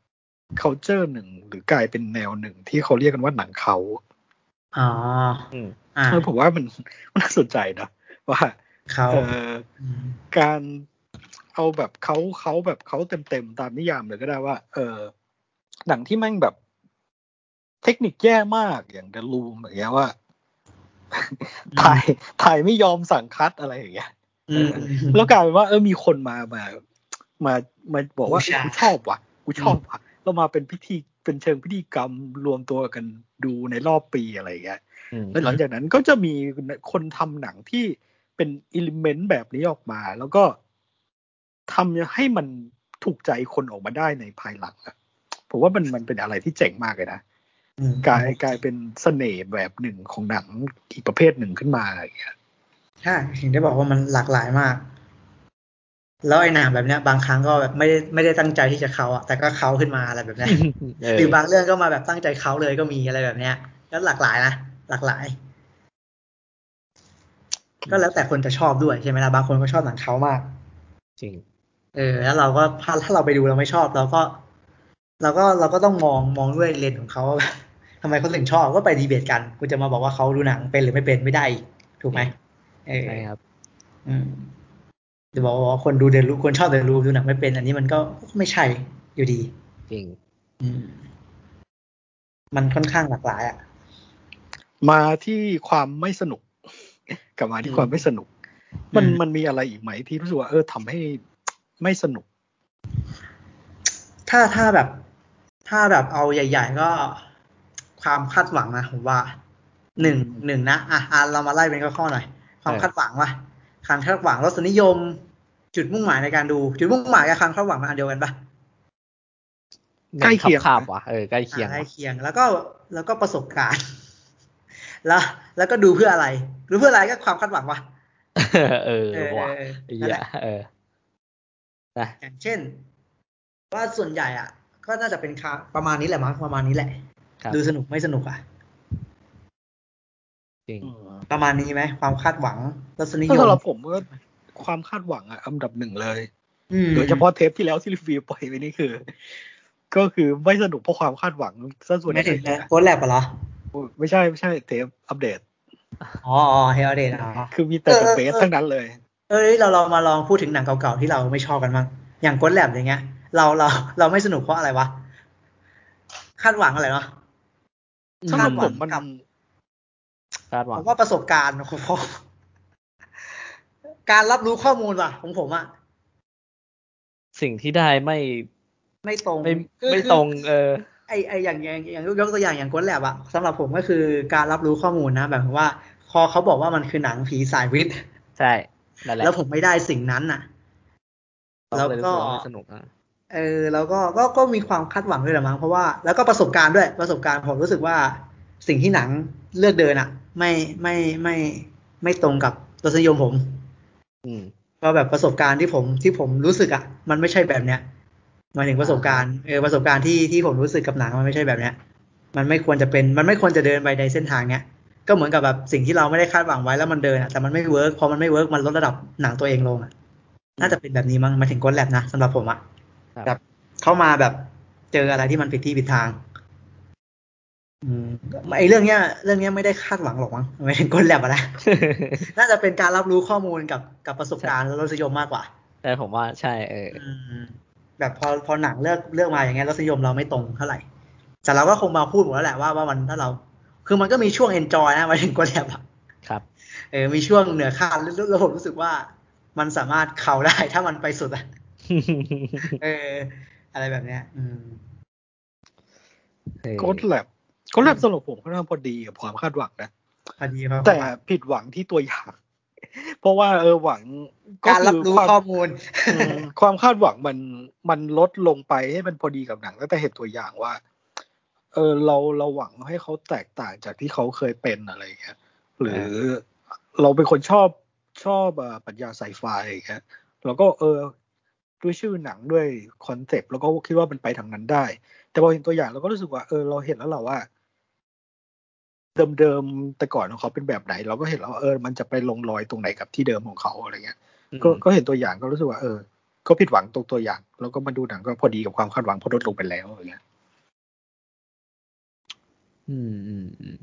Speaker 3: culture หนึ่งหรือกลายเป็นแนวหนึ่งที่เขาเรียกกันว่าหนังเขา
Speaker 2: อ๋อ
Speaker 3: อ่าผมว่ามันมันน่าสนใจนะว่า
Speaker 2: เขา
Speaker 3: เอ่อการเอาแบบเขาเขาแบบเขาเต็มๆตามนิยามเลยก็ได้ว่าเออหนังที่แม่งแบบเทคนิคแย่มากอย่าง The Room อย่างเงี้ยว่าถ่ายถ่ายไม่ยอมสั่งคัดอะไรอย่างเงี้ยแล้วกลายเป็นว่าเออมีคนมามามามาบอกว่ากูชอบว่ะกูชอบว่ะเรามาเป็นพิธีเป็นเชิงพิธีกรรมรวมตัวกันดูในรอบปีอะไรอย่างเงี้ยแล้วหลังจากนั้นก็จะมีคนทำหนังที่เป็นอิเลเมนต์แบบนี้ออกมาแล้วก็ทำให้มันถูกใจคนออกมาได้ในภายหลังอะผมว่ามันมันเป็นอะไรที่เจ๋งมากเลยนะกลายกลายเป็นเสน่ห์แบบหนึ่งของหนังอีกประเภทหนึ่งขึ้นมาอย่างเงี้ย
Speaker 2: ใช่ถึงได้บอกว่ามันหลากหลายมากแล้วไอ้หนังแบบเนี้ยบางครั้งก็แบบไม่ได้ไม่ได้ตั้งใจที่จะเขาอะแต่ก็เขาขึ้นมาอะไรแบบเนี้ยหรือบางเรื่องก็มาแบบตั้งใจเขาเลยก็มีอะไรแบบเนี้ยก็หลากหลายนะหลากหลายก็แล้วแต่คนจะชอบด้วยใช่ไหมล่ะบางคนก็ชอบหนังเขามาก
Speaker 1: จริง
Speaker 2: เออแล้วเราก็ถ้าถ้าเราไปดูเราไม่ชอบเราก็เราก็เราก็ต้องมองมองด้วยเลนส์ของเขาทำไมเขาถึงชอบก็ไปดีเบตกันคุณจะมาบอกว่าเขาดูหนังเป็นหรือไม่เป็นไม่ได้ถูกไหมเออ
Speaker 1: ใช่ครับ
Speaker 2: อืมจะบอกว่าคนดูเดนรูคนชอบเดนรูดูหนังไม่เป็นอันนี้มันก็ไม่ใช่อยู่ดี
Speaker 1: จริง
Speaker 2: อืมมันค่อนข้างหลากหลายอ่ะ
Speaker 3: มาที่ความไม่สนุกกลับมาที่ความไม่สนุกมันมันมีอะไรอีกไหมที่รู้สึกว่าเออทำให้ไม่สนุก
Speaker 2: ถ้าถ้าแบบถ้าแบบเอาใหญ่ๆก็ความคาดหวังนะผมว่าหนึ่งหนึ่งนะอ่ะอ่ะเรามาไล่เป็นข้อๆหน่อยความคาดหวังว่ะการคาดหวังรสนิยมจุดมุ่งหมายในการดูจุดมุ่งหมายกับความคาดหวังมันอันเดียวกันปะ
Speaker 3: ใกล้เคียง
Speaker 1: ขับว่ะเออใกล้เคียง
Speaker 2: ใกล้เคียงแล้วก็แล้วก็ประสบการณ์แล้วแล้วก็ดูเพื่ออะไรดูเพื่ออะไรก็ความคาดหวังว่ะ
Speaker 1: เออว่ะ
Speaker 2: นั่นแหละ
Speaker 1: เออนะ
Speaker 2: อย่างเช่นว่าส่วนใหญ่อ่ะก็น่าจะเป็นประมาณนี้แหละมั้งประมาณนี้แหละดูสนุกไม่สนุกอ่ะ
Speaker 1: จริง
Speaker 2: ประมาณนี้ไหมความคาดหวังรสนิยม
Speaker 3: สำหรับผมก็ความคาดหวังอ่ะอันดับหนึ่งเลยโดยเฉพาะเทปที่แล้วที่รีวิวปล่อยไปนี่คือก็คือไม่สนุกเพราะความคาดหวังซะส่วนใหญ่
Speaker 2: ไม่ถึงโค้ดแลบเหรอ
Speaker 3: ไม่ใช่ไม่ใช่เทปอัปเดต
Speaker 2: อ๋อเฮลเดตอ๋อ
Speaker 3: คือมีแต่เดอะเบสทั้งนั้นเลย
Speaker 2: เอ้ยเราเรามาลองพูดถึงหนังเก่าๆที่เราไม่ชอบกันบ้างอย่างโค้ดแลบอย่างเงี้ยเราเราเราไม่สนุกเพราะอะไรวะคาดหวังอะไรเนาะ
Speaker 3: สำหรับผมมัน
Speaker 1: คาดหวัง
Speaker 2: ผมว่าประสบการณ์ของผมการรับรู้ข้อมูลว่ะของผมอะ
Speaker 1: สิ่งที่ได้ไม่
Speaker 2: ไม่ตรง
Speaker 1: ไม่ไม่ตรงเออ
Speaker 2: ไอไออย่างอย่างอย่างยกตัวอย่างอย่างโกสต์แลบอะสำหรับผมก็คือการรับรู้ข้อมูลนะแบบว่าพอเขาบอกว่ามันคือหนังผีสายวิทย์
Speaker 1: ใช่นั่นแหละ
Speaker 2: แล้วผมไม่ได้สิ่งนั้นน่ะ
Speaker 1: แล้วก็ไม่สนุกนะ
Speaker 2: เออแล้วก็ก็ก็มีความคาดหวังด้วยแหละมั้งเพราะว่าแล้วก็ประสบการณ์ด้วยประสบการณ์ผมรู้สึกว่าสิ่งที่หนังเลือกเดินอ่ะไม่ไม่ไม่ไม่ตรงกับรสนิยมผม
Speaker 1: อืม
Speaker 2: ก็แบบประสบการณ์ที่ผมที่ผมรู้สึกอ่ะมันไม่ใช่แบบเนี้ยหมายถึงประสบการณ์เออประสบการณ์ที่ที่ผมรู้สึกกับหนังมันไม่ใช่แบบเนี้ยมันไม่ควรจะเป็นมันไม่ควรจะเดินไปในเส้นทางเนี้ยก็เหมือนกับแบบสิ่งที่เราไม่ได้คาดหวังไว้แล้วมันเดินอ่ะแต่มันไม่เวิร์กพอมันไม่เวิร์กมันลดระดับหนังตัวเองลงอ่ะน่าจะเป็นแบบนี้มั้งมาถึงGhost Labนะสำหรับผมอ่ะแบบเข้ามาแบบเจออะไรที่มันผิดที่ผิดทางอืมไอ้เรื่องเนี้ยเรื่องเนี้ยไม่ได้คาดหวังหรอกมั้งไม่ถึงGhost Labอะนะ น่าจะเป็นการรับรู้ข้อมูลกับกับประสบการณ์และรสนิยมมากกว่า
Speaker 1: แต่ผมว่าใช่เออ
Speaker 2: แบบพอพอหนังเลือกเลือกมาอย่างเงี้ยรสนิยมเราไม่ตรงเท่าไหร่แต่เราก็คงมาพูดหมดแล้วแหละว่าว่ามันถ้าเราคือมันก็มีช่วง enjoy นะมาถึงGhost Labอะ
Speaker 1: ครับ
Speaker 2: เออมีช่วงเหนือคาดแล้วผมรู้สึกว่ามันสามารถเข่าได้ถ้ามันไปสุดอะเอออะไรแบบเนี้ยอืม
Speaker 3: Ghost Lab Ghost Labสำหรับผมค่อนข้างพอดีกับความคาดหวังนะ
Speaker 2: พอดีครับ
Speaker 3: แต่ผิดหวังที่ตัวอย่างเพราะว่าเออหวัง
Speaker 2: การรับรู้ข้อมูล
Speaker 3: ความคาดหวังมันมันลดลงไปให้มันพอดีกับหนังตั้งแต่เห็นตัวอย่างว่าเออเราเราหวังให้เขาแตกต่างจากที่เขาเคยเป็นอะไรอย่างเงี้ยหรือเราเป็นคนชอบชอบปรัชญาไซไฟอย่างเงี้ยเราก็เออด้วยชื่อหนังด้วยคอนเซปต์แล้วก็คิดว่ามันไปทางนั้นได้แต่พอเห็นตัวอย่างเราก็รู้สึกว่าเออเราเห็นแล้วเราว่าเดิมๆแต่ก่อนของเขาเป็นแบบไหนเราก็เห็นแล้วเออมันจะไปลงรอยตรงไหนกับที่เดิมของเขาอะไรเงี้ยก็ก็เห็นตัวอย่างก็รู้สึกว่าเออก็ผิดหวังตรงตัวอย่างแล้วก็มาดูหนังก็พอดีกับความคาดหวังพอลดลงไปแล้วอะไรเงี้ย
Speaker 1: อืมอืมอืม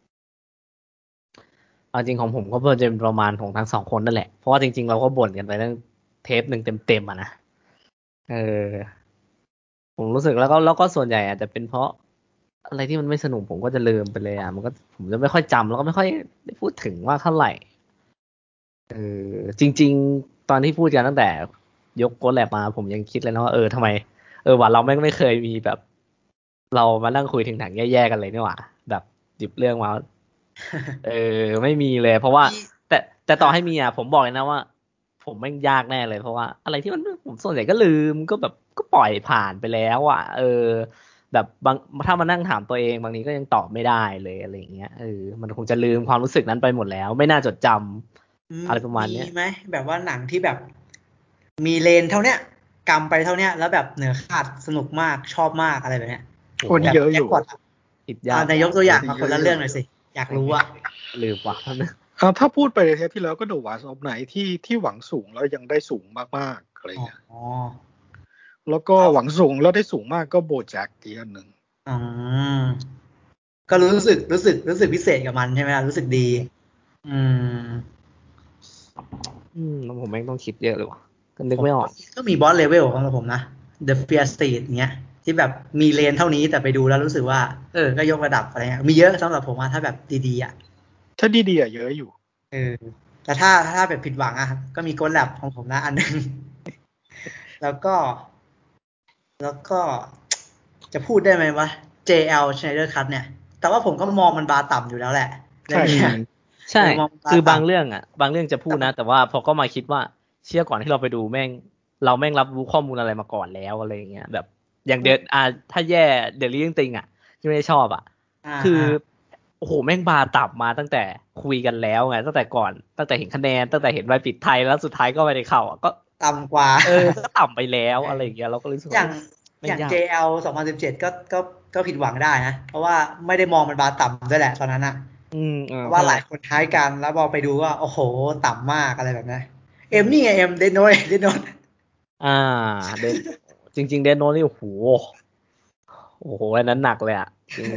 Speaker 1: เอาจริงของผมก็เป็นประมาณของทั้งสองคนนั่นแหละเพราะว่าจริงๆเราก็บ่นกันไปตั้งเทปหนึ่งเต็มๆอ่ะนะเออผมรู้สึกแล้วก็แล้วก็ส่วนใหญ่อาจจะเป็นเพราะอะไรที่มันไม่สนุกผมก็จะลืมไปเลยอ่ะมันก็ผมจะไม่ค่อยจำแล้วก็ไม่ค่อยได้พูดถึงว่าเท่าไหร่เออจริงๆตอนที่พูดกันตั้งแต่ยกโค้ดแลบมาผมยังคิดเลยนะว่าเออทำไมเออว่าเราไม่ไม่เคยมีแบบเรามานั่งคุยถึงหนังแย่ๆกันเลยนี่หว่าแบบหยิบเรื่องมาเออไม่มีเลยเพราะว่าแต่แต่ต่อให้มีอ่ะผมบอกเลยนะว่าผมไม่ยากแน่เลยเพราะว่าอะไรที่มันผมส่วนใหญ่ก็ลืมก็แบบก็ปล่อยผ่านไปแล้วอ่ะเออแบบบางถ้ามานั่งถามตัวเองบางทีก็ยังตอบไม่ได้เลยอะไรอย่างเงี้ยเออมันคงจะลืมความรู้สึกนั้นไปหมดแล้วไม่น่าจดจำอะไรประมาณนี้
Speaker 2: มีไหมแบบว่าหนังที่แบบมีเลนเท่าเนี้ยกำไปเท่าเนี้ยแล้วแบบเหนือคาดสนุกมากชอบมากอะไรแบบเนี้ย
Speaker 3: คนเยอะอยู่
Speaker 1: ติดยาก
Speaker 2: นายกตัวอย่างมาคนละเรื่องหน่อยสิอยากรู้อะ
Speaker 1: ลืมว่ะนะ
Speaker 3: ถ้าพูดไปในเทปที่แล้วก็ดูว่าสอบไหนที่ที่หวังสูงแล้วยังได้สูงมากๆอะไรเงี้ยแล้วก็หวังสูงแล้วได้สูงมากก็โบแจ็คอีกอันหนึ่ง
Speaker 2: อ๋อก็รู้สึกรู้สึกรู้สึกพิเศษกับมันใช่ไหมล่ะรู้สึกดีอืม
Speaker 1: อืมผมแม่งต้องคิดเยอะเลยว่ะก็นึกไม่ออก
Speaker 2: ก็มีบอสเลเวลของผมนะ The Fear Street เงี้ยที่แบบมีเลนเท่านี้แต่ไปดูแล้วรู้สึกว่าเออก็ยกระดับอะไรเงี้ยมีเยอะสำหรับผมว่าถ้าแบบดีๆอ่ะ
Speaker 3: ถ้าดีๆอ่ะเยอะอยู่
Speaker 2: เออแต่ถ้าถ้าแบบผิดหวังอ่ะก็มีGhost Labของผมนะอันนึงแล้วก็แล้วก็จะพูดได้ไหมว่า เจ แอล Schneider Cut เนี่ยแต่ว่าผมก็มองมันบาร์ต่ำอยู่แล้วแหละ
Speaker 1: ใช่ใช่คือบางเรื่องอ่ะบางเรื่องจะพูดนะแต่ว่าพอก็มาคิดว่าเชื่อก่อนที่เราไปดูแม่งเราแม่งรับรู้ข้อมูลอะไรมาก่อนแล้วอะไรอย่างเงี้ยแบบอย่างเดอ่าถ้าแย่เดลี่ยังติงอ่ะที่ไม่ได้ชอบอ่ะคือโอ้โหแม่งบาร์ต่ำมาตั้งแต่คุยกันแล้วไงตั้งแต่ก่อนตั้งแต่เห็นคะแนนตั้งแต่เห็นใบปิดไทยแล้วสุดท้ายก็ไม่ได้เข้าก็
Speaker 2: ต่ำกว่า
Speaker 1: เออก็ต่ำไปแล้วอะไรอย่างเงี้ยเราก็รู้สึก
Speaker 2: อย่างอย่าง เจ แอล สองพันสิบเจ็ดก็ก็ก็ผิดหวังได้นะเพราะว่าไม่ได้มองมันบาร์ต่ำด้วยแหละตอนนั้นอ่ะเพราะว่าหลายคนท้ายกันแล้วพอไปดูว่าโอ้โหต่ำมากอะไรแบบนั้นเอ็มนี่ไงเอ็มเดนโนยเดนโน
Speaker 1: อ่าเดนจริงๆเดนโนนี่โอ้โหโอ้โหอันนั้นหนักเลยอ่ะจริง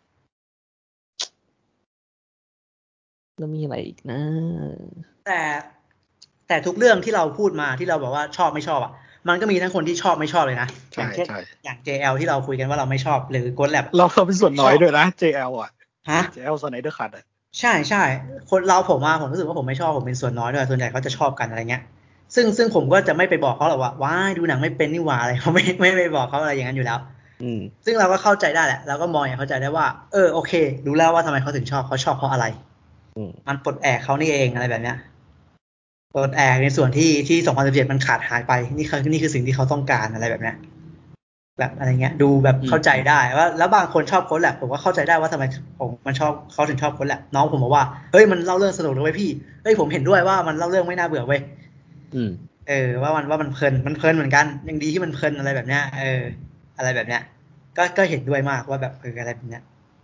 Speaker 1: แล้วมีอะไรอีกนะ
Speaker 2: แต่แต่ทุกเรื่องที่เราพูดมาที่เราบอกว่าชอบไม่ชอบอ่ะมันก็มีทั้งคนที่ชอบไม่ชอบเลยนะอย่างเช่นอย่าง เจ แอล ที่เราคุยกันว่าเราไม่ชอบหรือ Ghost Lab
Speaker 3: เราเราเป็นส่วนน้อยด้วยนะ เจ แอล อ่ะ
Speaker 2: ฮะ
Speaker 3: เจ แอล Snyder Cut อ่ะ
Speaker 2: ใช่ใช่คนเราผมว่าผมรู้สึกว่าผมไม่ชอบผมเป็นส่วนน้อยด้วยส่วนใหญ่เขาจะชอบกันอะไรเงี้ยซึ่งซึ่งผมก็จะไม่ไปบอกเขาหรอกว่าว้ายดูหนังไม่เป็นนี่หว่าอะไรเขาไม่ไม่ไปบอกเขาอะไรอย่างนั้นอยู่แล้วซึ่งเราก็เข้าใจได้แหละเราก็มองอย่างเข้าใจได้ว่าเออโอเครู้แล้วว่าทำไมเขาถึงชอบเขาชอบเพราะอะไรมันปลดแอกเขานี่เองอะไรแบบเนี้ยปลดแอกในส่วนที่ที่สองพันสิบเจ็ดมันขาดหายไปนี่คือนี่คือสิ่งที่เขาต้องการอะไรแบบเนี้ยแบบอะไรเงี้ยดูแบบเข้าใจได้ว่าแล้วบางคนชอบโค้ดแลบผมก็เข้าใจได้ว่าทำไมผมมันชอบเขาถึงชอบโค้ดแลบน้องผมบอกว่าเฮ้ยมันเล่าเรื่องสนุกเลยพี่เฮ้ยผมเห็นด้วยว่ามันเล่าเรื่องไม่น่าเบื่อเว้ยเออว่ามันว่ามันเพลินมันเพลินเหมือนกันยังดีที่มันเพลินอะไรแบบเนี้ยเอออะไรแบบเนี้ยก็ก็เห็นด้วยมากว่าแบบเอออะไรแบบเนี้ย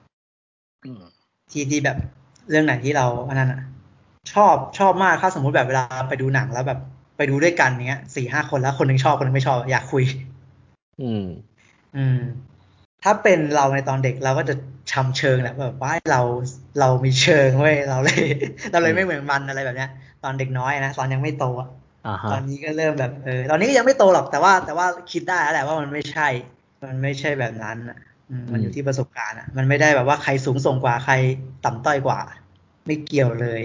Speaker 2: ที่ที่แบบเรื่องไหนที่เราอันนั้นอ่ะชอบชอบมากถ้าสมมุติแบบเวลาไปดูหนังแล้วแบบไปดูด้วยกันเนี้ยสี่ห้าคนแล้วคนนึงชอบคนนึงไม่ชอบอยากคุยอืมอืมถ้าเป็นเราในตอนเด็กเราก็จะชำเชิงแหละแบบว่าเราเรามีเชิงเว้ยเราเลยเราเลยไม่เหมือนมันอะไรแบบเนี้ยตอนเด็กน้อยนะตอนยังไม่โตอ่ะตอนนี้ก็เริ่มแบบเออตอนนี้ก็ยังไม่โตหรอกแต่ว่าแต่ว่าคิดได้แล้วแหละว่ามันไม่ใช่มันไม่ใช่แบบนั้นอ่ะมันอยู่ที่ประสบการณ์อ่ะมันไม่ได้แบบว่าใครสูงส่งกว่าใครต่ำต้อยกว่าไม่เกี่ยวเลย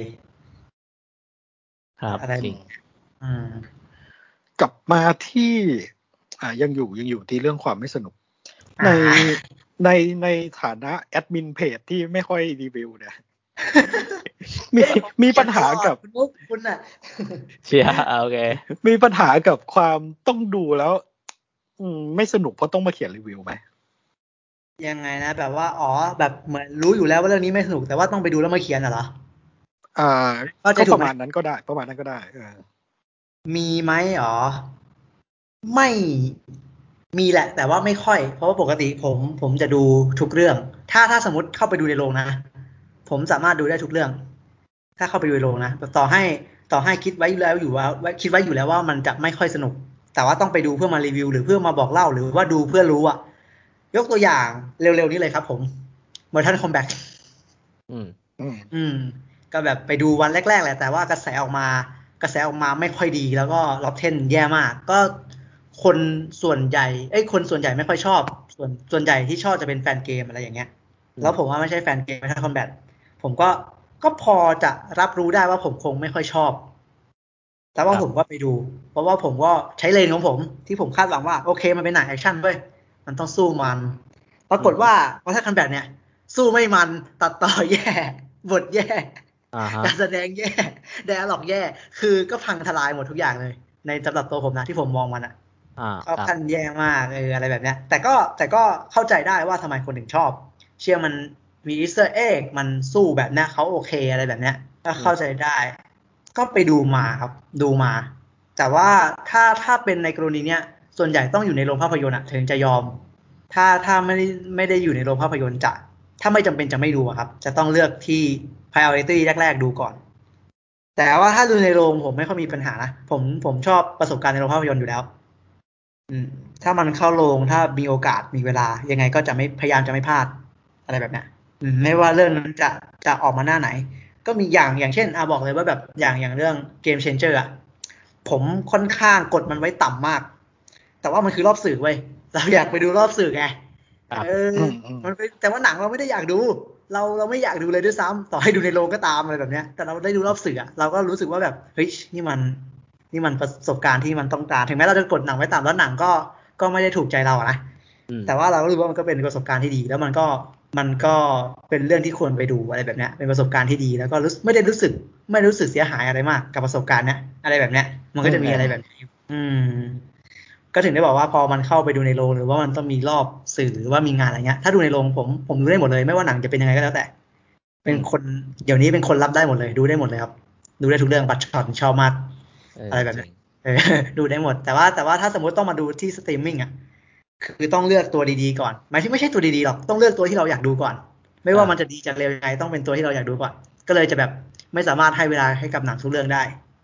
Speaker 1: ครับจริง
Speaker 2: อืม
Speaker 3: กลับมาที่อ่ายังอยู่ยังอยู่ที่เรื่องความไม่สนุกในในในฐานะแอดมินเพจที่ไม่ค่อยรีวิวเนี่ยมีมีปัญหากับ
Speaker 2: คุณมุกคุณน่ะ
Speaker 1: เชียร์โอเค
Speaker 3: มีปัญหากับความต้องดูแล้วอืมไม่สนุกเพราะต้องมาเขียนรีวิวไหม
Speaker 2: ยังไงนะแบบว่าอ๋อแบบเหมือนรู้อยู่แล้วว่าเรื่องนี้ไม่สนุกแต่ว่าต้องไปดูแล้วมาเขียนเหรอ
Speaker 3: อ่าก็ประมาณนั้นก็ได้ประมาณนั้นก็ได้เออ
Speaker 2: มีไหมอ๋อไม่มีแหละแต่ว่าไม่ค่อยเพราะว่าปกติผมผมจะดูทุกเรื่องถ้าถ้าสมมติเข้าไปดูในโรงนะผมสามารถดูได้ทุกเรื่องถ้าเข้าไปดูในโรงนะต่อให้ต่อให้คิดไว้แล้วอยู่ว่าคิดไว้อยู่แล้วว่ามันจะไม่ค่อยสนุกแต่ว่าต้องไปดูเพื่อมารีวิวหรือเพื่อมาบอกเล่าหรือว่าดูเพื่อรู้อะยกตัวอย่างเร็วๆนี้เลยครับผม Mortal Kombat
Speaker 1: อืม
Speaker 2: อืมอืมก็แบบไปดูวันแรกๆแหละแต่ว่ากระแสออกมากระแสออกมาไม่ค่อยดีแล้วก็ล็อตเทนแย่มากก็คนส่วนใหญ่เอ้ยคนส่วนใหญ่ไม่ค่อยชอบส่วนส่วนใหญ่ที่ชอบจะเป็นแฟนเกมอะไรอย่างเงี้ยแล้วผมว่าไม่ใช่แฟนเกมMortal Kombatผมก็ก็พอจะรับรู้ได้ว่าผมคงไม่ค่อยชอบแต่ว่าผมก็ไปดูเพราะว่าผมก็ใช้เลนของผมที่ผมคาดหวังว่าโอเคมันเป็นหนังแอคชั่นเว้ยมันต้องสู้มันปรากฏว่าMortal Kombatเนี่ยสู้ไม่มันตัดต่อแย่บทแย่การแสดงแย่ไดอะล็อกแย่คือก็พังทลายหมดทุกอย่างเลยในสำหรับตัวผมนะที่ผมมองมันอ่ะก็พันแย่มากเอออะไรแบบเนี้ยแต่ก็แต่ก็เข้าใจได้ว่าทำไมคนถึงชอบเชื่อมันมีอีสเตอร์เอ็กมันสู้แบบเนี้ยเขาโอเคอะไรแบบเนี้ยก็เข้าใจได้ก็ไปดูมาครับดูมาแต่ว่าถ้าถ้าเป็นในกรณีเนี้ยส่วนใหญ่ต้องอยู่ในโรงภาพยนตร์ถึงจะยอมถ้าถ้าไม่ได้ไม่ได้อยู่ในโรงภาพยนตร์จะถ้าไม่จำเป็นจะไม่ดูครับจะต้องเลือกที่ priority แรกๆดูก่อนแต่ว่าถ้าดูในโรงผมไม่ค่อยมีปัญหานะผมผมชอบประสบการณ์ในโรงภาพยนตร์อยู่แล้วอืมถ้ามันเข้าโรงถ้ามีโอกาสมีเวลายังไงก็จะไม่พยายามจะไม่พลาดอะไรแบบเนี้ยอืมไม่ว่าเรื่องนั้นจะจะออกมาหน้าไหนก็มีอย่างอย่างเช่นอ่ะบอกเลยว่าแบบอย่างอย่างเรื่องเกมเชนเจอร์อ่ะผมค่อนข้างกดมันไว้ต่ำมากแต่ว่ามันคือรอบสื่อเว้ยเราอยากไปดูรอบสื่อไงเออมันเป็นแต่ว่าหนังเราไม่ได้อยากดูเราเราไม่อยากดูเลยด้วยซ้ำต่อให้ดูในโรงก็ตามอะไรแบบเนี้ยแต่เราได้ดูรอบสื่ออ่ะเราก็รู้สึกว่าแบบเฮ้ยนี่มันนี่มันประสบการณ์ที่มันต้องการถึงแม้เราจะกดหนังไว้ต่ำแล้วหนังก็ก็ไม่ได้ถูกใจเราอะนะแต่ว่าเราก็รู้ว่ามันก็เป็นประสบการณ์ที่ดีแล้วมันก็มันก็เป็นเรื่องที่ควรไปดูอะไรแบบเนี้ยเป็นประสบการณ์ที่ดีแล้วก็รู้ไม่ได้รู้สึกไม่รู้สึกเสียหายอะไรมากกับประสบการณ์เนี้ยอะไรแบบเนี้ยมันก็จะมีอะไรแบบนี้อืมก็ถึงได้บอกว่าพอมันเข้าไปดูในโรงหรือว่ามันต้องมีรอบสื่อหรือว่ามีงานอะไรเงี้ยถ้าดูในโรงผมผมดูได้หมดเลยไม่ว่าหนังจะเป็นยังไงก็แล้วแต่เป็นคนเดี๋ยวนี้เป็นคนรับได้หมดเลยดูได้หมดเลยครับดูได้ทุกเรื่องบัตรช็อตชอบมากอะไรแบบนี้ดูได้หมดแต่ว่าแต่ว่าถ้าสมมติต้องมาดูที่สตรีมมิ่งอ่ะคือต้องเลือกตัวดีๆก่อนหมายถึงไม่ใช่ตัวดีๆหรอกต้องเลือกตัวที่เราอยากดูก่อนไม่ว่ามันจะดีจะเร็วยังไงต้องเป็นตัวที่เราอยากดูก่อนก็เลยจะแบบไม่สามารถให้เวลาให้กับหนังทุกเรื่องได้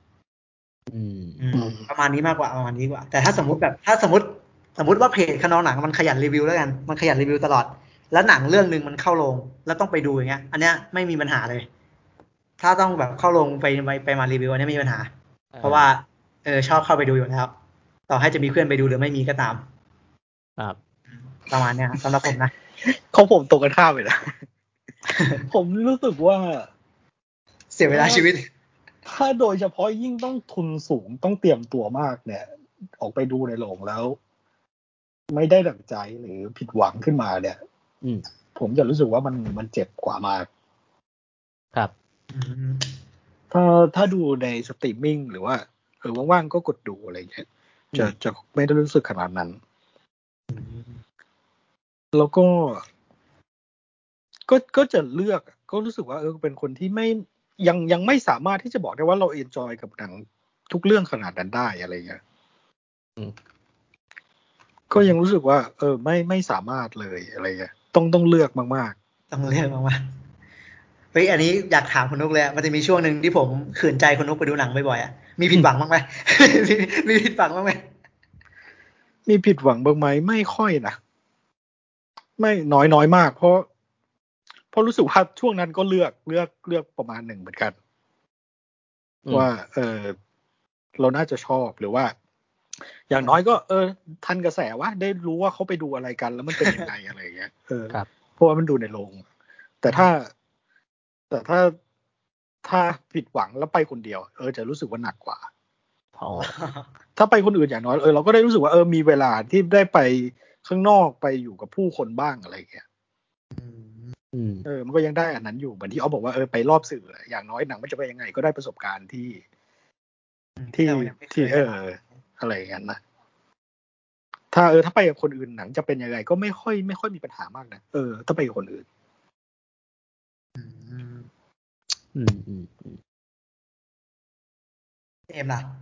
Speaker 2: ประมาณนี้มากกว่าประมาณนี้กว่าแต่ถ้าสมมติแบบถ้าสมมติสมมติว่าเพจขนองหนังมันขยันรีวิวแล้วกันมันขยันรีวิวตลอดแล้วหนังเรื่องนึงมันเข้าโรงแล้วต้องไปดูอย่างเงี้ยอันเนี้ยไม่มีปัญหาเลยถ้าต้องแบบเข้าโรงไปไปไปมารีวิวอันนี้ไม่มีปัญหาเพราะว่าเออชอบเข้าไปดูอยู่แล้วต่อให้จะมีเพื่อนไปดูหรือไม่มีก็ตาม
Speaker 1: ครับ
Speaker 2: ประมาณเนี้ยสำหรับผมนะ
Speaker 3: ของผมตรงกันข้ามเลยนะ ผมรู้สึกว่า
Speaker 2: เสียเวลาชีวิต
Speaker 3: ถ้าโดยเฉพาะยิ่งต้องทุนสูงต้องเตรียมตัวมากเนี่ยออกไปดูในโรงแล้วไม่ได้ดั่งใจหรือผิดหวังขึ้นมาเนี่ยผมจะรู้สึกว่ามันมันเจ็บกว่ามาก
Speaker 1: ครับ
Speaker 3: ถ้าถ้าดูในสตรีมมิ่งหรือว่าเออว่างๆก็กดดูอะไรอย่างเงี้ยจะจะไม่ได้รู้สึกขนาดนั้นแล้วก็ก็ก็จะเลือกก็รู้สึกว่าเออเป็นคนที่ไม่ยังยังไม่สามารถที่จะบอกได้ว่าเราเอนจอยกับหนังทุกเรื่องขนาดนั้นได้อะไรเงี้ยก็ยังรู้สึกว่าเออไม่ไม่สามารถเลยอะไรเงี้ยต้องต้องเลือกมาก
Speaker 2: ๆต้องเลือกมากๆเฮ้ยอันนี้อยากถามคุณนุ๊กเลยมันจะมีช่วงนึงที่ผมขืนใจคุณนุ๊กไปดูหนังบ่อยๆอ่ะมีผิดหวังบ้างไหม มีมีผิดหวังบ้างไหม
Speaker 3: มีผิดหวังบ้างไหมไม่ค่อยนะไม่น้อยน้อยมากเพราะเพราะรู้สึกว่าช่วงนั้นก็เลือกเลือกเลือกประมาณหนึ่งเหมือนกันว่าเออเราน่าจะชอบหรือว่าอย่างน้อยก็เออทันกระแสว่าได้รู้ว่าเขาไปดูอะไรกันแล้วมันเป็นยังไงอะไรอย่างเงี้ยเออเพราะว่ามันดูในโรงแต่ถ้าแต่ถ้าถ้าผิดหวังแล้วไปคนเดียวเออจะรู้สึกว่าหนักกว่าถ้าไปคนอื่นอย่างน้อยเออเราก็ได้รู้สึกว่าเออมีเวลาที่ได้ไปข้างนอกไปอยู่กับผู้คนบ้างอะไรอย่างเงี้ยเออมันก็ยังได้อันนั้นอยู่เหมือนที่เขาบอกว่าเออไปรอบสื่ออย่างน้อยหนังมันจะไปยังไงก็ได้ประสบการณ์ที่ที่ที่เอออะไรอย่างนั้นนะถ้าเออถ้าไปกับคนอื่นหนังจะเป็นยังไงก็ไม่ค่อยไม่ค่อยมีปัญหามากนะเออถ้าไปกับคนอื่น
Speaker 2: อืม
Speaker 1: อืมอืม
Speaker 2: เอ็มล่ะ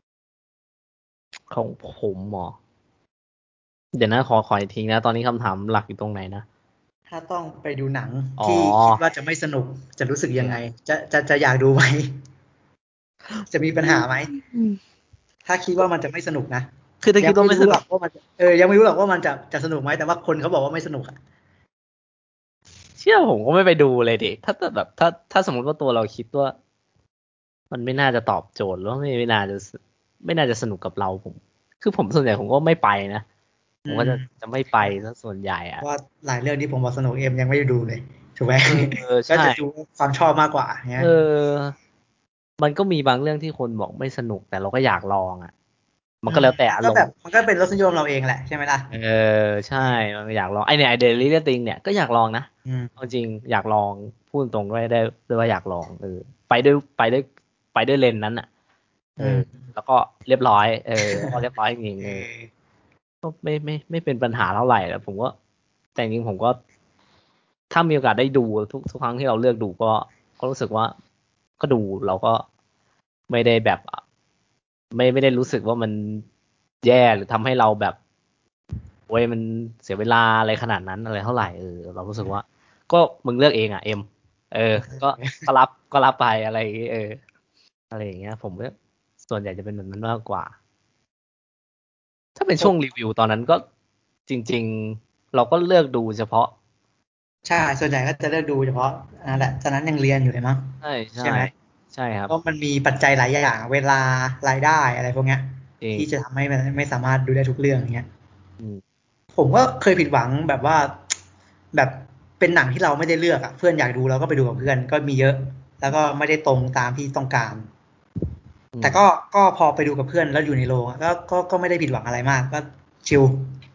Speaker 1: ของผมหมอเดี๋ยวนะขอขออีกทีนะตอนนี้คำถามหลักอยู่ตรงไหนนะ
Speaker 2: ถ้าต้องไปดูหนังที่คิดว่าจะไม่สนุกจะรู้สึกยังไงจะจะจะอยากดูไหมจะมีปัญหาไหมถ้าคิดว่ามันจะไม่สนุกนะ
Speaker 1: คือถ้าคิดว่าไม่สนุก
Speaker 2: ว่ามันเออยังไม่รู้หรอกว่ามันจะจะสนุกไหมแต่ว่าคนเขาบอกว่าไม่สนุกอ่ะ
Speaker 1: เชื่อผมก็ไม่ไปดูเลยดิถ้าแบบถ้าถ้าสมมติว่าตัวเราคิดว่ามันไม่น่าจะตอบโจทย์หรือว่าไม่ไม่น่าจะไม่น่าจะสนุกกับเราผมคือผมส่วนใหญ่ผมก็ไม่ไปนะผมก็จะจะไม่ไปซะส่วนใหญ่อ่ะ
Speaker 2: ว่าหลายเรื่องที่ผมบอกสนุกเอ็มยังไม่ได้ดูเลยถูกไหมก็จะดูความชอบมากกว่าเ
Speaker 1: เออมันก็มีบางเรื่องที่คนบอกไม่สนุกแต่เราก็อยากลองอ่ะมันก็แล้วแต่อารมณ์
Speaker 2: มันก็เป็นรสนิยมเราเองแหละใช่ไหมล่ะ
Speaker 1: เออใช่มันอยากลองไอเนี่ยไอเดลิเวอรี่เนี่ยก็อยากลองนะเอาจริงอยากลองพูดตรงด้วยได้ด้วยว่าอยากลองเออไปด้วยไปด้วยไปด้วยเลนนั้นอ่ะเออแล้วก็เรียบร้อยเออก็เรียบร้อยจริงๆเออก็ไม่ไม่ไม่เป็นปัญหาเท่าไหร่แล้วผมก็แต่จริงผมก็ถ้ามีโอกาสได้ดูทุกทุกครั้งที่เราเลือกดูก็ก็รู้สึกว่าก็ดูเราก็ไม่ได้แบบไม่ไม่ได้รู้สึกว่ามันแย่หรือทำให้เราแบบโอ้ยมันเสียเวลาอะไรขนาดนั้นอะไรเท่าไหร่เออเรารู้สึกว่าก็มึงเลือกเองอ่ะเอ็มเออก็ก็รับก็รับไปอะไรอย่างเงี้ยเอออะไรอย่างเงี้ยผมก็ส่วนใหญ่จะเป็นแบบนั้นมากกว่าถ้าเป็นช่วงรีวิวตอนนั้นก็จริงๆเราก็เลือกดูเฉพาะ
Speaker 2: ใช่ส่วนใหญ่ก็จะเลือกดูเฉพาะนั่นแหละตอนนั้นยังเรียนอยู่เลยมั้ง
Speaker 1: ใช่
Speaker 2: ใช่ไหม
Speaker 1: ใช่ครับ
Speaker 2: ก็มันมีปัจจัยหลายอย่างเวลารายได้อะไรพวกเนี้ยที่จะทำให้มันไม่สามารถดูได้ทุกเรื่องอย่างเงี้ยผมก็เคยผิดหวังแบบว่าแบบเป็นหนังที่เราไม่ได้เลือกอ่ะเพื่อนอยากดูเราก็ไปดูกับเพื่อนก็มีเยอะแล้วก็ไม่ได้ตรงตามที่ต้องการแต่ก็ก็พอไปดูกับเพื่อนแล้วอยู่ในโรงก็ก็ก็ไม่ได้ผิดหวังอะไรมากก็ชิล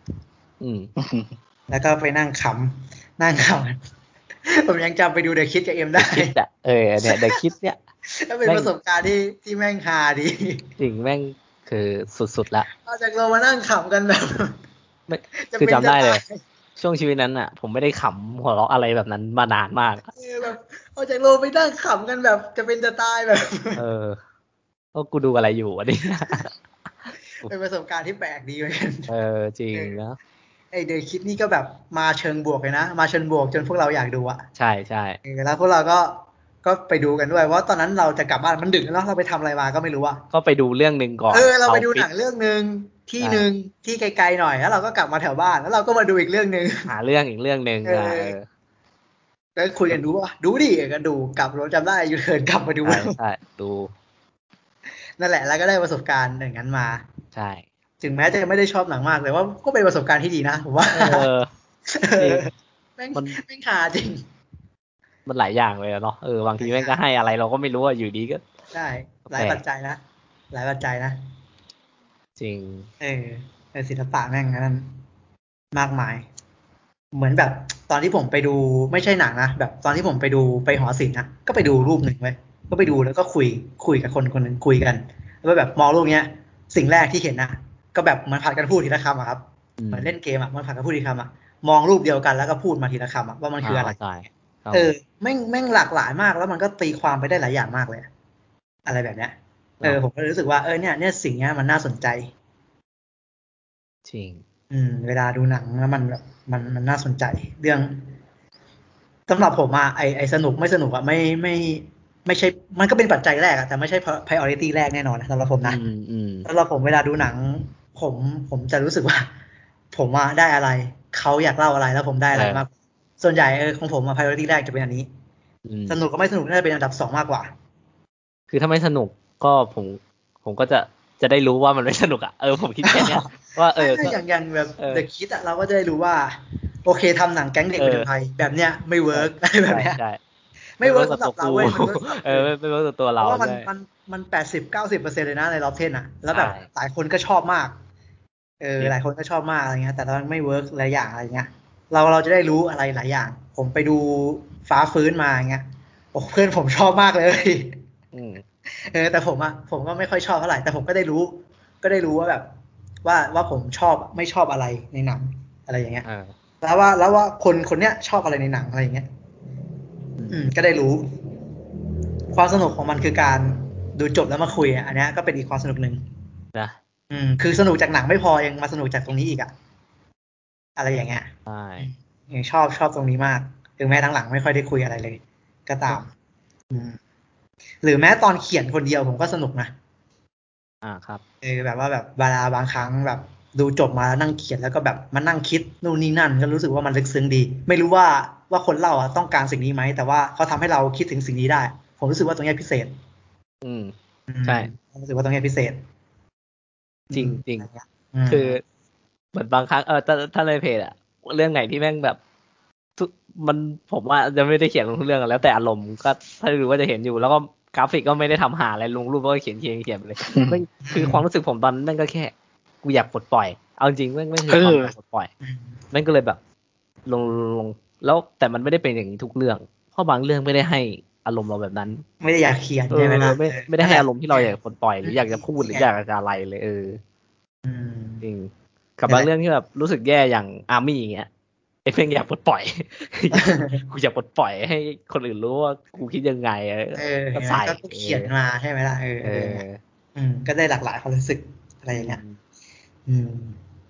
Speaker 2: แล้วก็ไปนั่งขำนั่งขำผมยังจำไปดูเดอะคิดกับเอ็มได้
Speaker 1: คิดอะเออเนี่ยเดอะคิดเนี่ย
Speaker 2: ก็เป็นประสบการณ์ที่ที่แม่งฮาดี
Speaker 1: จริงแม่งคือสุดๆละ
Speaker 2: เอาจากเรามานั่งขำกันแบบ
Speaker 1: คือจำได้เลยช่วงชีวิตนั้นอ่ะผมไม่ได้ขำหัวเราะอะไรแบบนั้นมานานมาก
Speaker 2: เออแบบเอาจากเราไปนั่งขำกันแบบจะเป็นจะตายแบบ
Speaker 1: เออก็กูดูอะไรอยู่อันนี้
Speaker 2: เป็นประสบการณ์ที่แปลกดีเหมือนกัน
Speaker 1: เออจริงนะ
Speaker 2: ไอเดอะคิดนี่ก็แบบมาเชิงบวกเลยนะมาเชิงบวกจนพวกเราอยากดูอ่ะ
Speaker 1: ใช่ใช่
Speaker 2: แล้วพวกเราก็ก็ไปดูกันด้วยเพราะตอนนั้นเราจะกลับบ้านมันดึกแล้วเราไปทำอะไรมาก็ไม่รู้อ่ะ
Speaker 1: ก็ไปดูเรื่องนึงก่อน
Speaker 2: เออเราไปดูหนังเรื่องนึงที่นึงที่ไกลๆหน่อยแล้วเราก็กลับมาแถวบ้านแล้วเราก็มาดูอีกเรื่องนึง
Speaker 1: หาเรื่องอีกเรื่องนึงอ่ะเออ
Speaker 2: แล้วคุยกันดูว่าดูดิก็ดูกลับรถจำได้อยู่เทินกลับมาดู
Speaker 1: ใช่ใช่ดู
Speaker 2: นั่นแหละแล้วก็ได้ประสบการณ์อย่างนั้นมา
Speaker 1: ใช่
Speaker 2: ถึงแม้จะไม่ได้ชอบหนังมากแต่ว่าก็เป็นประสบการณ์ที่ดีนะผมว่า
Speaker 1: เออจริง
Speaker 2: แม่งแม่งหาจริง
Speaker 1: มันหลายอย่างเลยเนาะเออบางทีแม่งก็ให้อะไรเราก็ไม่รู้ว่าอยู่ดีก็
Speaker 2: ใช่หลายปัจจัยนะหลายปัจจัยนะ
Speaker 1: จริง
Speaker 2: เออเออศิลปะแม่งนั้นมากมายเหมือนแบบตอนที่ผมไปดูไม่ใช่หนังนะแบบตอนที่ผมไปดูไปหอศิลป์นะก็ไปดูรูปหนึ่งไว้ก็ไปดูแล้วก็คุยคุยกับคนคนหนึ่งคุยกันแล้วแบบมองรูปเนี้ยสิ่งแรกที่เห็นนะก็แบบมันผัดกันพูดทีละคำอะครับเหมือนเล่นเกมอะมันผัดกันพูดทีละคำอะมองรูปเดียวกันแล้วก็พูดมาทีละคำอะว่ามันคืออะไรเออแม่งแม่งหลากหลายมากแล้วมันก็ตีความไปได้หลายอย่างมากเลยอะไรแบบเนี้ยเออผมก็รู้สึกว่าเออเนี่ยเนี่ยสิ่งเนี้ยมันน่าสนใจ
Speaker 1: จริง
Speaker 2: อืมเวลาดูหนังแล้วมันแบบมันมันน่าสนใจเรื่องสำหรับผมอะไอไอสนุกไม่สนุกอะไม่ไม่ไม่ใช่มันก็เป็นปัจจัยแรกอะแต่ไม่ใช่ priority แรกแน่นอนสำหรับผมนะสำหรับผมเวลาดูหนังผมผมจะรู้สึกว่าผมอะได้อะไรเขาอยากเล่าอะไรแล้วผมได้อะไรมากส่วนใหญ่เออของผมอะ priority แรกจะเป็นอันนี้สนุกก็ไม่สนุกน่าจะเป็นอันดับสองมากกว่า
Speaker 1: คือถ้าไม่สนุกก็ผมผมก็จะจะได้รู้ว่ามันไม่สนุกอ่ะเออผมคิดแค่นี้ว่าเออ
Speaker 2: อย่างอย่างแบบเด็กคิดอ่ะเราก็จะได้รู้ว่าโอเคทำหนังแก๊งเด็กผจญภัยแบบเนี้ยไม่เวิร์กอะไรแบบเนี้ยไม่เวิร์กสำหรับเราเว้ยมันเวิร์ก
Speaker 1: เออไม่เวิร์กตัวเรา
Speaker 2: เพราะว่ามันมันมันแปดสิบเก้าสิบเปอร์เซ็นต์เลยนะในรอบเทนอ่ะแล้วแบบหลายคนก็ชอบมากเออหลายคนก็ชอบมากอะไรเงี้ยแต่ตอนไม่เวิร์กหลายอย่างอะไรเงี้ยเราเราจะได้รู้อะไรหลายอย่างผมไปดูฟ้าฟื้นมาอย่างเงี้ยโอ้เพื่อนผมชอบมากเลยเออแต่ผมอ่ะผมก็ไม่ค่อยชอบเท่าไหร่แต่ผมก็ได้รู้ก็ได้รู้ว่าแบบว่าว่าผมชอบไม่ชอบอะไรในหนังอะไรอย่างเงี้ยแล้วว่าแล้วว่าคนคนเนี้ยชอบอะไรในหนังอะไรอย่างเงี้ยอืมก็ได้รู้ความสนุกของมันคือการดูจบแล้วมาคุยอันนี้ก็เป็นอีกความสนุกหนึ่ง
Speaker 1: นะ
Speaker 2: อืมคือสนุกจากหนังไม่พอยังมาสนุกจากตรงนี้อีกอะอะไรอย่างเงี้ย
Speaker 1: ใช่
Speaker 2: ยังชอบชอบตรงนี้มากถึงแม้ทั้งหลังไม่ค่อยได้คุยอะไรเลยก็ตามอืมหรือแม้ตอนเขียนคนเดียวผมก็สนุกนะ
Speaker 1: อ่าครับ
Speaker 2: เออแบบว่าแบบเวลาบางครั้งแบบดูจบมานั่งเขียนแล้วก็แบบมานั่งคิดนู่นนี่นั่นก็รู้สึกว่ามันลึกซึ้งดีไม่รู้ว่าว่าคนเล่าอ่ะต้องการสิ่งนี้ไหมแต่ว่าเขาทำให้เราคิดถึงสิ่งนี้ได้ผมรู้สึกว่าตรงนี้พิเศษ
Speaker 1: อืมใช่
Speaker 2: รู้สึกว่าตรงนี้พิเศษ
Speaker 1: จริงจริงคือเหมือนบางครั้งเออถ้าถ้าในเพจอะเรื่องไหนที่แม่งแบบมันผมว่าจะไม่ได้เขียนลงทุกเรื่องแล้วแต่อารมณ์ก็ถ้ารู้ว่าจะเห็นอยู่แล้วก็กราฟิกก็ไม่ได้ทำหาอะไรลงรูปก็เขียนเขียนเขียนไปเลยมันคือความรู้สึกผมตอนนั้นก็แค่กูอยากปลดปล่อยเอาจริงแม่งไม่คือความอยากปลดปล่อยแม่งก็เลยแบบลงลงแล้วแต่มันไม่ได้เป็นอย่างนี้ทุกเรื่องเพราะบางเรื่องไม่ได้ให้อารมณ์เราแบบนั้น
Speaker 2: ไม่ได้อยากเขียนใช่ไหมล่ะ
Speaker 1: ไม่ไม่ได้ให้อารมณ์ที่เราอยากปลดปล่อยหรืออยากจะพูดหรืออยากจะอะไรเลยเออจริงกับบางเรื่องที่แบบรู้สึกแย่อย่างอาร์มี่อย่างเงี้ยไอ้เพ่งอยากปลดปล่อยกูอยากปลดปล่อยให้คนอื่นรู้ว่ากูคิดยังไงก็ใส่
Speaker 2: ก็เขียนมาใช่ไหมล่ะเอออืมก็ได้หลากหลายความรู้สึกอะไรอย่างเงี้ยอืม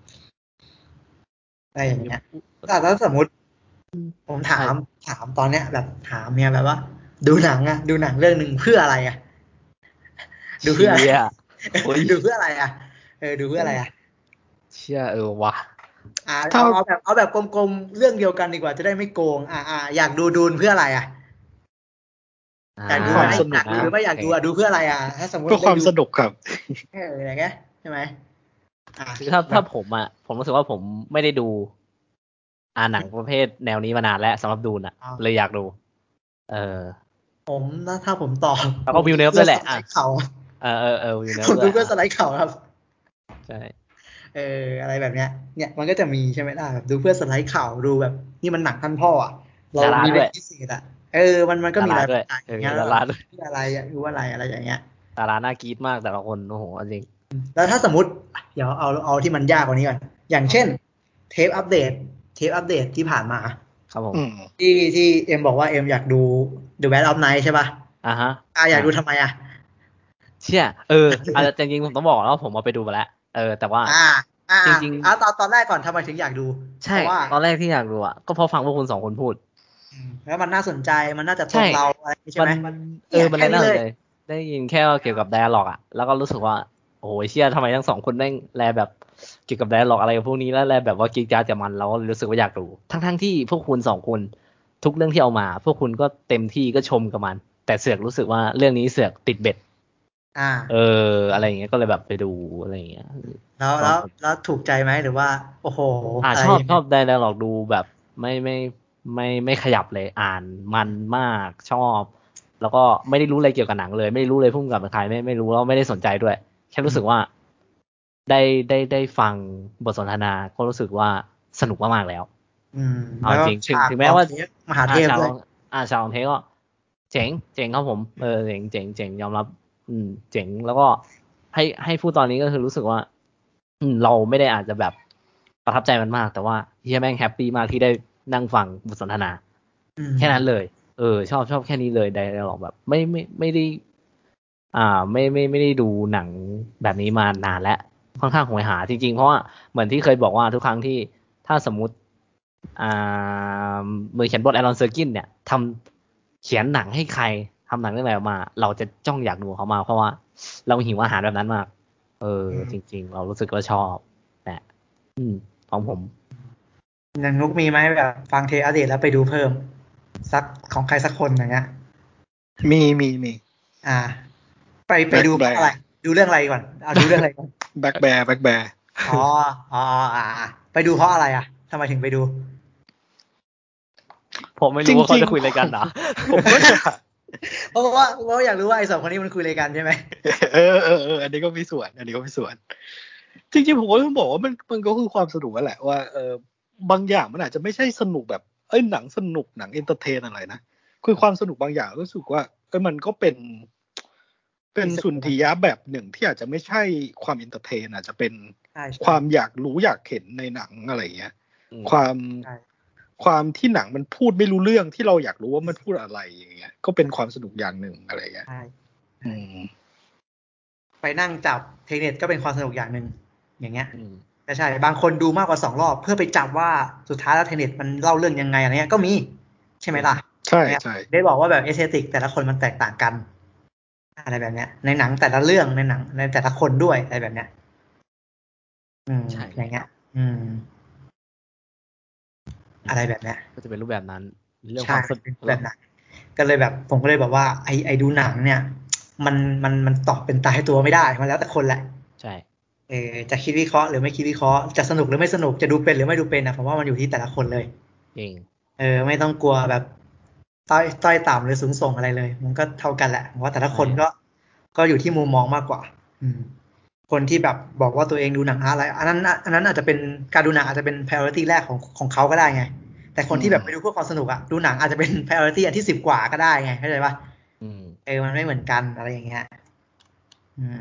Speaker 2: อะไรอย่างเงี้ยแต่ถ้าสมมติผมถามถามตอนเนี้ยแบบถามเนี่ยแบบว่าดูหนังอะดูหนังเรื่องหนึ่งเพื่ออะไรอะดูเพื่ออะไรดูเพื่ออะไรอะเออดูเพื่ออะไรอะ
Speaker 1: เชื่อเออวะ
Speaker 2: อ่าเอาเอาแบบเอาแบบกลมๆเรื่องเดียวกันดีกว่าจะได้ไม่โกงอ่าอ่าอยากดูดูนเพื่ออะไรอะอยากดูไหมอยากดูหรือไม่อยากดูอะดูเพื่ออะไรอะถ้าสมมติ
Speaker 3: เพื่อความสนุกครับ
Speaker 2: เอออะไรเงี้ยใช่ไหม
Speaker 1: คือถ้าถ้าผมอ่ะผมรู้สึกว่าผมไม่ได้ดูอ่าหนังประเภทแนวนี้มานานแล้วสำหรับดูน่ะเลยอยากดูเออ
Speaker 2: ผมถ้าผมตอบ
Speaker 1: แล้วก็วิวเนฟด้วยแหละอ่ะ
Speaker 2: เขา
Speaker 1: เออเออเออวิวเนฟ
Speaker 2: ผม
Speaker 1: ด้วย
Speaker 2: ดูเพื่อสไลด์เข่าครับ
Speaker 1: ใช่
Speaker 2: เอออะไรแบบเนี้ยเนี่ยมันก็จะมีใช่ไหมล่ะแบบดูเพื่อสไลด์ข่าวดูแบบนี่มันหนังท่านพ่ออ่ะเรามีเป็นพิเศษอ่ะเออมันมันก็มีหลาย
Speaker 1: อย่างเงี้ยดาราด้วย
Speaker 2: อะไรดูอะไรอะไรอย่างเงี้ย
Speaker 1: ดาราน่ากรี๊ดมากแต่ละคนโอ้โหจริง
Speaker 2: แล้วถ้าสมมติเดี๋ยวเอาเอาที่มันยากกว่านี้ก่อนอย่างเช่นเทปอัปเดตเทปอัปเดตที่ผ่านมา
Speaker 1: ครับผม
Speaker 2: ที่ที่เอ็มบอกว่าเอ็มอยากดู The Bad of Night ใช่ป่ะ
Speaker 1: อ่าฮะ
Speaker 2: อ่าอยากดูทำไมอ่ะ
Speaker 1: เชี่ยเอออาจจะจริงๆผมต้องบอกว่าผมมาไปดูมาแล้วเออแต่ว่า
Speaker 2: อ่าอ่า
Speaker 1: จริง
Speaker 2: ๆอ่าตอนตอนแรกก่อนทำไมถึงอยากดู
Speaker 1: ใช่ตอนแรกที่อยากดูอ่ะก็เพราะฟังพวกคุณสองคนพูด
Speaker 2: แล้วมันน่าสนใจมันน่าจะตรงเราอะไรใช่ไหม
Speaker 1: เออมันน่าสนใจได้ยินแค่เกี่ยวกับไดอะล็อกอ่ะแล้วก็รู้สึกว่าโอ้ยเชี่ยทำไมทั้งสองคนแม่งแลแบบเกี่ยวกับไดอะล็อกอะไรกับพวกนี้แล้วแลแบบว่ากิ๊กจ้าจะมันเราก็รู้สึกว่าอยากดูทั้งทั้งที่พวกคุณสองคนทุกเรื่องที่เอามาพวกคุณก็เต็มที่ก็ชมกับมันแต่เสือกรู้สึกว่าเรื่องนี้เสือกติดเบ็ด
Speaker 2: อ่า
Speaker 1: เอออะไรอย่างเงี้ยก็เลยแบบไปดูอะไรอย่างเงี้ย
Speaker 2: แล้วแล้วแล้วถูกใจไหมหรือว่าโอ้โห
Speaker 1: อ่า
Speaker 2: อะไร
Speaker 1: ชอบชอบไดอะล็อกดูแบบไม่ไม่ไม่ไม่ขยับเลยอ่านมันมากชอบแล้วก็ไม่ได้รู้อะไรเกี่ยวกับหนังเลยไม่รู้เลยพุ่งกับเป็นใครไม่ไม่รู้แล้วไม่ได้สนใจด้วยแค่รู้สึกว่าได้ได้ได้ฟังบทสนทนาก็รู้สึกว่าสนุกมากๆแล้ว
Speaker 2: อืม
Speaker 1: เอาจริงถึงถึงแม้ว่าม
Speaker 2: หาเทพด้วย
Speaker 1: อ่าชาวเทพก็เจ๋งเจ๋งครับผมเออเจ๋งเจ๋งเจ๋งยอมรับอืมเจ๋งแล้วก็ให้ให้พูดตอนนี้ก็คือรู้สึกว่าอืมเราไม่ได้อาจจะแบบประทับใจมันมากแต่ว่าเฮียแม่งแฮปปี้มากที่ได้นั่งฟังบทสนทนาแค่นั้นเลยเออชอบชอบแค่นี้เลยไดอะล็อกแบบไม่ไม่ไม่ได้อ่าไม่ไม่ไม่ได้ดูหนังแบบนี้มานานแล้วค่อนข้างหวยหาจริงๆเพราะว่าเหมือนที่เคยบอกว่าทุกครั้งที่ถ้าสมมุติอ่ามือเขียนบทแอรอนเซอร์กินเนี่ยทำเขียนหนังให้ใครทำหนังเรื่องอะไรออกมาเราจะจ้องอยากดูเขามาเพราะว่าเราหิวอาหารแบบนั้นมากเออจริงๆเรารู้สึกว่าชอบแต่อืมของผม
Speaker 2: อย่างนุกมีไหมแบบฟังเทปอัปเดตแล้วไปดูเพิ่มสักของใครสักคนอย่างเงี้ย
Speaker 3: มีมีมี
Speaker 2: อ่าไปไปดูเพราะอะไรดูเรื่องอะไรก่อนเอาดูเรื่องอะไรก่อน
Speaker 3: แบ็คแบร์แบ็คแบร์
Speaker 2: อ๋ออ๋ออ่าไปดูเพราะอะไรอ่ะทำไมถึงไปดู
Speaker 1: ผมไม่รู้ว่าเขาจะคุยอะไรกันเหรอ
Speaker 3: ผมก็จะ
Speaker 2: เพราะว่าเพราะอยากรู้ว่าไอ้สองคนนี้มันคุยอะไรกันใช่ไหม
Speaker 3: เออเออเอออันนี้ก็มีส่วนอันนี้ก็มีส่วนจริงๆผมก็ต้องบอกว่ามันมันก็คือความสนุกแหละว่าเออบางอย่างมันอาจจะไม่ใช่สนุกแบบเอ้ยหนังสนุกหนังเอนเตอร์เทนอะไรนะคือความสนุกบางอย่างรู้สึกว่าเออมันก็เป็นเป็นสุนทรียะแบบหนึ่งที่อาจจะไม่ใช่ความเอนเตอร์เทนอาจจะเป็นความอยากรู้อยากเห็นในหนังอะไรเงี้ยความความที่หนังมันพูดไม่รู้เรื่องที่เราอยากรู้ว่ามันพูดอะไรอย่างเงี้ยก็เป็นความสนุกอย่างหนึ่งอะไรเงี้ย
Speaker 2: ไปนั่งจับเทคเน็ตก็เป็นความสนุกอย่างหนึ่งอย่างเงี้ยแต่ใช่บางคนดูมากกว่าสองรอบเพื่อไปจับว่าสุดท้ายแล้วเทคเน็ตมันเล่าเรื่องยังไงอะไรเงี้ยก็มีใช่ไหมล่ะ
Speaker 3: ใช่ใช่
Speaker 2: ได้บอกว่าแบบเอสเธติกแต่ละคนมันแตกต่างกันอะไรแบบเนี้ยในหนังแต่ละเรื่องในหนังในแต่ละคนด้วยอะไรแบบเนี้ยอืมอย่างเงี้ยอืมอะไรแบบเนี้ย
Speaker 1: ก็จะเป็นรูปแบบนั้นเรื่องค
Speaker 2: ใช่
Speaker 1: วามสนุก
Speaker 2: แบบนั้นก็เลยแบบผมก็เลยแบบว่าไอไอดูหนังเนี่ยมันมันมันตอบเป็นตายตัวไม่ได้มันแล้วแต่คนแหละ
Speaker 1: ใช่
Speaker 2: เออจะคิดวิเคราะห์หรือไม่คิดวิเคราะห์จะสนุกหรือไม่สนุกจะดูเป็นหรือไม่ดูเป็นนะผมว่ามันอยู่ที่แต่ละคนเลย
Speaker 1: จริง
Speaker 2: เออไม่ต้องกลัวแบบต้อยต้อยต่ำหรือสูงส่งอะไรเลยมันก็เท่ากันแหละผมว่าแต่ละคนก็ก็อยู่ที่มุมมองมากกว่าอืมคนที่แบบบอกว่าตัวเองดูหนังอะไรอันนั้นอันนั้นอาจจะเป็นการดูหนังอาจจะเป็น priority แรกของของเขาก็ได้ไงแต่คนที่แบบไปดูเพื่อความสนุกอะดูหนังอาจจะเป็น priority อันที่สิบกว่าก็ได้ไงเข้าใจปะเออมันไม่เหมือนกันอะไรอย่างเงี้ยอืม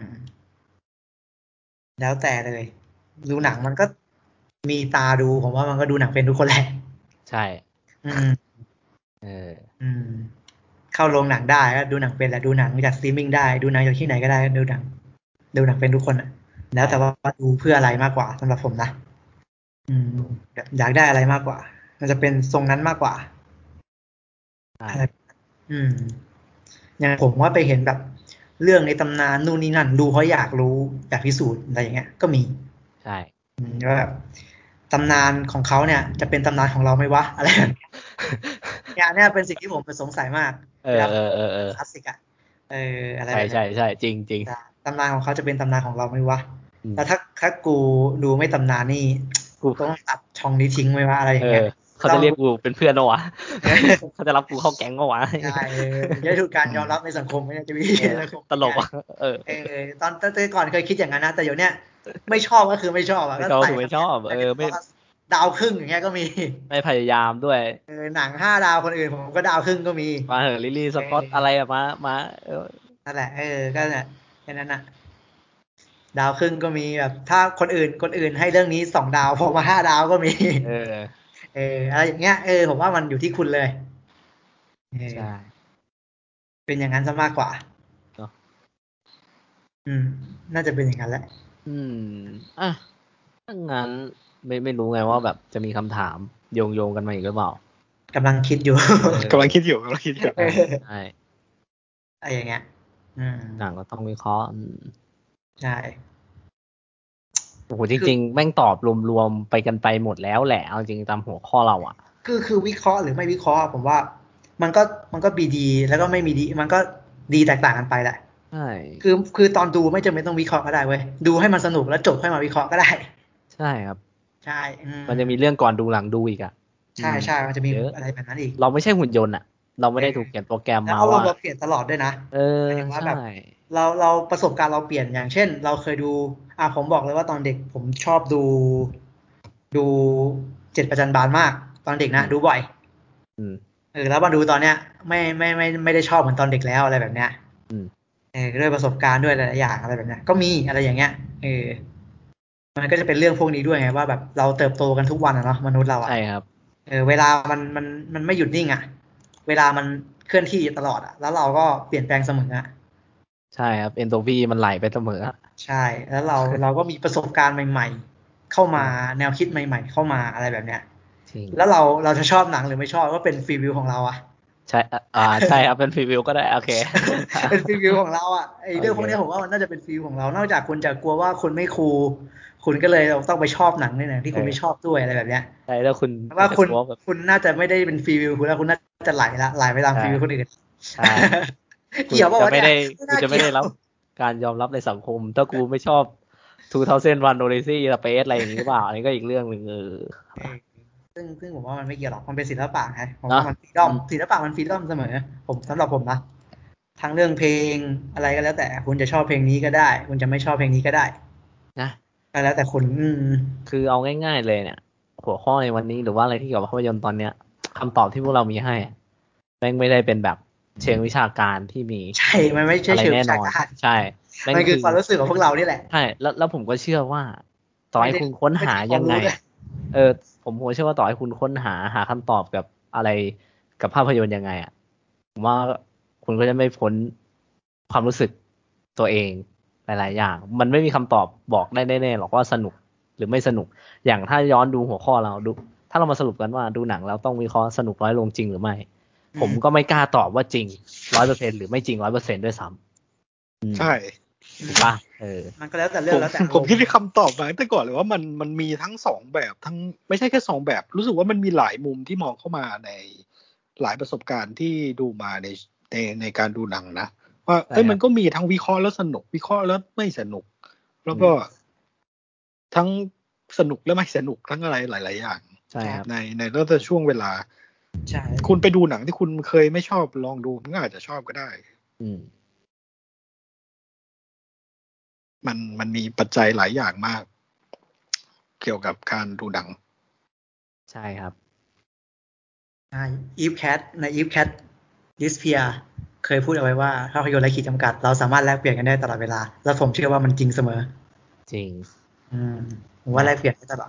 Speaker 2: แล้วแต่เลยดูหนังมันก็มีตาดูผมว่ามันก็ดูหนังเป็นทุกคนแหละ
Speaker 1: ใช่
Speaker 2: อืม
Speaker 1: เออ
Speaker 2: อืมเข้าโรงหนังได้ก็ดูหนังเป็นแหละดูหนังจากสตรีมมิ่งได้ดูหนังจากที่ไหนก็ได้ดูหนังดูหนังเป็นทุกคนอะแล้วแต่ว่าดูเพื่ออะไรมากกว่าสำหรับผมนะอืมอยากได้อะไรมากกว่ามันจะเป็นทรงนั้นมากกว่าอะไรอืมอย่างผมว่าไปเห็นแบบเรื่องในตำนานนู่นนี่นั่นดูเพราะอยากรู้อยากพิสูจน์อะไรอย่างเงี้ยก็มี
Speaker 1: ใช่
Speaker 2: ว่าแบบตำนานของเขาเนี่ยจะเป็นตำนานของเราไหมวะอะไรแบบนี้เนี่ยเนี่ยเป็นสิ่งที่ผมสงสัยมาก
Speaker 1: เออ
Speaker 2: เวลา
Speaker 1: เออเออเออ
Speaker 2: คลาสสิกอะเอออะไร
Speaker 1: ใช่
Speaker 2: แบบนี้
Speaker 1: ใช่ใช่จริงจริง
Speaker 2: ตำนานของเขาจะเป็นตำนานของเราไหมวะแล้วถ้าถ้ากูดูไม่ตำนานนี่
Speaker 1: กู
Speaker 2: ต้องตัดช่องนี้ทิ้งไหมวะอะไรอ
Speaker 1: เออ
Speaker 2: ย่างเงี้ย
Speaker 1: เขาจะเรียกกูเป็นเพื่อนโนวะเขาจะรับกูเข้าแก๊งโนวะ
Speaker 2: ใช่มันจะถูกการยอมรับในสังคมไม่จะมีสังคม
Speaker 1: ตลกอ่ะเออ
Speaker 2: เออตอนตั้งแต่ก่อนเคยคิดอย่างนั้นนะแต่เดี๋ยวเนี้ยไม่ชอบก็คือไม่ชอบอ่ะก็
Speaker 1: ไม่ชอบ
Speaker 2: ใส่
Speaker 1: คือไม่ชอบเออไม่
Speaker 2: ดาวครึ่งอย่างเงี้ยก็มี
Speaker 1: ไม่พยายามด้วย
Speaker 2: เออหนังห้าดาวคนอื่นผมก็ดาวครึ่งก็มี
Speaker 1: มาเหอะลิลลี่สกอตอะไรอะมามาเออ
Speaker 2: นั่นแหละเออก็เนี่ยแค่นั้นน่ะดาวครึ่งก็มีแบบถ้าคนอื่นคนอื่นให้เรื่องนี้สองดาวผมมาห้าดาวก็มี
Speaker 1: เออ
Speaker 2: เอออะไรอย่างเงี้ยเออผมว่ามันอยู่ที่คุณเลย
Speaker 1: ใช่
Speaker 2: เป็นอย่างนั้นซะมากกว่า
Speaker 1: เนาะ
Speaker 2: อืมน่าจะเป็นอย่างนั้นแหละ
Speaker 1: อืมอ่ะถ้างั้นไม่ไม่รู้ไงว่าแบบจะมีคำถามโยงโยงกันมาอีกหรือเปล่าก
Speaker 2: ำลังคิดอยู่
Speaker 3: กำลังคิดอยู่กำลังคิดอยู่
Speaker 1: ใช่
Speaker 2: อะไรอย่างเงี้ยอืม
Speaker 1: หนังก็ต้องวิเคราะห์
Speaker 2: ใช่
Speaker 1: โอ้โหจริงๆแม่งตอบรวมๆไปกันไปหมดแล้วแหละเอาจริงตามหัวข้อเราอ่ะ
Speaker 2: คือคือวิเคราะห์หรือไม่วิเคราะห์ผมว่ามันก็มันก็มีดีแล้วก็ไม่มีดีมันก็ดีแตกต่างกันไปแหละ
Speaker 1: ใช่
Speaker 2: คือคือตอนดูไม่จำเป็นต้องวิเคราะห์ก็ได้เว้ยดูให้มันสนุกแล้วจบค่อยมาวิเคราะห์ก็ได้
Speaker 1: ใช่ครับ
Speaker 2: ใช่
Speaker 1: มันจะมีเรื่องก่อนดูหลังดูอีกอ่ะ
Speaker 2: ใช่ใช่มันจะมีอะไรแบบนั้นอีก
Speaker 1: เราไม่ใช่หุ่นยนต์อ่ะเราไม่ได้ถูกเขียนโปรแกรมมา
Speaker 2: ว่า
Speaker 1: เรา
Speaker 2: เปลี่ยนตลอดด้วยนะ
Speaker 1: เออ
Speaker 2: ว่าแบบเราเราประสบการณ์เราเปลี่ยนอย่างเช่นเราเคยดูอ่ะผมบอกเลยว่าตอนเด็กผมชอบดูดูเจ็ดประจันบานมากตอนเด็กนะดูบ่อยเออแล้วมาดูตอนเนี้ยไม่ไม่ไม่ไม่ได้ชอบเหมือนตอนเด็กแล้วอะไรแบบเนี้ยเออด้วยประสบการณ์ด้วยหลายอย่างอะไรแบบเนี้ยก็มีอะไรอย่างเงี้ยเออมันก็จะเป็นเรื่องพวกนี้ด้วยไงว่าแบบเราเติบโตกันทุกวันอะเนาะมนุษย์เราอะ
Speaker 1: ใช่ครับ
Speaker 2: เออเวลามันมันมันไม่หยุดนิ่งอะเวลามันเคลื่อนที่ตลอดอะแล้วเราก็เปลี่ยนแปลงเสมออะ
Speaker 1: ใช่ครับเอนโทรปีมันไหลไปเสมอ
Speaker 2: ใช่แล้วเราเราก็มีประสบการณ์ใหม่ๆเข้ามาแนวคิดใหม่ๆเข้ามาอะไรแบบเนี้ยแล้วเราเราจะชอบหนังหรือไม่ชอบก็เป็นฟรีวิวของเราอะ
Speaker 1: ใช่อ่าใช่ครับเป็นฟรีวิวก็ได้โอเค
Speaker 2: เป็นฟรีวิวของเราอ่ะไอ้เรื่องพวกนี้ผมว่ามันน่าจะเป็นฟรีวิวของเรานอกจากคุณจะกลัวว่าคุณไม่คูลคุณก็เลยต้องไปชอบหนังในหนังที่คุณไม่ชอบด้วยอะไรแบบเนี้ย
Speaker 1: ใช่แล้วคุณ
Speaker 2: ว่าคุณคุณน่าจะไม่ได้เป็นฟรีวิวคุณแล้วคุณน่าจะไหลละไหลไปตามฟรีวิวคนอื่น
Speaker 1: ใช่
Speaker 2: เกี่ยวป่าววะเนี่ย
Speaker 1: กูจะไม่ได้รับการยอมรับในสังคมถ้ากูไม่ชอบสองพันหนึ่ง Odyssey Space อะไรอย่างนี้หรือเปล่าอันนี้ก็อีกเรื่องหนึ่งเออ
Speaker 2: ซึ่งซึ่งผมว่ามันไม่เกี่ยวหรอกมันเป็นศิลปะไงผมว่ามันฟรีดอมศิลปะมันฟรีดอมเสมอผมสำหรับผมนะทั้งเรื่องเพลงอะไรก็แล้วแต่คุณจะชอบเพลงนี้ก็ได้คุณจะไม่ชอบเพลงนี้ก็ได้
Speaker 1: นะ
Speaker 2: ก็แล้วแต่คุณ
Speaker 1: คือเอาง่ายๆเลยเนี่ยหัวข้อในวันนี้หรือว่าอะไรที่เกี่ยวกับภาพยนตร์ตอนเนี้ยคำตอบที่พวกเรามีให้แม่งไม่ได้เป็นแบบเชิงวิชาการที่มี
Speaker 2: ใช่มันไม่ใช่เชิงวิชาการ
Speaker 1: ใช่
Speaker 2: มันคือความรู้สึกของพวกเรานี่แหละ
Speaker 1: ใช่แล้วแล้วผมก็เชื่อว่าต่อให้คุณค้นหายังไงเออผมผมเชื่อว่าต่อให้คุณค้นหาหาคำตอบกับอะไรกับภาพยนตร์ยังไงอ่ะผมว่าคุณก็จะไม่พ้นความรู้สึกตัวเองหลายๆอย่างมันไม่มีคำตอบบอกได้แน่ๆหรอกว่าสนุกหรือไม่สนุกอย่างถ้าย้อนดูหัวข้อเราดูถ้าเรามาสรุปกันว่าดูหนังแล้วต้องวิเคราะห์สนุกน้อยลงจริงหรือไม่ผมก็ไม่กล้าตอบว่าจริงร้อยเปอร์เซ็นต์หรือไม่จริงร้อยเปอร์เซ็นต์ด้วยซ้ำ
Speaker 3: ใช่
Speaker 1: ถูกป่ะเออ
Speaker 2: มันก็แล้วแต่เรื่องแล้วแต่
Speaker 3: ผมคิดที่คำตอบมาตั้งแต่ก่อนเลยว่ามันมันมีทั้งสองแบบทั้งไม่ใช่แค่สองแบบรู้สึกว่ามันมีหลายมุมที่มองเข้ามาในหลายประสบการณ์ที่ดูมาในในในการดูหนังนะว่าเอ้ยมันก็มีทั้งวิเคราะห์แล้วสนุกวิเคราะห์แล้วไม่สนุกแล้วก็ทั้งสนุกและไม่สนุกทั้งอะไรหลายๆอย่างในในแต่ละช่วงเวลาคุณไปดูหนังที่คุณเคยไม่ชอบลองดูมันก็อาจจะชอบก็ได้มันมันมีปัจจัยหลายอย่างมากเกี่ยวกับการดูหนัง
Speaker 1: ใช่ครับ
Speaker 2: ใช่อีฟแคทในอีฟแคทดิสเพียเคยพูดเอาไว้ว่าภาพยนตร์ไร้ขีดจำกัดเราสามารถแลกเปลี่ยนกันได้ตลอดเวลาแล้วผมเชื่อว่ามันจริงเสมอ
Speaker 1: จริง
Speaker 2: อืมผมว่าแลกเปลี่ยนได้ตลอด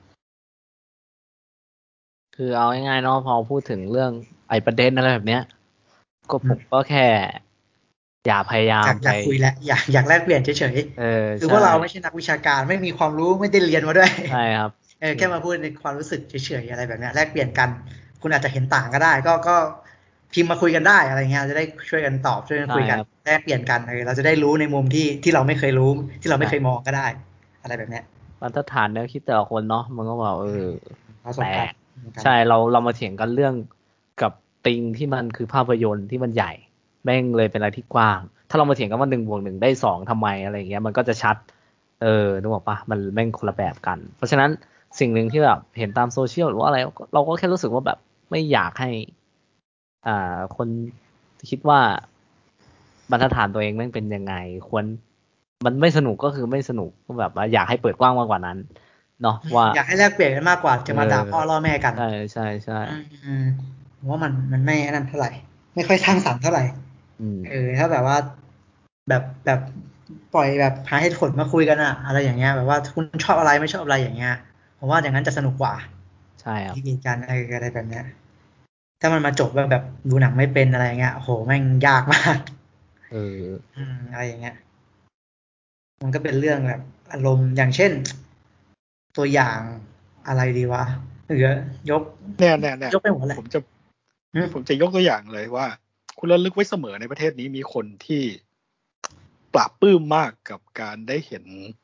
Speaker 1: คือเอาง่ายๆเนาะพอพูดถึงเรื่องไอ้ประเด็นอะไรแบบเนี้ยก็ผมก็แค่อย่าพยายาม
Speaker 2: อยากคุยและอยากอยากแลกเปลี่ยนเฉยๆคือว่าเราไม่ใช่นักวิชาการไม่มีความรู้ไม่ได้เรียนมาด้วย
Speaker 1: ใช่ครับ
Speaker 2: เออแค่มาพูดในความรู้สึกเฉยๆอะไรแบบนี้แลกเปลี่ยนกันคุณอาจจะเห็นต่างก็ได้ก็ก็พิมพ์มาคุยกันได้อะไรเงี้ยจะได้ช่วยกันตอบช่วยกันคุยกันแลกเปลี่ยนกันเออเราจะได้รู้ในมุมที่ที่เราไม่เคยรู้ที่เราไม่เคยมองก็ได้อะไรแบบนี้
Speaker 1: บรรทัดฐานแนวคิดแต่ละคนเนาะมันก็แบบเออ
Speaker 2: แปลก
Speaker 1: ใช่เราเรามาเถียงกันเรื่องกับติงที่มันคือภาพยนตร์ที่มันใหญ่แม่งเลยเป็นอะไรที่กว้างถ้าเรามาเถียงกันว่าหนึ่งบวกหนึ่งได้สองทำไมอะไรเงี้ยมันก็จะชัดเออนึกออกปะมันแม่งคนละแบบกันเพราะฉะนั้นสิ่งหนึ่งที่แบบเห็นตามโซเชียลหรือว่าอะไรเราก็แค่รู้สึกว่าแบบไม่อยากให้อ่าคนคิดว่าบรรทัดฐานตัวเองแม่งเป็นยังไงควรมันไม่สนุกก็คือไม่สนุกก็แบบว่าอยากให้เปิดกว้างมากกว่านั้นเนาะว่า
Speaker 2: อยากให้แลกเปลี่ยนกันมากกว่าจะมาด่าพ่อล่อแม่กัน
Speaker 1: ใช่ใช่ใช่
Speaker 2: ผมว่ามันมันไม่นั่นเท่าไหร่ไม่ค่อยสร้างสรรค์เท่าไหร่เออถ้าแบบว่าแบบแบบปล่อยแบบหาเหตุผลมาคุยกันอะอะไรอย่างเงี้ยแบบว่าคุณชอบอะไรไม่ชอบอะไรอย่างเงี้ยผมว่าอย่างนั้นจะสนุกกว่า
Speaker 1: ใช่ครับ
Speaker 2: ที่มีการอะไรอะไรแบบเนี้ยถ้ามันมาจบแบบแบบดูหนังไม่เป็นอะไรเงี้ยโหแม่งยากมาก
Speaker 1: เออ
Speaker 2: อืมอะไรอย่างเงี้ยมันก็เป็นเรื่องแบบอารมณ์อย่างเช่นตัวอย่างอะไรดีวะหรือยก
Speaker 3: เนี่ยเนี่ยเนี่ย
Speaker 2: ยกไปหมดเลย
Speaker 3: ผมจะผมจะยกตัวอย่างเลยว่าคุณระลึกไว้เสมอในประเทศนี้มีคนที่ปลาบปลื้มมากกับการได้เห็น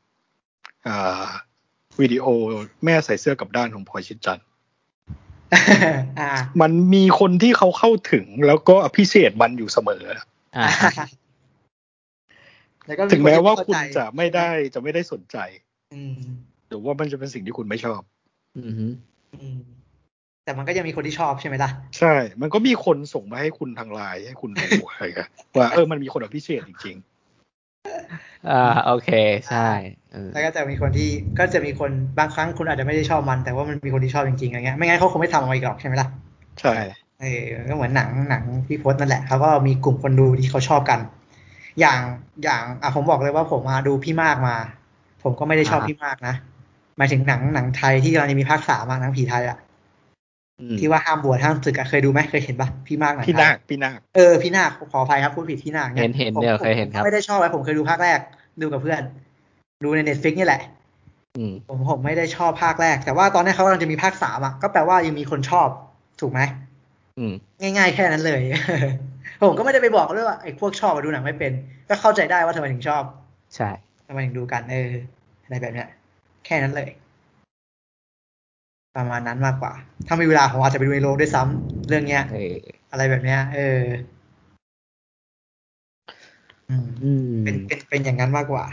Speaker 3: วิดีโอแม่ใส่เสื้อกับด้านของพลอยชิดจันทร์มันมีคนที่เขาเข้าถึงแล้วก็อภิเษกมันอยู่เสมอถึงแม้ว่าคุณจะไม่ได้จะไม่ได้สนใจหรือว่ามันจะเป็นสิ่งที่คุณไม่ชอบ
Speaker 2: แต่มันก็ยังมีคนที่ชอบใช่ไหมล่ะ
Speaker 3: ใช่มันก็มีคนส่งมาให้คุณทางไลน์ให้คุณดูอะไรกันว่าเออมันมีคนพิเศษจริง
Speaker 1: ๆอ่าโอเคใช่
Speaker 2: แล้วก็จะมีคนที่ก็จะมีคนบางครั้งคุณอาจจะไม่ได้ชอบมันแต่ว่ามันมีคนที่ชอบจริงๆอะไรเงี้ยไม่งั้นเขาคงไม่ทำออกมาอีกหรอกใช่ไหมล่ะ
Speaker 3: ใช่
Speaker 2: เออก็เหมือนหนังหนังพี่พจน์นั่นแหละเขาก็มีกลุ่มคนดูที่เขาชอบกันอย่างอย่างอ่ะผมบอกเลยว่าผมมาดูพี่มากมาผมก็ไม่ได้ชอบพี่มากนะหมายถึงหนังหนังไทยที่กำลังจะมีภาคสามอ่ะหนังผีไทยอ่ะที่ว่าห้ามบวชห้ามศึกอ่ะเคยดูไหมเคยเห็นปะพี่มากหนังไทย
Speaker 3: พี่นาคพี่นาค
Speaker 2: เออพี่นาคขออภัยครับพูดผิดพี่นาคเนี่ย
Speaker 1: เห็นเห็น
Speaker 2: ผม
Speaker 1: เดี๋ยว
Speaker 2: ผม
Speaker 1: เคยเห็นครับ
Speaker 2: ไม่ได้ชอบไว้ผมเคยดูภาคแรกดูกับเพื่อนดูใน Netflix นี่แหละผมผมไม่ได้ชอบภาคแรกแต่ว่าตอนนี้เขากำลังจะมีภาคสามอ่ะก็แปลว่ายังมีคนชอบถูกไหมง่ายๆแค่นั้นเลย ผมก็ไม่ได้ไปบอกด้วยว่าไอ้พวกชอบมาดูหนังไม่เป็นก็เข้าใจได้ว่าทำไมถึงชอบ
Speaker 1: ใช่
Speaker 2: ทำไมถึงดูกันเอออะไรแบบเนี้ยแค่นั้นเลยประมาณนั้นมากกว่าถ้ามีเวลาผมอาจจะไปดูในโรงด้วยซ้ำเรื่องเนี้ยอะไรแบบเนี้ยเอออืมเป็นเป็นเป็นอย่างนั้นมากกว่า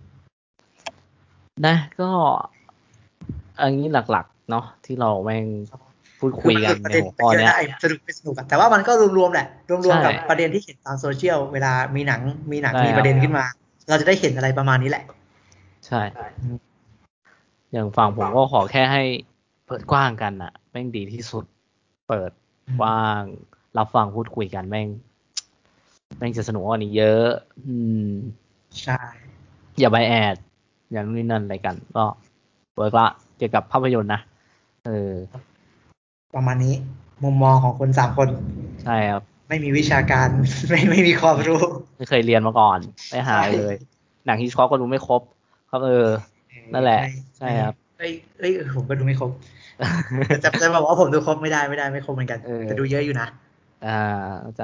Speaker 1: นะก็อันนี้หลักๆเนาะที่เราแม่งพูดคุยกันในหัวข้อเนี้ย
Speaker 2: สนุกไม่สนุกแต่ว่ามันก็รวมๆแหละรวมๆกับประเด็นที่เห็นตามโซเชียลเวลามีหนังมีหนังมีประเด็นขึ้นมาเราจะได้เห็นอะไรประมาณนี้แหละ
Speaker 1: ใช่อย่างฝั่งผมก็ขอแค่ให้เปิดกว้างกันอะแม่งดีที่สุดเปิดกว้างรับฟังพูดคุยกันแม่งแม่งจะสนุกกว่านี้เยอะอืม
Speaker 2: ใช่
Speaker 1: อย่าไปแอดอย่างนี้นั่นอะไรกันก็เปิดละเกี่ยวกับภาพยนตร์นะเออ
Speaker 2: ประมาณนี้มุมมองของคนสามคน
Speaker 1: ใช่ครับ
Speaker 2: ไม่มีวิชาการ ไม่ไม่มีความรู้
Speaker 1: ไม่เคยเรียนมาก่อนไปหาเลยหนังฮิชค็อกก็ดูไม่ครบครับเออนั่นแหละใช่ครับ
Speaker 2: เอ้ยเอ้ยผมก็ดูไม่ครบแต่จะจะบอกว่าผมดูครบไม่ได้ไม่ได้ไม่ครบเหมือนกันแต่ดูเยอะอยู่นะ
Speaker 1: อ่าเข้าใจ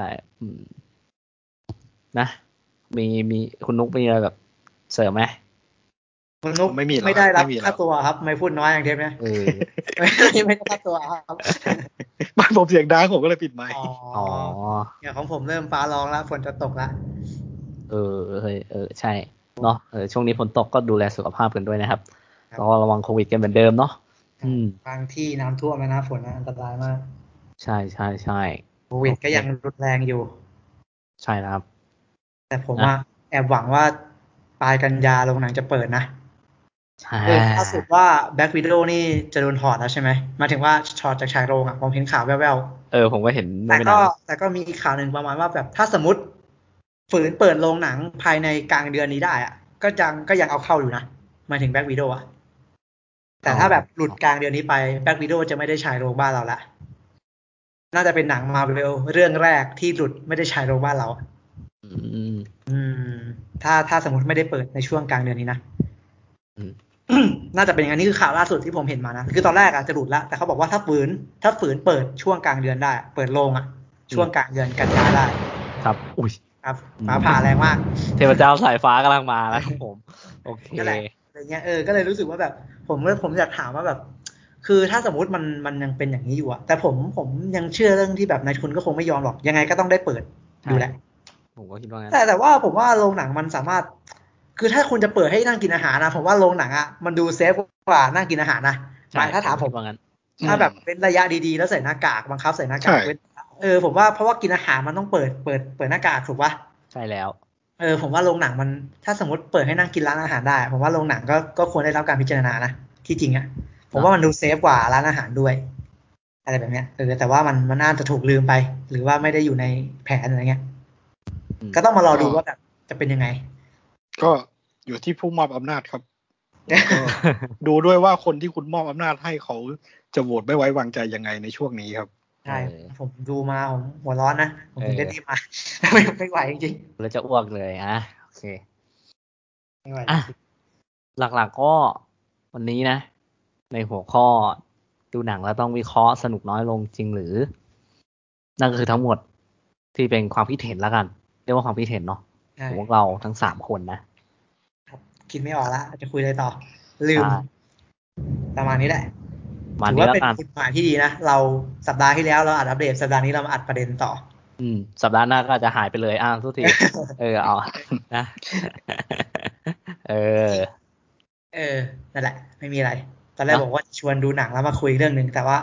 Speaker 1: นะมีมีคุณนุ๊กมีอะไรแบบเสริมไหม
Speaker 2: คุณนุ๊ก
Speaker 3: ไม่มี
Speaker 2: ไม่ได้รับค่าตัวครับไม่พูดน้อยอย่างเทปเนี่ย
Speaker 1: เออ
Speaker 2: ไม่ไม่ได้ค่าตัวครับ
Speaker 3: บ้านผมเสียงดังผมก็เลยปิดไมค์
Speaker 2: อ๋ออย่างของผมเริ่มฟ้าร้องแล้วฝนจะตกแล้ว
Speaker 1: เออเออเออใช่เนาะเออช่วงนี้ฝนตกก็ดูแลสุขภาพกันด้วยนะครับก็ระวังโควิดกันเหมือนเดิมเนาะอืม
Speaker 2: บางที่น้ำท่วมแล้วนะฝนอันตรายมาก
Speaker 1: ใช่ใช่ใช่
Speaker 2: โควิดก็ยังรุนแรงอยู่
Speaker 1: ใช่ครับ
Speaker 2: แต่ผมว่าแอบหวังว่าปลายกันยาโรงหนังจะเปิดนะเออล่าสุดว่า Black Widow นี่จะโดนถอดแล้วใช่ไหมมาถึงว่าถอดจากฉายโรงอ่ะผมเห็นข่าวแว่ว
Speaker 1: ๆเออผมก็เห็น
Speaker 2: แต่ก็แต่ก็มีข่าวหนึ่งประมาณว่าแบบถ้าสมมติฝืนเปิดโรงหนังภายในกลางเดือนนี้ได้อ่ะก็ยังก็ยังเอาเข้าอยู่นะมาถึง Black Widow อ่ะแต่ถ้าแบบหลุดกลางเดือนนี้ไป Black Widow จะไม่ได้ฉายโรงบ้านเราละน่าจะเป็นหนัง Marvel เรื่องแรกที่หลุดไม่ได้ฉายโรงบ้านเรา
Speaker 1: อืม
Speaker 2: อืมถ้าถ้าสมมติไม่ได้เปิดในช่วงกลางเดือนนี้นะน่าจะเป็นอย่างนี้คือข่าวล่าสุดที่ผมเห็นมานะคือตอนแรกอะจะหลุดละแต่เขาบอกว่าถ้าฝืนถ้าฝืนเปิดช่วงกลางเดือนได้เปิดโรงอะช่วงกลางเดือนกันยาได้
Speaker 1: ครับอุ้ย
Speaker 2: ครับฟ้าผ่าแรงมาก
Speaker 1: เทพเจ้าสายฟ้ากำลังมาแล้วครับผมโอเค
Speaker 2: นั่นแหละอะไรเงี้ยเออก็เลยรู้สึกว่าแบบผมผมอยากถามว่าแบบคือถ้าสมมติมันมันยังเป็นอย่างนี้อยู่อะแต่ผมผมยังเชื่อเรื่องที่แบบนายทุนก็คงไม่ยอมหรอกยังไงก็ต้องได้เปิดอยู่แหละ
Speaker 1: ผมก็คิดว่างั้น
Speaker 2: แต่แต่ว่าผมว่าโรงหนังมันสามารถคือถ้าคุณจะเปิดให้นั่งกินอาหารนะผมว่าโรงหนังอะมันดูเซฟกว่านั่งกินอาหารนะหมายถ้าถามผมถ้าแบบเป็นระยะดีๆแล้วใส่หน้ากากบังคับใส่หน้ากากเออผมว่าเพราะว่ากินอาหารมันต้องเปิดเปิดเปิดหน้ากากถูกป่ะ
Speaker 1: ใช่แล้ว
Speaker 2: เออผมว่าโรงหนังมันถ้าสมมติเปิดให้นั่งกินร้านอาหารได้ผมว่าโรงหนังก็ก็ควรได้รับการพิจารณานะที่จริงอะผมว่ามันดูเซฟกว่าร้านอาหารด้วยอะไรแบบเนี้ยเออแต่ว่ามันมันน่าจะถูกลืมไปหรือว่าไม่ได้อยู่ในแผนอะไรเงี้ยก็ต้องมารอดูว่าแบบจะเป็นยังไง
Speaker 3: ก็อยู่ที่ผู้มอบอำนาจครับก็ดูด้วยว่าคนที่คุณมอบอำนาจให้เขาจะโหวตไม่ไว้วางใจยังไงในช่วงนี้ครับ
Speaker 2: ใช่ผมดูมาผมหัวร้อนนะผมถึงได้รีบมาไม่ไม่ไหวจริง
Speaker 1: ๆแล้วจะอ้วกเลยอ่ะโอเค
Speaker 2: ไม่ไหว
Speaker 1: หลักๆก็วันนี้นะในหัวข้อดูหนังแล้วต้องวิเคราะห์สนุกน้อยลงจริงหรือนั่นก็คือทั้งหมดที่เป็นความคิดเห็นแล้วกันเรียกว่าความคิดเห็นเนาะของพวกเราทั้งสามคนนะ
Speaker 2: คิดไม่ออกละจะคุยอะไรต่อลืมประมาณนี้แหละถือว่าเป็นจุดหมายที่ดีนะเราสัปดาห์ที่แล้วเราอัดอัปเดตสัปดาห์นี้เรามาอัดประเด็นต่อ
Speaker 1: อืมสัปดาห์หน้าก็จะหายไปเลยอ้าวทุกทีเออเอานะเออ
Speaker 2: เออนั่นแหละไม่มีอะไรตอนแรกบอกว่าชวนดูหนังแล้วมาคุยเรื่องนึงแต่ว่า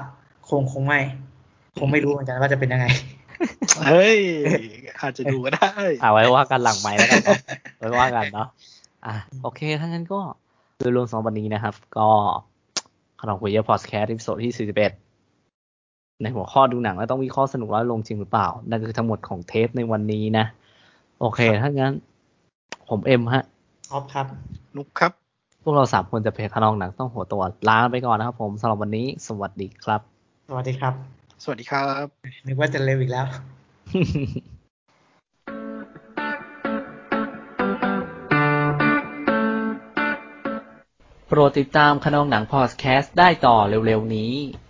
Speaker 2: คงคงไม่คงไม่รู้เหมือนกันว่าจะเป็นยังไง
Speaker 3: เฮ้ยอาจจะดูก็ได้
Speaker 1: อ่าไว้ว่ากันหลังไมค์แล้วกันเนาะไว้ว่ากันเนาะอ่ะโอเคถ้างั้นก็โดยรวมสองวันนี้นะครับก็ขนมคุยเยอะพอดแคสต์ตอนที่สี่สิบเอ็ดในหัวข้อดูหนังแล้วต้องวิเคราะห์สนุกแล้วลงจริงหรือเปล่านั่นคือทั้งหมดของเทปในวันนี้นะโอเคถ้างั้นผมเอ็มฮะ
Speaker 2: ออฟครับ
Speaker 3: นุกครับ
Speaker 1: พวกเราสามคนจะเพจขนองหนังต้องหัวตัวลาไปก่อนนะครับผมสำหรับวันนี้สวัสดีครับ
Speaker 2: สวัสดีครับ
Speaker 3: สวัสดีครับ
Speaker 2: นึกว่าจะเร็วอีกแล้ว
Speaker 1: โปรดติดตามขนองหนังพอดแคสต์ได้ต่อเร็วๆนี้